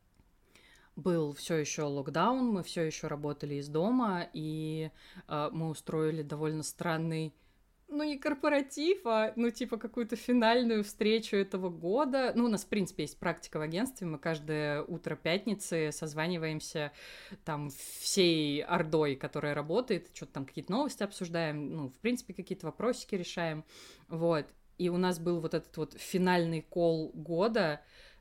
был все еще локдаун, мы все еще работали из дома, и э, мы устроили довольно странный, ну, не корпоратив, а, ну, типа, какую-то финальную встречу этого года. Ну, у нас, в принципе, есть практика в агентстве, мы каждое утро пятницы созваниваемся там всей ордой, которая работает, что-то там какие-то новости обсуждаем, ну, в принципе, какие-то вопросики решаем, вот. И у нас был вот этот вот финальный колл года,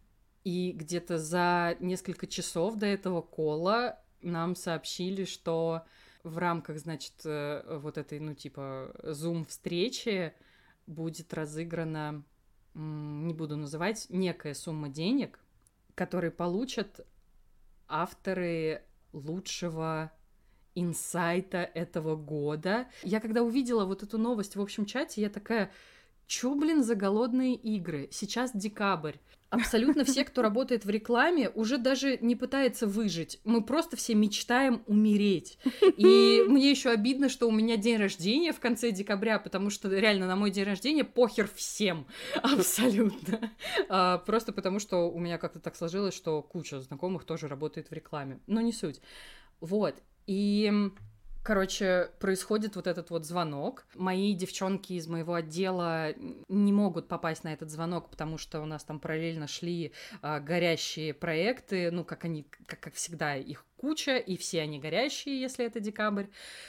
и где-то за несколько часов до этого колла нам сообщили, что в рамках, значит, вот этой, ну, типа, зум-встречи будет разыграна, не буду называть, некая сумма денег, которые получат авторы лучшего инсайта этого года. Я когда увидела вот эту новость в общем чате, я такая, чё, блин, за голодные игры? Сейчас декабрь. Абсолютно все, кто работает в рекламе, уже даже не пытается выжить. Мы просто все мечтаем умереть. И мне еще обидно, что у меня день рождения в конце декабря, потому что реально на мой день рождения похер всем. Абсолютно. А, просто потому что у меня как-то так сложилось, что куча знакомых тоже работает в рекламе. Но не суть. Вот. И... Короче, происходит вот этот вот звонок. Мои девчонки из моего отдела не могут попасть на этот звонок, потому что у нас там параллельно шли а, горящие проекты. Ну, как они, как, как всегда, их куча, и все они горящие, если это декабрь.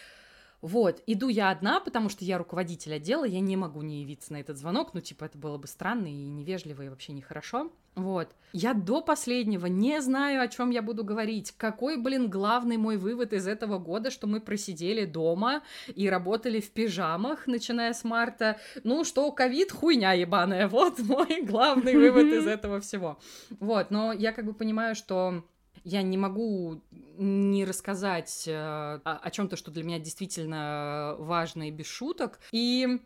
Вот, иду я одна, потому что я руководитель отдела, я не могу не явиться на этот звонок, ну, типа, это было бы странно и невежливо, и вообще нехорошо. Вот. Я до последнего не знаю, о чем я буду говорить. Какой, блин, главный мой вывод из этого года, что мы просидели дома и работали в пижамах, начиная с марта. Ну, что ковид хуйня ебаная. Вот мой главный вывод из этого всего. Вот, но я как бы понимаю, что я не могу не рассказать э, о, о чем-то, что для меня действительно важно и без шуток. И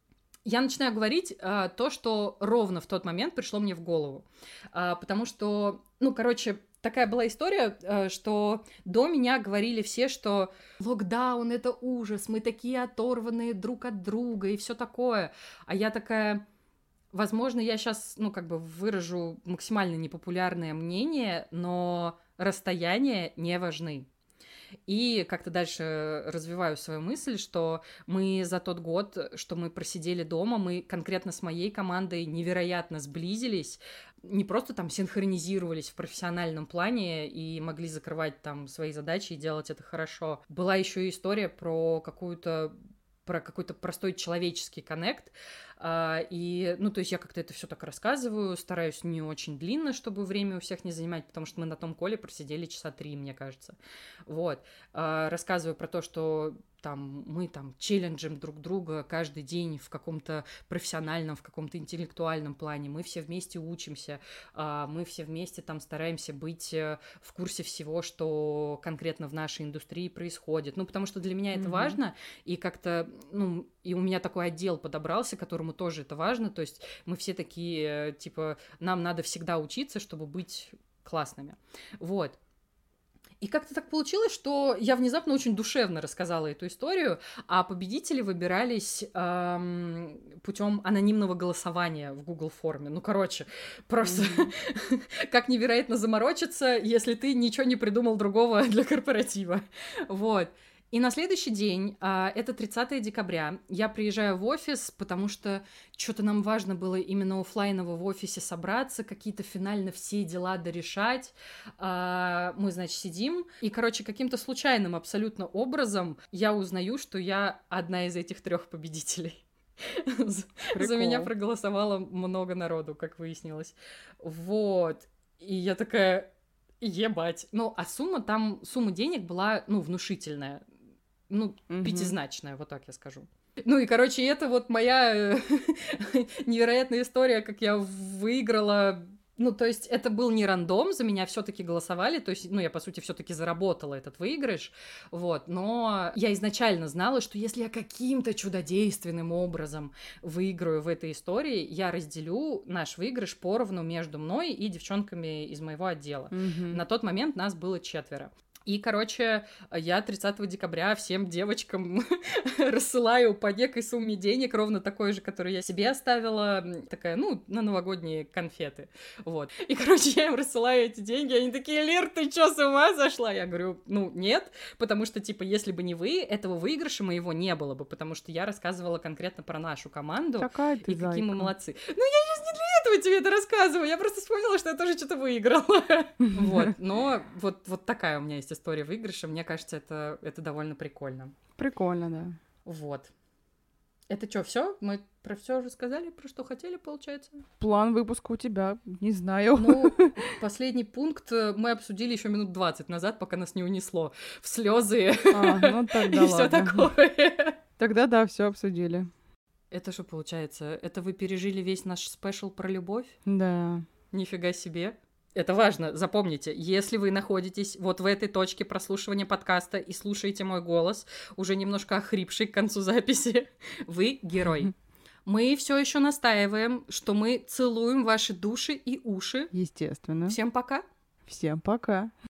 я начинаю говорить э, то, что ровно в тот момент пришло мне в голову. Э, потому что, ну, короче, такая была история, э, что до меня говорили все, что локдаун — это ужас, мы такие оторванные друг от друга и все такое. А я такая... Возможно, я сейчас, ну, как бы выражу максимально непопулярное мнение, но расстояния не важны. И как-то дальше развиваю свою мысль, что мы за тот год, что мы просидели дома, мы конкретно с моей командой невероятно сблизились, не просто там синхронизировались в профессиональном плане и могли закрывать там свои задачи и делать это хорошо. Была еще и история про какую-то про какой-то простой человеческий коннект. А, и, ну, то есть я как-то это все так рассказываю, стараюсь не очень длинно, чтобы время у всех не занимать, потому что мы на том коле просидели часа три, мне кажется. Вот. А, рассказываю про то, что там мы там челленджим друг друга каждый день в каком-то профессиональном, в каком-то интеллектуальном плане, мы все вместе учимся, мы все вместе там стараемся быть в курсе всего, что конкретно в нашей индустрии происходит, ну, потому что для меня это mm-hmm. важно, и как-то, ну, и у меня такой отдел подобрался, которому тоже это важно, то есть мы все такие, типа, нам надо всегда учиться, чтобы быть классными, вот. И как-то так получилось, что я внезапно очень душевно рассказала эту историю, а победители выбирались эм, путем анонимного голосования в Google форме. Ну, короче, просто mm-hmm. как невероятно заморочиться, если ты ничего не придумал другого для корпоратива. Вот. И на следующий день, это тридцатое декабря, я приезжаю в офис, потому что что-то нам важно было именно офлайново в офисе собраться, какие-то финально все дела дорешать. Мы, значит, сидим, и, короче, каким-то случайным абсолютно образом я узнаю, что я одна из этих трех победителей. За меня проголосовало много народу, как выяснилось. Вот. И я такая... Ебать. Ну, а сумма там, сумма денег была, ну, внушительная. Ну, mm-hmm. пятизначная, вот так я скажу. Ну и, короче, это вот моя невероятная история, как я выиграла... Ну, то есть это был не рандом, за меня все-таки голосовали, то есть, ну, я, по сути, все-таки заработала этот выигрыш, вот, но я изначально знала, что если я каким-то чудодейственным образом выиграю в этой истории, я разделю наш выигрыш поровну между мной и девчонками из моего отдела. Mm-hmm. На тот момент нас было четверо. И, короче, я тридцатого декабря всем девочкам рассылаю по некой сумме денег, ровно такой же, которую я себе оставила, такая, ну, на новогодние конфеты, вот. И, короче, я им рассылаю эти деньги, они такие: Лер, ты чё, с ума сошла? Я говорю, ну, нет, потому что, типа, если бы не вы, этого выигрыша моего не было бы, потому что я рассказывала конкретно про нашу команду, Такая ты и зайка. какие мы молодцы. Ну, я сейчас не для этого тебе это рассказываю, я просто вспомнила, что я тоже что-то выиграла. Вот, но вот, вот такая у меня есть история выигрыша, мне кажется, это, это довольно прикольно. Прикольно, да. Вот. Это что, все? Мы про все рассказали, про что хотели, получается? План выпуска у тебя, не знаю. Ну, последний пункт мы обсудили еще минут двадцать назад, пока нас не унесло в слезы а, ну, тогда и все такое. Тогда да, все обсудили. Это что получается? Это вы пережили весь наш спешл про любовь? Да. Нифига себе. Это важно, запомните, если вы находитесь вот в этой точке прослушивания подкаста и слушаете мой голос, уже немножко охрипший к концу записи, вы герой. Мы все еще настаиваем, что мы целуем ваши души и уши. Естественно. Всем пока. Всем пока.